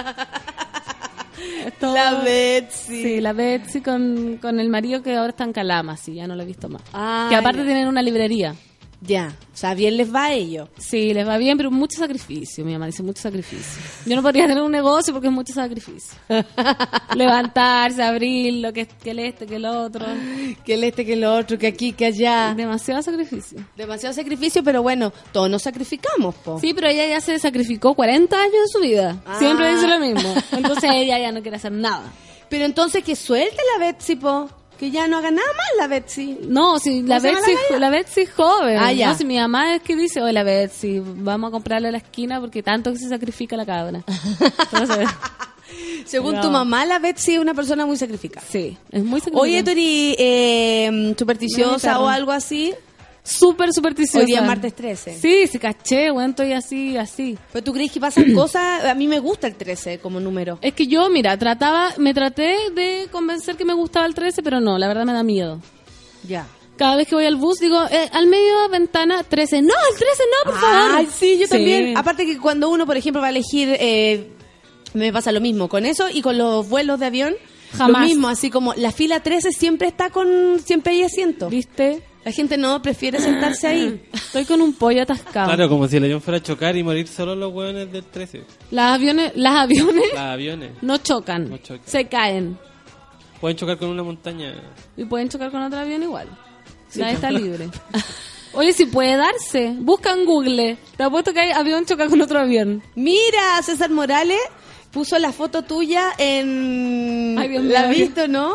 La Betsy. Sí, la Betsy con el marido que ahora está en Calama, sí, ya no lo he visto más. Ah, que aparte ya. tienen una librería. Ya, o sea, bien les va a ellos. Sí, les va bien, pero mucho sacrificio, mi mamá dice, mucho sacrificio. Yo no podría tener un negocio porque es mucho sacrificio. Levantarse, abrirlo, que el este, que el otro. Que el este, que el otro, que aquí, que allá. Demasiado sacrificio. Demasiado sacrificio, pero bueno, todos nos sacrificamos, po. Sí, pero ella ya se sacrificó 40 años de su vida. Ah. Siempre dice lo mismo. Entonces ella ya no quiere hacer nada. Pero entonces que suelte la Betsy, po. Que ya no haga nada más la Betsy. No, si la ¿Cómo se llama Betsy, la Betsy es joven. Ah, ya. No, si mi mamá es que dice, oye, la Betsy, vamos a comprarle a la esquina porque tanto que se sacrifica la cabra. Entonces, Según no. tu mamá, la Betsy es una persona muy sacrificada. Sí, es muy sacrificada. Oye, ¿tú eres supersticiosa No, o perro. algo así? Súper supersticiosa. Hoy día es martes 13. Sí, sí, caché, bueno, estoy así. ¿Pero tú crees que pasan cosas? A mí me gusta el 13 como número. Es que yo, mira, me traté de convencer que me gustaba el 13, pero no, la verdad me da miedo. Ya. Cada vez que voy al bus, digo, al medio ventana, 13. No, el 13 no, por favor. Ay, sí, yo Sí. también. Aparte que cuando uno, por ejemplo, va a elegir, me pasa lo mismo con eso y con los vuelos de avión. Jamás. Lo mismo, así como la fila 13 siempre siempre hay asiento. ¿Viste? La gente no prefiere sentarse ahí. Estoy con un pollo atascado. Claro, como si el avión fuera a chocar y morir solo los hueones del 13. Las aviones Los aviones no chocan, No chocan. se caen. pueden chocar con una montaña. Y pueden chocar con otro avión igual. Sí, Nadie está claro. libre. Oye, si puede darse. Busca en Google. Te apuesto que hay avión choca con otro avión. Mira, César Morales puso la foto tuya en... Ay, Dios mío. ¿La has visto, no?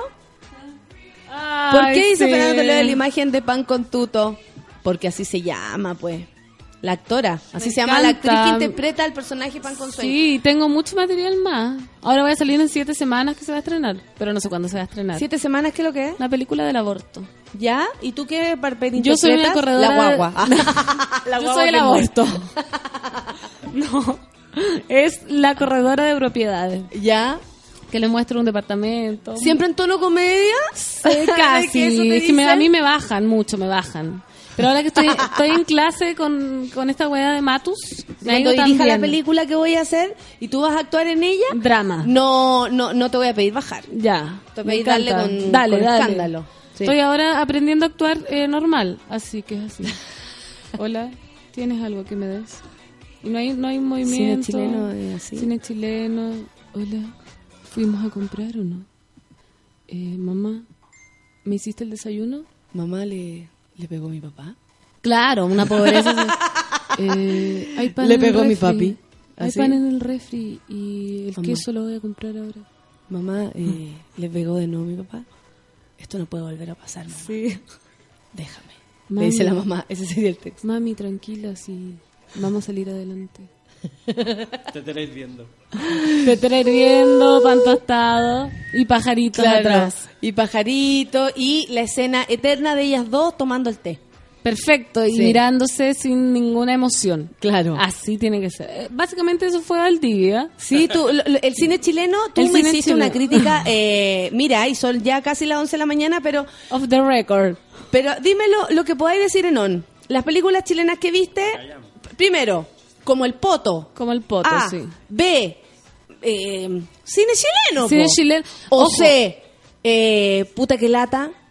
¿Por qué dice Fernando Toledo la imagen de Pan con Tuto? Porque así se llama, pues. La actora. Así Me se llama la encanta. actriz que interpreta al personaje Pan con Sueño. Sí, tengo mucho material más. Ahora voy a salir en 7 semanas que se va a estrenar. Pero no sé cuándo se va a estrenar. 7 semanas, ¿qué es lo que es? La película del aborto. ¿Ya? ¿Y tú qué papel Yo soy una interpretas? corredora. La guagua. La Yo guagua soy el que muere. aborto. No. Es la corredora de propiedades. ¿Ya? Que le muestro un departamento. ¿Siempre en tono comedia? Casi. ¿Que eso te Es que a dicen? mí me bajan mucho, me bajan. Pero ahora que estoy en clase con esta weá de Matus, me ha Cuando ido tan dirija la bien. película que voy a hacer y tú vas a actuar en ella, Drama. no te voy a pedir bajar. Ya. Te me voy a darle encanta. con Dale. escándalo. Sí. Estoy ahora aprendiendo a actuar normal, así que es así. Hola, ¿tienes algo que me des? Y no hay movimiento. Cine chileno es así. Cine chileno. Hola, ¿fuimos a comprar o no? Mamá, ¿me hiciste el desayuno? Mamá le pegó a mi papá. Claro, una pobreza. Hay pan Le en el pegó mi refri. papi. Hay ¿Así? pan en el refri y el Mamá. queso lo voy a comprar ahora. Mamá, le pegó de nuevo a mi papá. Esto no puede volver a pasar, mamá. Sí. Déjame. Mami. Le dice la mamá. Ese sería el texto. Mami, tranquila, sí. Vamos a salir adelante. Te tenéis viendo. Te hirviendo, pan tostado y pajaritos Claro. atrás. Y pajarito y la escena eterna de ellas dos tomando el té. Perfecto, y Sí. mirándose sin ninguna emoción. Claro. Así tiene que ser. Básicamente eso fue Valdivia. Sí, el cine chileno, tú El me cine hiciste una chileno. crítica, mira, y son ya casi las 11 de la mañana, pero Off the record. Pero dímelo lo que podáis decir en on. Las películas chilenas que viste, primero, como El Poto. Como El Poto, A, sí. B, cine chileno. Cine po. chileno. O Ojo. C, puta que lata.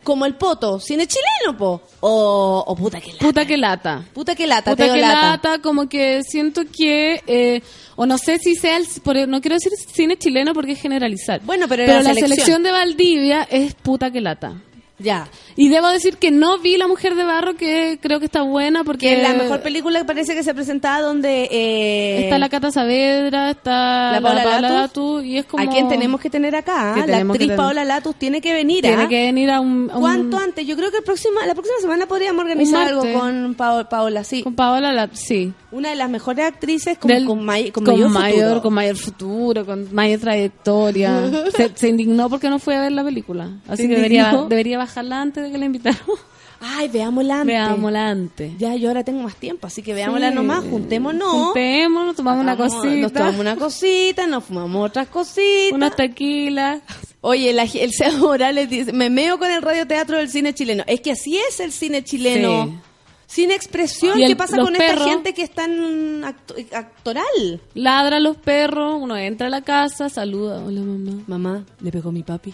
como el poto, cine chileno, po. O puta que lata. Puta que lata. Puta que lata, Puta Teo que Lata. lata, como que siento que, o no sé si sea, no quiero decir cine chileno porque es generalizar. Bueno, pero la selección de Valdivia es puta que lata. Ya. Y debo decir que no vi La Mujer de Barro, que creo que está buena porque... Que es la mejor película que parece que se presentaba donde... Está la Cata Saavedra, está la Paola Latus, y es como... ¿a quién tenemos que tener acá? Que La tenemos actriz que tener. Paola Latus tiene que venir. Tiene que venir a un... ¿Cuánto antes? Yo creo que la próxima semana podríamos organizar algo martes. con Paola, sí. Con Paola Latus, sí. Una de las mejores actrices con mayor futuro, con mayor trayectoria. se indignó porque no fue a ver la película. Así ¿Se que indignó? debería bajarla antes de que la invitaron. Ay, veámosla antes. Ya, yo ahora tengo más tiempo, así que veámosla nomás, juntémonos, tomamos una cosita. Nos tomamos una cosita, nos fumamos otras cositas. Unas tequilas. Oye, el Seba Morales dice, me meo con el radioteatro del cine chileno. Es que así es el cine chileno. Sí. Sin expresión. ¿Qué pasa con esta gente que es tan actoral? Ladra a los perros, uno entra a la casa, saluda. Hola, mamá. Mamá, le pegó mi papi.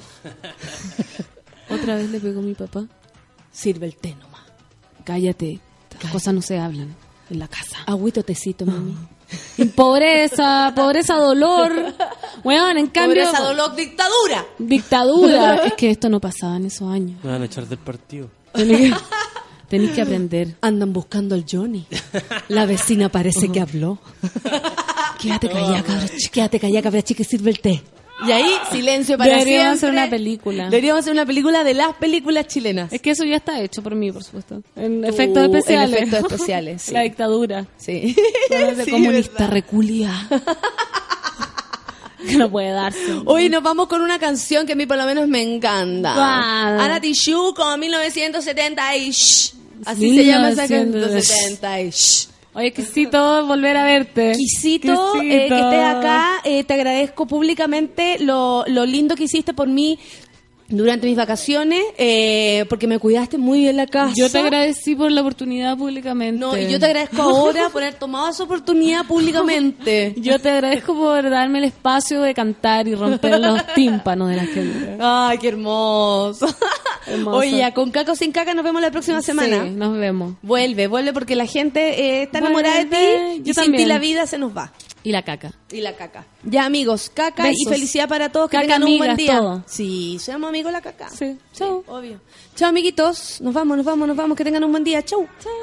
Otra vez le pegó mi papá. Sirve el té nomás. Cállate. Las cosas no se hablan en la casa. Agüito, tecito, mami. Y pobreza, dolor. Bueno, en cambio... Pobreza, dolor, dictadura. Dictadura. Es que esto no pasaba en esos años. Me van a echar del partido. Tenés que aprender. Andan buscando al Johnny. La vecina parece que habló. Quédate callada, cabra chica, sirve el té. Y ahí, silencio para Deberíamos siempre. hacer una película. Deberíamos hacer una película de las películas chilenas. Es que eso ya está hecho por mí, por supuesto. En efectos especiales. En efectos especiales, sí. La dictadura. Sí. De Sí, comunista verdad. reculia. Que no puede darse. Hoy nos vamos con una canción que a mí por lo menos me encanta. ¿Cuál? Ana Tijoux con 1970 y shh. Así se llama esa canción. 1970 y shh. Oye, Quisito, volver a verte. Quisito, que estés acá. Te agradezco públicamente lo lindo que hiciste por mí durante mis vacaciones, porque me cuidaste muy bien la casa. Yo te agradecí por la oportunidad públicamente. No, y yo te agradezco ahora por haber tomado esa oportunidad públicamente. Yo te agradezco por darme el espacio de cantar y romper los tímpanos de la gente. Ay, qué hermoso. Hermoso. Oye, ya, con caca o sin caca nos vemos la próxima semana. Sí, nos vemos. Vuelve porque la gente está enamorada de ti yo y sin también. ti la vida se nos va. Y la caca. Y la caca. Ya, amigos, caca Besos. y felicidad para todos. Que Caca, tengan un buen amigas, día. todo. Sí, seamos amigos de la caca. Sí. Chau. Obvio. Chao, amiguitos. Nos vamos. Que tengan un buen día. Chau.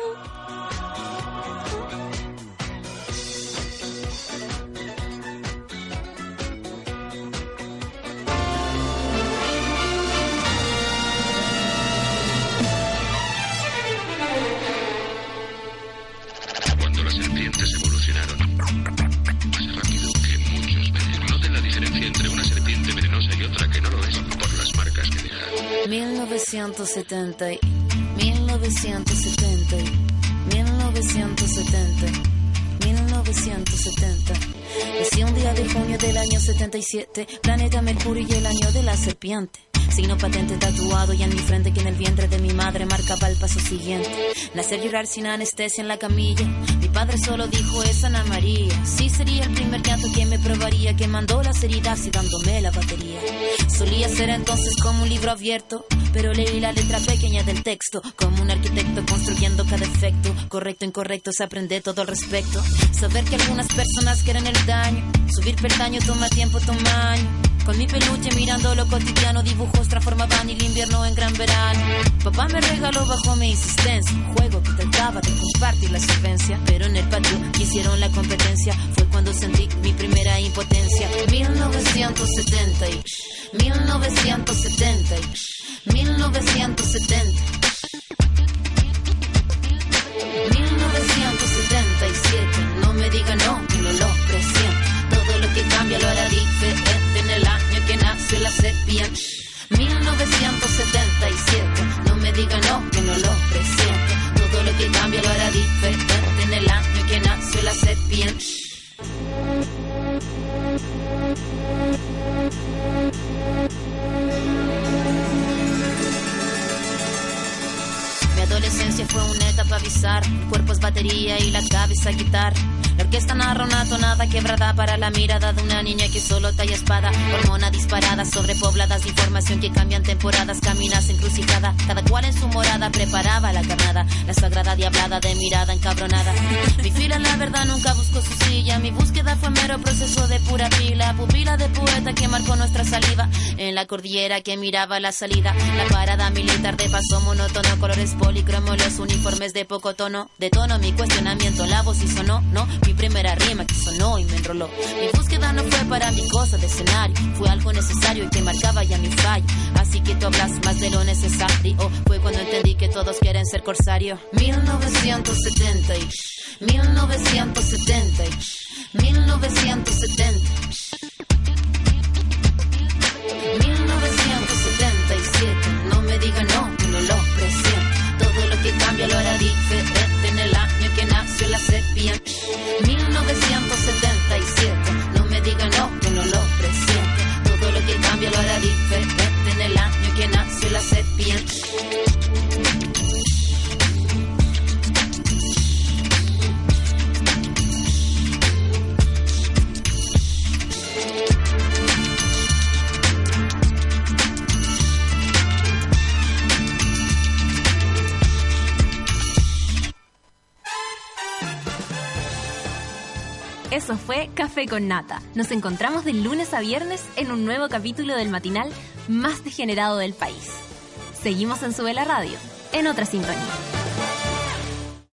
Cuando las serpientes evolucionaron más rápido que muchos venenos. Noten la diferencia entre una serpiente venenosa y otra que no lo es por las marcas que deja. 1970, 1970, 1970, 1970. Nací un día de junio del año 77, planeta Mercurio y el año de la serpiente. Signo patente tatuado y en mi frente que en el vientre de mi madre marcaba el paso siguiente. Nacer, llorar sin anestesia en la camilla. Mi padre solo dijo es Ana María. Sí sería el primer llanto que me probaría, que mandó las heridas y dándome la batería. Solía ser entonces como un libro abierto, pero leí la letra pequeña del texto. Como un arquitecto construyendo cada efecto. Correcto, incorrecto, se aprende todo al respecto. Saber que algunas personas quieren el daño. Subir peldaño toma tiempo, toma años. Con mi peluche mirando lo cotidiano, dibujos transformaban el invierno en gran verano. Papá me regaló bajo mi insistencia un juego que trataba de compartir la solvencia, pero en el patio hicieron la competencia. Fue cuando sentí mi primera impotencia. 1970 y 1970 y 1970 1977. No me digan no, que no lo presiento. Todo lo que cambia lo hará diferente en el año que nació la serpiente. 1977. No me digan no, que no lo presiento. Todo lo que cambia lo hará diferente en el año que nació la serpiente. Mi adolescencia fue una etapa suavizar. El cuerpo es batería y la cabeza guitarra. La orquesta narra una tonada quebrada para la mirada de una niña que solo talla espada. Hormona disparada, sobrepobladas de información que cambian temporadas. Caminas encrucijada, cada cual en su morada preparaba la carnada. La sagrada diablada de mirada encabronada. Mi fila la verdad nunca buscó su silla. Mi búsqueda fue mero proceso de pura pila. Pupila de poeta que marcó nuestra saliva. En la cordillera que miraba la salida. La parada militar de paso monótono. Colores policromos, los uniformes de poco tono. De tono mi cuestionamiento, la voz y sonó, no. Mi primera rima que sonó y me enroló. Mi búsqueda no fue para mi cosa de escenario. Fue algo necesario y que marcaba ya mi fallo. Así que tú hablas más de lo necesario. Fue cuando entendí que todos quieren ser corsario. 1970 y 1970 y 1970 1977. No me digan no, que no lo presiento. Todo lo que cambia lo hará diferente en el año que nació la serpiente. 1977. No me digan no, que no lo presiento. Todo lo que cambia lo hará diferente en el año que nació la serpiente. Eso fue Café con Nata. Nos encontramos de lunes a viernes en un nuevo capítulo del matinal más degenerado del país. Seguimos en Sube la Radio, en otra sintonía.